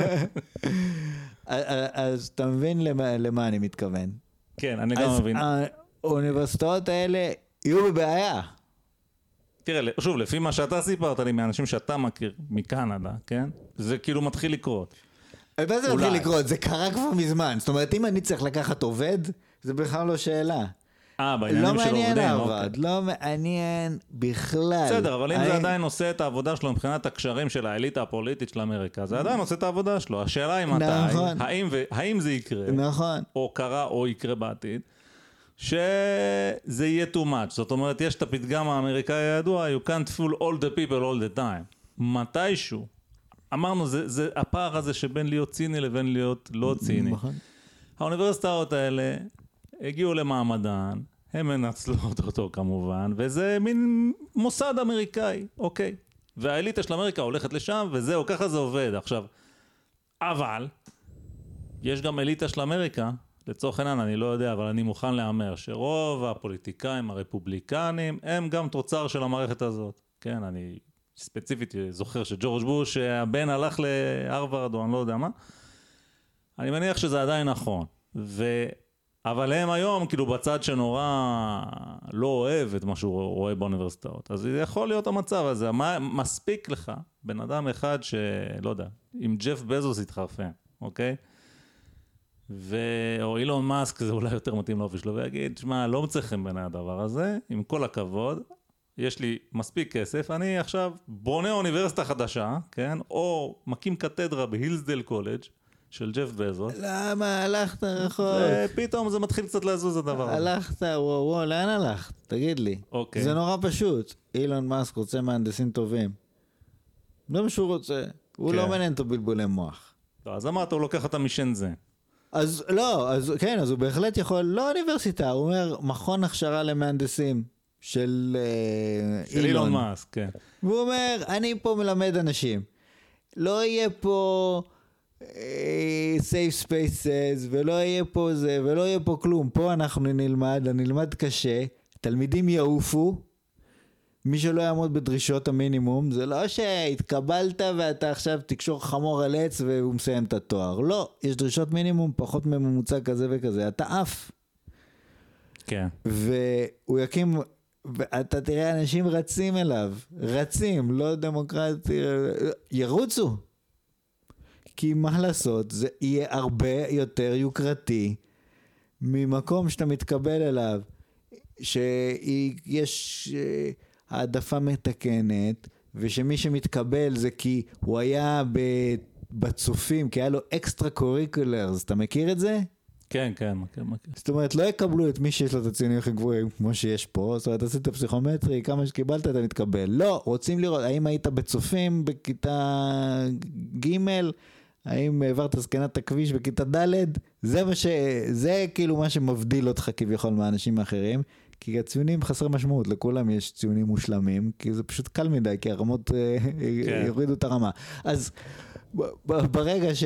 אז אתה מבין למה, למה אני מתכוון. כן, אני גם מבין. אז האוניברסיטאות האלה יהיו בבעיה. תראה, שוב, לפי מה שאתה סיפרת לי, מאנשים שאתה מכיר מקנדה, כן? זה כאילו מתחיל לקרות. מה זה מתחיל לקרות? זה קרה כבר מזמן. זאת אומרת, אם אני צריך לקחת עובד, זה בכלל לא שאלה. אה, בעניינים של עובדים. לא מעניין העבד, לא מעניין בכלל. בסדר, אבל אם זה עדיין עושה את העבודה שלו מבחינת הקשרים של האליטה הפוליטית של אמריקה, זה עדיין עושה את העבודה שלו. השאלה היא מתי, האם זה יקרה, או קרה או יקרה בעתיד, שזה יהיה too much. זאת אומרת, יש את הפתגם האמריקאי הידוע, you can't fool all the people all the time. מתישהו. אמרנו, זה הפער הזה שבין להיות ציני לבין להיות לא ציני. האוניברסיטאות האלה הגיעו למעמדן, הם מנצלות אותו כמובן, וזה מין מוסד אמריקאי, אוקיי. והאליטה של אמריקה הולכת לשם, וזהו, ככה זה עובד. עכשיו, אבל, יש גם אליטה של אמריקה, לצורך העניין, אני לא יודע, אבל אני מוכן לאמר, שרוב הפוליטיקאים הרפובליקנים, הם גם תוצר של המערכת הזאת. כן, אני ספציפית זוכר שג'ורג' בוש, הבן הלך להרווארד, או אני לא יודע מה. אני מניח שזה עדיין נכון. ו... אבל הם היום כאילו בצד שנורא לא אוהב את מה שהוא רואה באוניברסיטאות. אז זה יכול להיות המצב הזה. מה, מספיק לך בן אדם אחד שלא יודע, עם ג'ף בזוס התחרפן, אוקיי? ו... או אילון מאסק, זה אולי יותר מתאים לאופי שלו, ויגיד, שמה, לא מצליחים בין הדבר הזה, עם כל הכבוד, יש לי מספיק כסף, אני עכשיו בונה אוניברסיטה חדשה, כן? או מקים קתדרה בהילסדל קולג' של ג'ף בזוס. למה? הלכת רחוק. ופתאום זה מתחיל קצת לזוז הדבר הזה. הלכת, וואו, וואו, לאן הלכת? תגיד לי. אוקיי. זה נורא פשוט. אילון מאסק רוצה מהנדסים טובים. זה מה שהוא רוצה. הוא לא מעניין אותו בלבולי מוח. לא, אז אמרת, הוא לוקח אותה משנזן. אז לא, אז כן, אז הוא בהחלט יכול, לא אוניברסיטה, הוא אומר, מכון הכשרה למהנדסים של של אילון מאסק, כן. והוא אומר, אני פה מלמד אנשים. לא יהיה פה safe spaces, ולא יהיה פה זה, ולא יהיה פה כלום. פה אנחנו נלמד, נלמד קשה, תלמידים יעופו, מי שלא יעמוד בדרישות המינימום, זה לא שהתקבלת ואתה עכשיו תקשור חמור על עץ והוא מסיים את התואר. לא, יש דרישות מינימום פחות מממוצע כזה וכזה, אתה אף. כן. והוא יקים, ואתה תראה אנשים רצים אליו, רצים, לא דמוקרטי, ירוצו. כי מה לעשות, זה יהיה הרבה יותר יוקרתי ממקום שאתה מתקבל אליו, שיש העדפה מתקנת, ושמי שמתקבל זה כי הוא היה בצופים, כי היה לו אקסטרה קוריקולרס, אתה מכיר את זה? כן, כן, מכיר, מכיר. זאת אומרת, לא יקבלו את מי שיש לו את הציונים הכי גבוהים, כמו שיש פה, זאת אומרת, עשית פסיכומטרי, כמה שקיבלת אתה מתקבל. לא, רוצים לראות, האם היית בצופים בכיתה ג', האם העברת סכנת הכביש בכיתה ד', זה מה ש... זה כאילו מה שמבדיל אותך כביכול מהאנשים האחרים, כי הציונים חסר משמעות, לכולם יש ציונים מושלמים, כי זה פשוט קל מדי, כי הרמות כן. יורידו את הרמה. אז ברגע ש...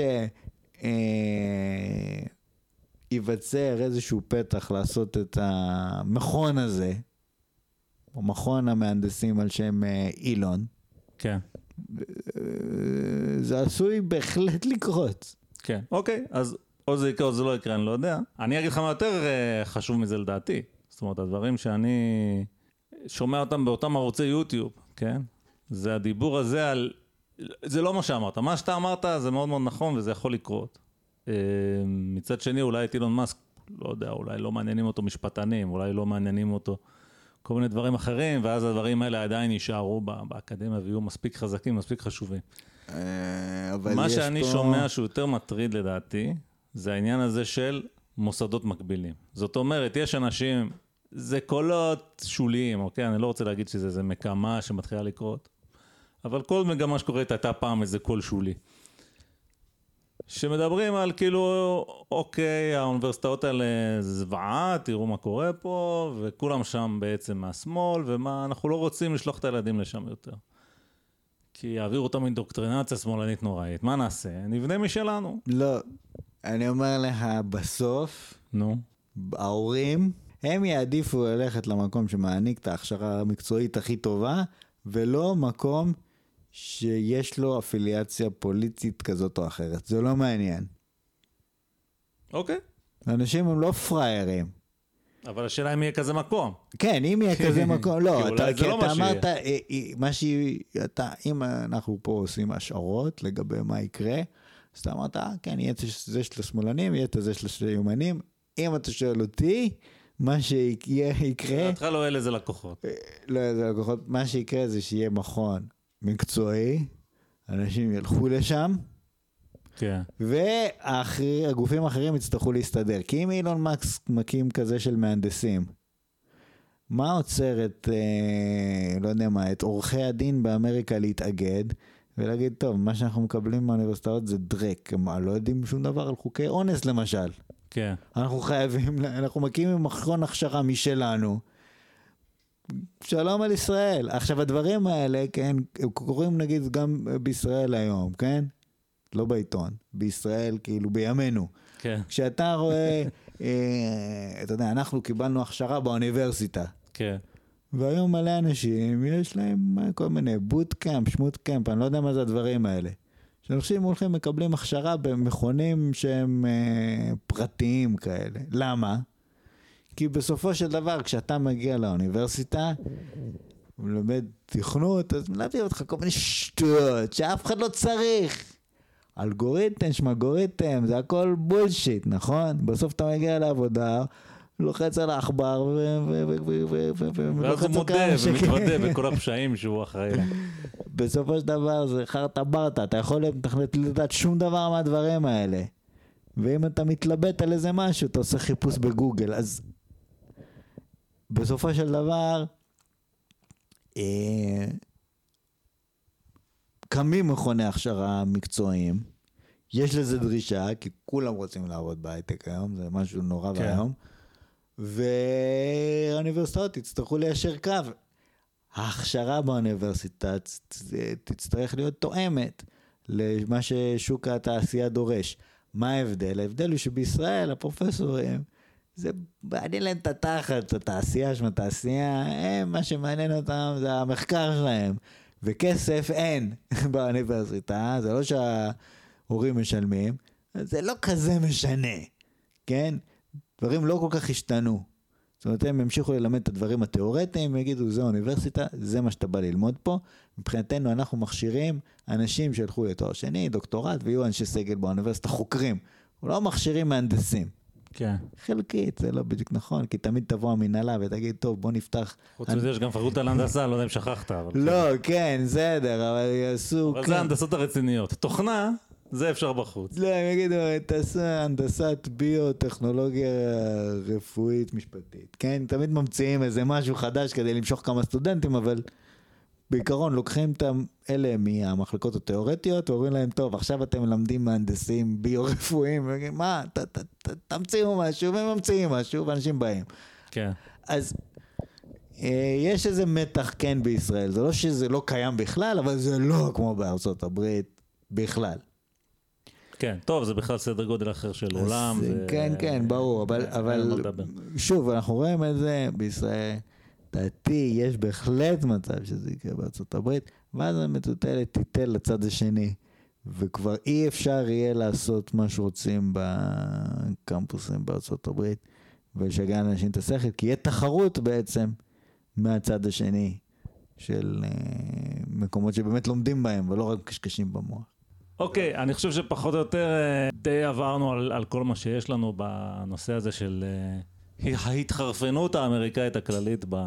ייווצר איזשהו פתח לעשות את המכון הזה, או מכון המהנדסים על שם אילון, כן. זה עשוי בהחלט לקרות. כן, אוקיי, אז או זה יקרה או זה לא יקרה, אני לא יודע. אני אגיד לך מה יותר חשוב מזה לדעתי. זאת אומרת, הדברים שאני שומע אותם באותם ערוצי יוטיוב, כן? זה הדיבור הזה על... זה לא מה שאמרת. מה שאתה אמרת זה מאוד מאוד נכון וזה יכול לקרות. מצד שני, אולי את אילון מאסק, לא יודע, אולי לא מעניינים אותו משפטנים, אולי לא מעניינים אותו כל מיני דברים אחרים, ואז הדברים האלה עדיין יישארו באקדמיה ויהיו מספיק חזקים, מספיק חשובים. מה שאני שומע שהוא יותר מטריד לדעתי, זה העניין הזה של מוסדות מקבילים. זאת אומרת, יש אנשים, זה קולות שוליים, אוקיי? אני לא רוצה להגיד שזה זה מקמה שמתחילה לקרות, אבל כל מגמה שקורית הייתה פעם איזה קול שולי. שמדברים על כאילו, אוקיי, האוניברסיטאות האלה זוועה, תראו מה קורה פה, וכולם שם בעצם מהשמאל, ומה, אנחנו לא רוצים לשלוח את הילדים לשם יותר. כי יעבירו אותם אינדוקטרינציה שמאלנית נוראית. מה נעשה? נבנה משלנו. לא, אני אומר לך, בסוף, נו. ההורים, הם יעדיפו ללכת למקום שמעניק את ההכשרה המקצועית הכי טובה, ולא מקום שיש לו אפיליאציה פוליטית כזאת או אחרת. זה לא מעניין. אוקיי. אנשים הם לא פריירים. אבל השאלה אם יהיה כזה מקום. כן, אם יהיה כזה מקום, לא, אתה, כי אתה אמרת, מה שאתה, אם אנחנו פה עושים השערות לגבי מה יקרה, אז אתה אמרת, כן, יהיה את זה של השמאלנים, יהיה את זה של היומנים, אם אתה שואל אותי, מה שיקרה... לדעתך לא אלה זה לקוחות. לא אלה זה לקוחות, מה שיקרה זה שיהיה מכון מקצועי, אנשים ילכו לשם, כן. והגופים האחרים יצטרכו להסתדר. כי אם אילון מאסק מקים כזה של מהנדסים, מה עוצר את, אה, לא יודע מה, את עורכי הדין באמריקה להתאגד, ולהגיד, טוב, מה שאנחנו מקבלים מהאוניברסיטאות זה דרק, מה, לא יודעים שום דבר על חוקי אונס למשל. כן. אנחנו חייבים, אנחנו מקימים מכון הכשרה משלנו, שלום על ישראל. עכשיו הדברים האלה, כן, קוראים נגיד גם בישראל היום, כן? לא בעיתון, בישראל כאילו בימינו. כן. כשאתה רואה, אה, אתה יודע, אנחנו קיבלנו הכשרה באוניברסיטה. כן. והיום מלא אנשים, יש להם כל מיני בוטקאמפ, שמוטקאמפ, אני לא יודע מה זה הדברים האלה. שאנשים הולכים מקבלים הכשרה במכונים שהם אה, פרטיים כאלה. למה? כי בסופו של דבר, כשאתה מגיע לאוניברסיטה, ולומד תכנות, אז מלמדים אותך כל מיני שטויות, שאף אחד לא צריך. אלגוריתם, שמגוריתם, זה הכל בולשיט, נכון? בסוף אתה מגיע לעבודה, לוחץ על האחבר, ואז הוא מודה ומתוודה בכל הפשעים שהוא אחראי. בסופו של דבר זה חרטה ברטה, אתה יכול לדעת שום דבר מהדברים האלה. ואם אתה מתלבט על איזה משהו, אתה עושה חיפוש בגוגל, אז בסופו של דבר, אה, קמים מכוני הכשרה מקצועיים, יש לזה דרישה, כי כולם רוצים לעבוד בהייטק היום, זה משהו נורא כן. והיום, והאוניברסיטאות יצטרכו ליישר קו. ההכשרה באוניברסיטה תצטרך להיות תואמת למה ששוק התעשייה דורש. מה ההבדל? ההבדל הוא שבישראל הפרופסורים, זה מעניין להם את התחת, את התעשייה שם, התעשייה, הם, מה שמעניין אותם זה המחקר שלהם, וכסף אין באוניברסיטה, זה לא שההורים משלמים, זה לא כזה משנה, כן? דברים לא כל כך השתנו. זאת אומרת, הם המשיכו ללמד את הדברים התיאורטיים, יגידו, זה אוניברסיטה, זה מה שאתה בא ללמוד פה. מבחינתנו אנחנו מכשירים אנשים שילכו לתואר שני, דוקטורט, ויהיו אנשי סגל באוניברסיטה, חוקרים. לא מכשירים מהנדסים. כן. חלקית, זה לא בדיוק נכון, כי תמיד תבוא המנהלה ותגיד, טוב, בוא נפתח... חוץ מזה יש גם פקולטה להנדסה, לא יודע אם שכחת. לא, כן, בסדר, אבל יעשו... אבל זה ההנדסות הרציניות. תוכנה, זה אפשר בחוץ. לא, הם יגידו, תעשה הנדסת ביוטכנולוגיה רפואית משפטית. כן, תמיד ממציאים איזה משהו חדש כדי למשוך כמה סטודנטים, אבל בעיקרון לוקחים את אלה מהמחלקות התיאורטיות, ואומרים להם, טוב, עכשיו אתם מלמדים מהנדסים ביו-רפואיים, מה, תמציאו משהו, וממציאים משהו, ואנשים באים. כן. אז יש איזה מתח כן בישראל, זה לא שזה לא קיים בכלל, אבל זה לא כמו בארצות הברית בכלל. כן, טוב, זה בכלל סדר גודל אחר של עולם. ו... כן, כן, ברור, אבל, אבל שוב, אנחנו רואים את זה בישראל, דעתי, יש בהחלט מצב שזה יקרה בארצות הברית, ואז המטוטלת תיתן לצד השני, וכבר אי אפשר יהיה לעשות מה שרוצים בקמפוסים בארצות הברית, ולשגע אנשים את השכל, כי יהיה תחרות בעצם מהצד השני של מקומות שבאמת לומדים בהם, ולא רק קשקשים במוח. אוקיי, אני חושב שפחות או יותר די עברנו על, על כל מה שיש לנו בנושא הזה של ההתחרפנות האמריקאית הכללית ב,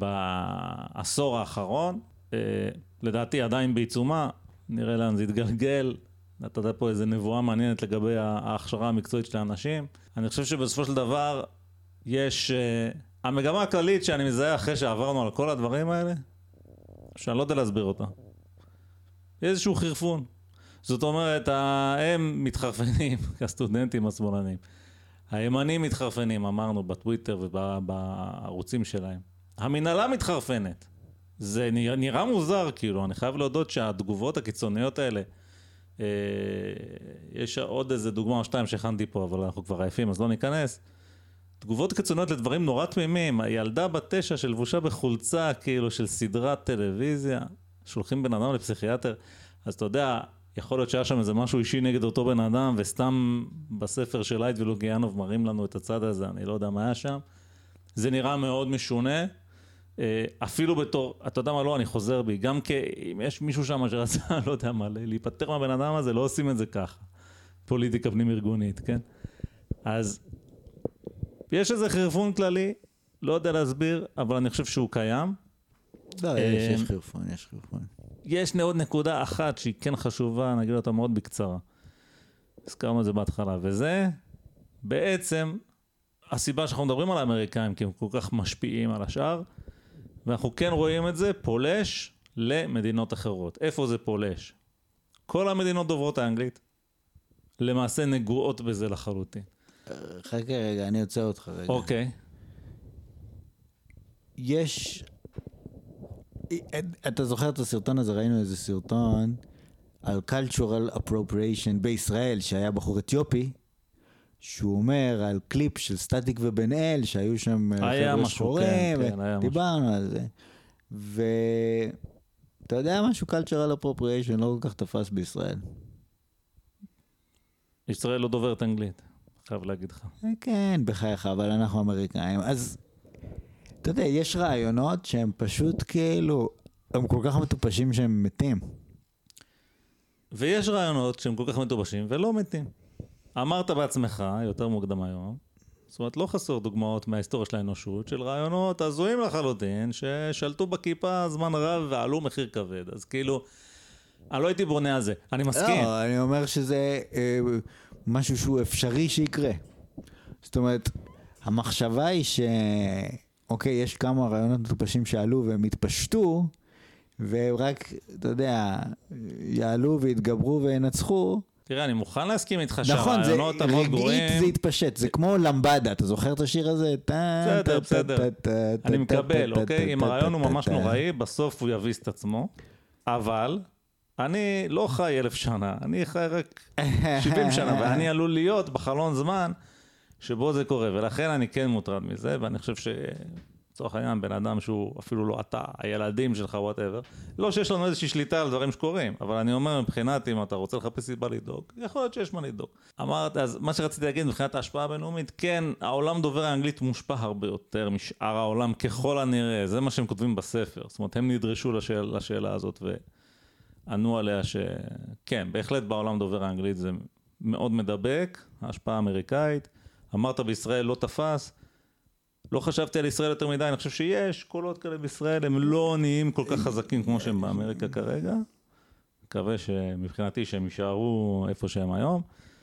בעשור האחרון. לדעתי עדיין בעיצומה, נראה לאן זה יתגלגל. אתה יודע פה איזה נבואה מעניינת לגבי ההכשרה המקצועית של האנשים. אני חושב שבסופו של דבר יש... המגמה הכללית שאני מזהה אחרי שעברנו על כל הדברים האלה, שאני לא יודע להסביר אותה. איזשהו חרפון. זאת אומרת, הם מתחרפנים, הסטודנטים השמאלנים. הימנים מתחרפנים, אמרנו, בטוויטר ובערוצים שלהם. המנהלה מתחרפנת. זה נראה, נראה מוזר, כאילו, אני חייב להודות שהתגובות הקיצוניות האלה, אה, יש עוד איזה דוגמה או שתיים שהכנתי פה, אבל אנחנו כבר עייפים, אז לא ניכנס. תגובות קיצוניות לדברים נורא תמימים, הילדה בת תשע שלבושה בחולצה, כאילו, של סדרת טלוויזיה, שולחים בן אדם לפסיכיאטר, אז אתה יודע, יכול להיות שהיה שם איזה משהו אישי נגד אותו בן אדם, וסתם בספר של לייט ולוגיאנוב מראים לנו את הצד הזה, אני לא יודע מה היה שם. זה נראה מאוד משונה, אפילו בתור, אתה יודע מה, לא, אני חוזר בי, גם אם יש מישהו שם שרצה, לא יודע מה, להיפטר מהבן אדם הזה, לא עושים את זה ככה. פוליטיקה פנים ארגונית, כן? אז יש איזה חרפון כללי, לא יודע להסביר, אבל אני חושב שהוא קיים. לא, יש חרפון, יש חרפון. יש עוד נקודה אחת שהיא כן חשובה, נגיד אותה מאוד בקצרה. הזכרנו את זה בהתחלה, וזה בעצם הסיבה שאנחנו מדברים על האמריקאים, כי הם כל כך משפיעים על השאר, ואנחנו כן רואים את זה פולש למדינות אחרות. איפה זה פולש? כל המדינות דוברות האנגלית למעשה נגועות בזה לחלוטין. חכה רגע, אני יוצא אותך רגע. אוקיי. יש... אתה זוכר את הסרטון הזה, ראינו איזה סרטון על cultural appropriation בישראל, שהיה בחור אתיופי, שהוא אומר על קליפ של סטטיק ובן אל, שהיו שם חבר'ה שחורים, כן, כן, דיברנו על זה. ואתה יודע משהו, cultural appropriation לא כל כך תפס בישראל. ישראל לא דוברת אנגלית, חייב להגיד לך. כן, בחייך, אבל אנחנו אמריקאים. אז אתה יודע, יש רעיונות שהם פשוט כאילו, הם כל כך מטופשים שהם מתים. ויש רעיונות שהם כל כך מטופשים ולא מתים. אמרת בעצמך, יותר מוקדם היום, זאת אומרת, לא חסר דוגמאות מההיסטוריה של האנושות, של רעיונות הזויים לחלוטין, ששלטו בכיפה זמן רב ועלו מחיר כבד. אז כאילו, אני לא הייתי בונה על זה. אני מסכים. לא, אני אומר שזה אה, משהו שהוא אפשרי שיקרה. זאת אומרת, המחשבה היא ש... אוקיי, יש כמה רעיונות מטופשים שעלו והם התפשטו, ורק, אתה יודע, יעלו והתגברו וינצחו. תראה, אני מוכן להסכים איתך נכון, שהרעיונות המאוד גרועים... רגעית זה התפשט, זה כמו למבדה, אתה זוכר את השיר הזה? בסדר, בסדר. אני מקבל, אוקיי? אם הרעיון הוא ממש נוראי, בסוף הוא יביס את עצמו, אבל אני לא חי אלף שנה, אני חי רק שבעים שנה, ואני עלול להיות בחלון זמן שבו זה קורה, ולכן אני כן מוטרד מזה, ואני חושב שצורך העניין, בן אדם שהוא אפילו לא אתה, הילדים שלך, whatever, לא שיש לנו איזושהי שליטה על דברים שקורים, אבל אני אומר מבחינת, אם אתה רוצה לחפש סיבה לדאוג, יכול להיות שיש מה לדאוג. אמרת, אז מה שרציתי להגיד, מבחינת ההשפעה הבינלאומית, כן, העולם דובר האנגלית מושפע הרבה יותר משאר העולם, ככל הנראה, זה מה שהם כותבים בספר, זאת אומרת, הם נדרשו לשאל, לשאלה הזאת, וענו עליה שכן, בהחלט בעולם דובר האנגלית זה מאוד מדבק, ההשפעה האמריקאית. אמרת בישראל לא תפס, לא חשבתי על ישראל יותר מדי, אני חושב שיש קולות כאלה בישראל, הם לא נהיים כל כך חזקים כמו שהם באמריקה כרגע, מקווה שמבחינתי שהם יישארו איפה שהם היום.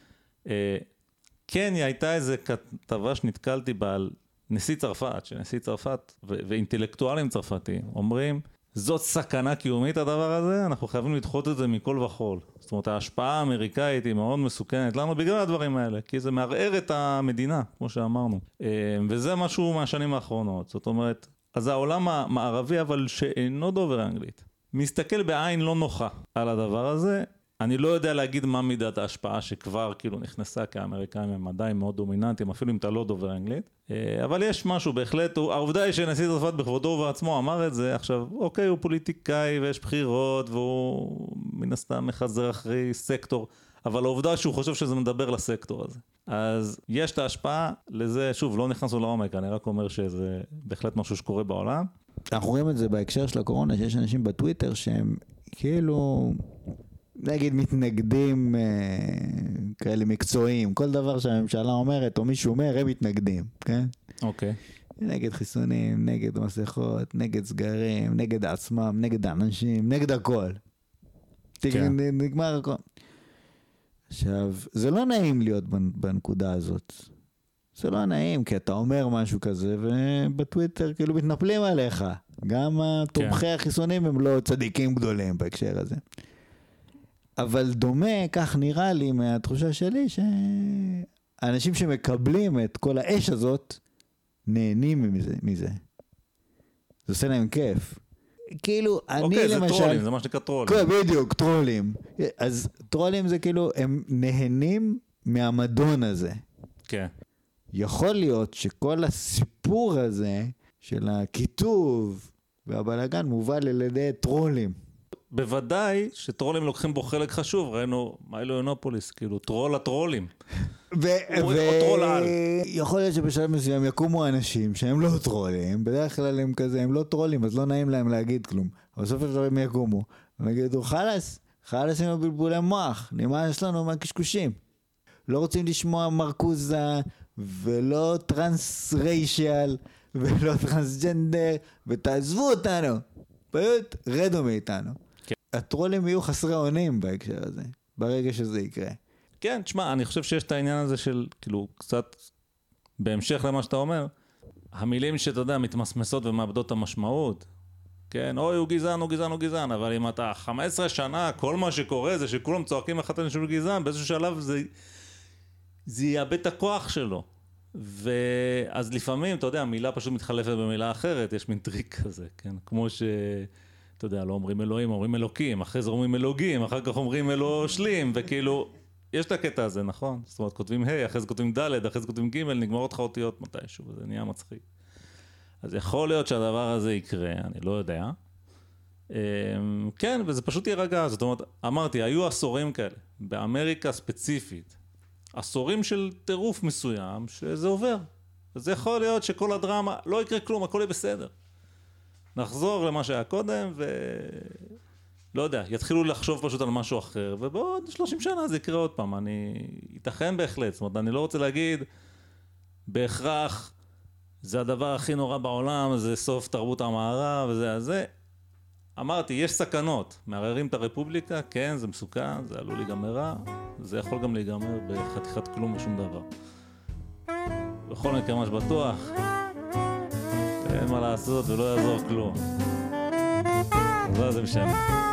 כן, היא הייתה איזו כתבה שנתקלתי בה על נשיא צרפת, שנשיא צרפת ואינטלקטואלים צרפתיים אומרים, זאת סכנה קיומית הדבר הזה, אנחנו חייבים לדחות את זה מכל וכל. זאת אומרת, ההשפעה האמריקאית היא מאוד מסוכנת לנו בגלל הדברים האלה, כי זה מערער את המדינה, כמו שאמרנו. וזה משהו מהשנים האחרונות. זאת אומרת, אז העולם המערבי, אבל שאינו דובר אנגלית, מסתכל בעין לא נוחה על הדבר הזה. אני לא יודע להגיד מה מידת ההשפעה שכבר כאילו נכנסה, כי האמריקאים הם עדיין מאוד דומיננטיים, אפילו אם אתה לא דובר אנגלית. אבל יש משהו בהחלט, העובדה היא שנשיא צרפת בכבודו ובעצמו אמר את זה, עכשיו, אוקיי, הוא פוליטיקאי ויש בחירות, והוא מן הסתם מחזר אחרי סקטור, אבל העובדה שהוא חושב שזה מדבר לסקטור הזה. אז יש את ההשפעה לזה, שוב, לא נכנסו לעומק, אני רק אומר שזה בהחלט משהו שקורה בעולם. אנחנו רואים את זה בהקשר של הקורונה, שיש אנשים בטוויטר שהם כאילו, נגיד, מתנגדים אה, כאלה מקצועיים. כל דבר שהממשלה אומרת או מישהו אומר, הם מתנגדים, כן? אוקיי. נגד חיסונים, נגד מסכות, נגד סגרים, נגד עצמם, נגד האנשים, נגד הכל. כן. נגמר הכל. עכשיו, זה לא נעים להיות בנקודה הזאת. זה לא נעים, כי אתה אומר משהו כזה, ובטוויטר כאילו מתנפלים עליך. גם התומכי החיסונים הם לא צדיקים גדולים בהקשר הזה. אבל דומה, כך נראה לי מהתחושה שלי, שאנשים שמקבלים את כל האש הזאת, נהנים מזה. מזה. זה עושה להם כיף. כאילו, אני אוקיי, למשל... זה טרולים, זה מה שנקרא טרולים. כן, בדיוק, טרולים. אז טרולים זה כאילו, הם נהנים מהמדון הזה. כן. יכול להיות שכל הסיפור הזה של הכיתוב והבלגן מובל על ידי טרולים. בוודאי שטרולים לוקחים בו חלק חשוב, ראינו מיילו יונופוליס, כאילו טרול הטרולים. ויכול להיות שבשלב מסוים יקומו אנשים שהם לא טרולים, בדרך כלל הם כזה, הם לא טרולים, אז לא נעים להם להגיד כלום. אבל בסוף אפשר הם יקומו, הם יגידו, חלס, חלס עם הבלבולי מוח, נמאס לנו מהקשקושים. לא רוצים לשמוע מרקוזה, ולא טרנס-ריישיאל, ולא טרנסג'נדר, ותעזבו אותנו. פשוט רדו מאיתנו. כן. הטרולים יהיו חסרי אונים בהקשר הזה, ברגע שזה יקרה. כן, תשמע, אני חושב שיש את העניין הזה של, כאילו, קצת בהמשך למה שאתה אומר, המילים שאתה יודע, מתמסמסות ומאבדות את המשמעות, כן, אוי, הוא גזען, הוא גזען, הוא גזען, אבל אם אתה חמש עשרה שנה, כל מה שקורה זה שכולם צועקים אחד על שהוא גזען, באיזשהו שלב זה, זה יאבד את הכוח שלו. ואז לפעמים, אתה יודע, המילה פשוט מתחלפת במילה אחרת, יש מין טריק כזה, כן? כמו ש, אתה יודע, לא אומרים אלוהים, אומרים אלוקים, אחרי זה אומרים אלוגים, אחר כך אומרים אלושלים, וכאילו, יש את הקטע הזה, נכון? זאת אומרת, כותבים ה', אחרי זה כותבים ד', אחרי זה כותבים ג', נגמרות לך אותיות מתישהו, וזה נהיה מצחיק. אז יכול להיות שהדבר הזה יקרה, אני לא יודע. כן, וזה פשוט יירגע, זאת אומרת, אמרתי, היו עשורים כאלה, באמריקה ספציפית, עשורים של טירוף מסוים, שזה עובר. וזה יכול להיות שכל הדרמה, לא יקרה כלום, הכל יהיה בסדר. נחזור למה שהיה קודם, ולא יודע, יתחילו לחשוב פשוט על משהו אחר, ובעוד שלושים שנה זה יקרה עוד פעם, אני ייתכן בהחלט, זאת אומרת, אני לא רוצה להגיד, בהכרח, זה הדבר הכי נורא בעולם, זה סוף תרבות המערב, וזה הזה. אמרתי, יש סכנות, מערערים את הרפובליקה, כן, זה מסוכן, זה עלול להיגמר רע, זה יכול גם להיגמר בחתיכת כלום ושום דבר. בכל מקרה מה שבטוח, אין מה לעשות ולא יעזור כלום. זה זה משנה.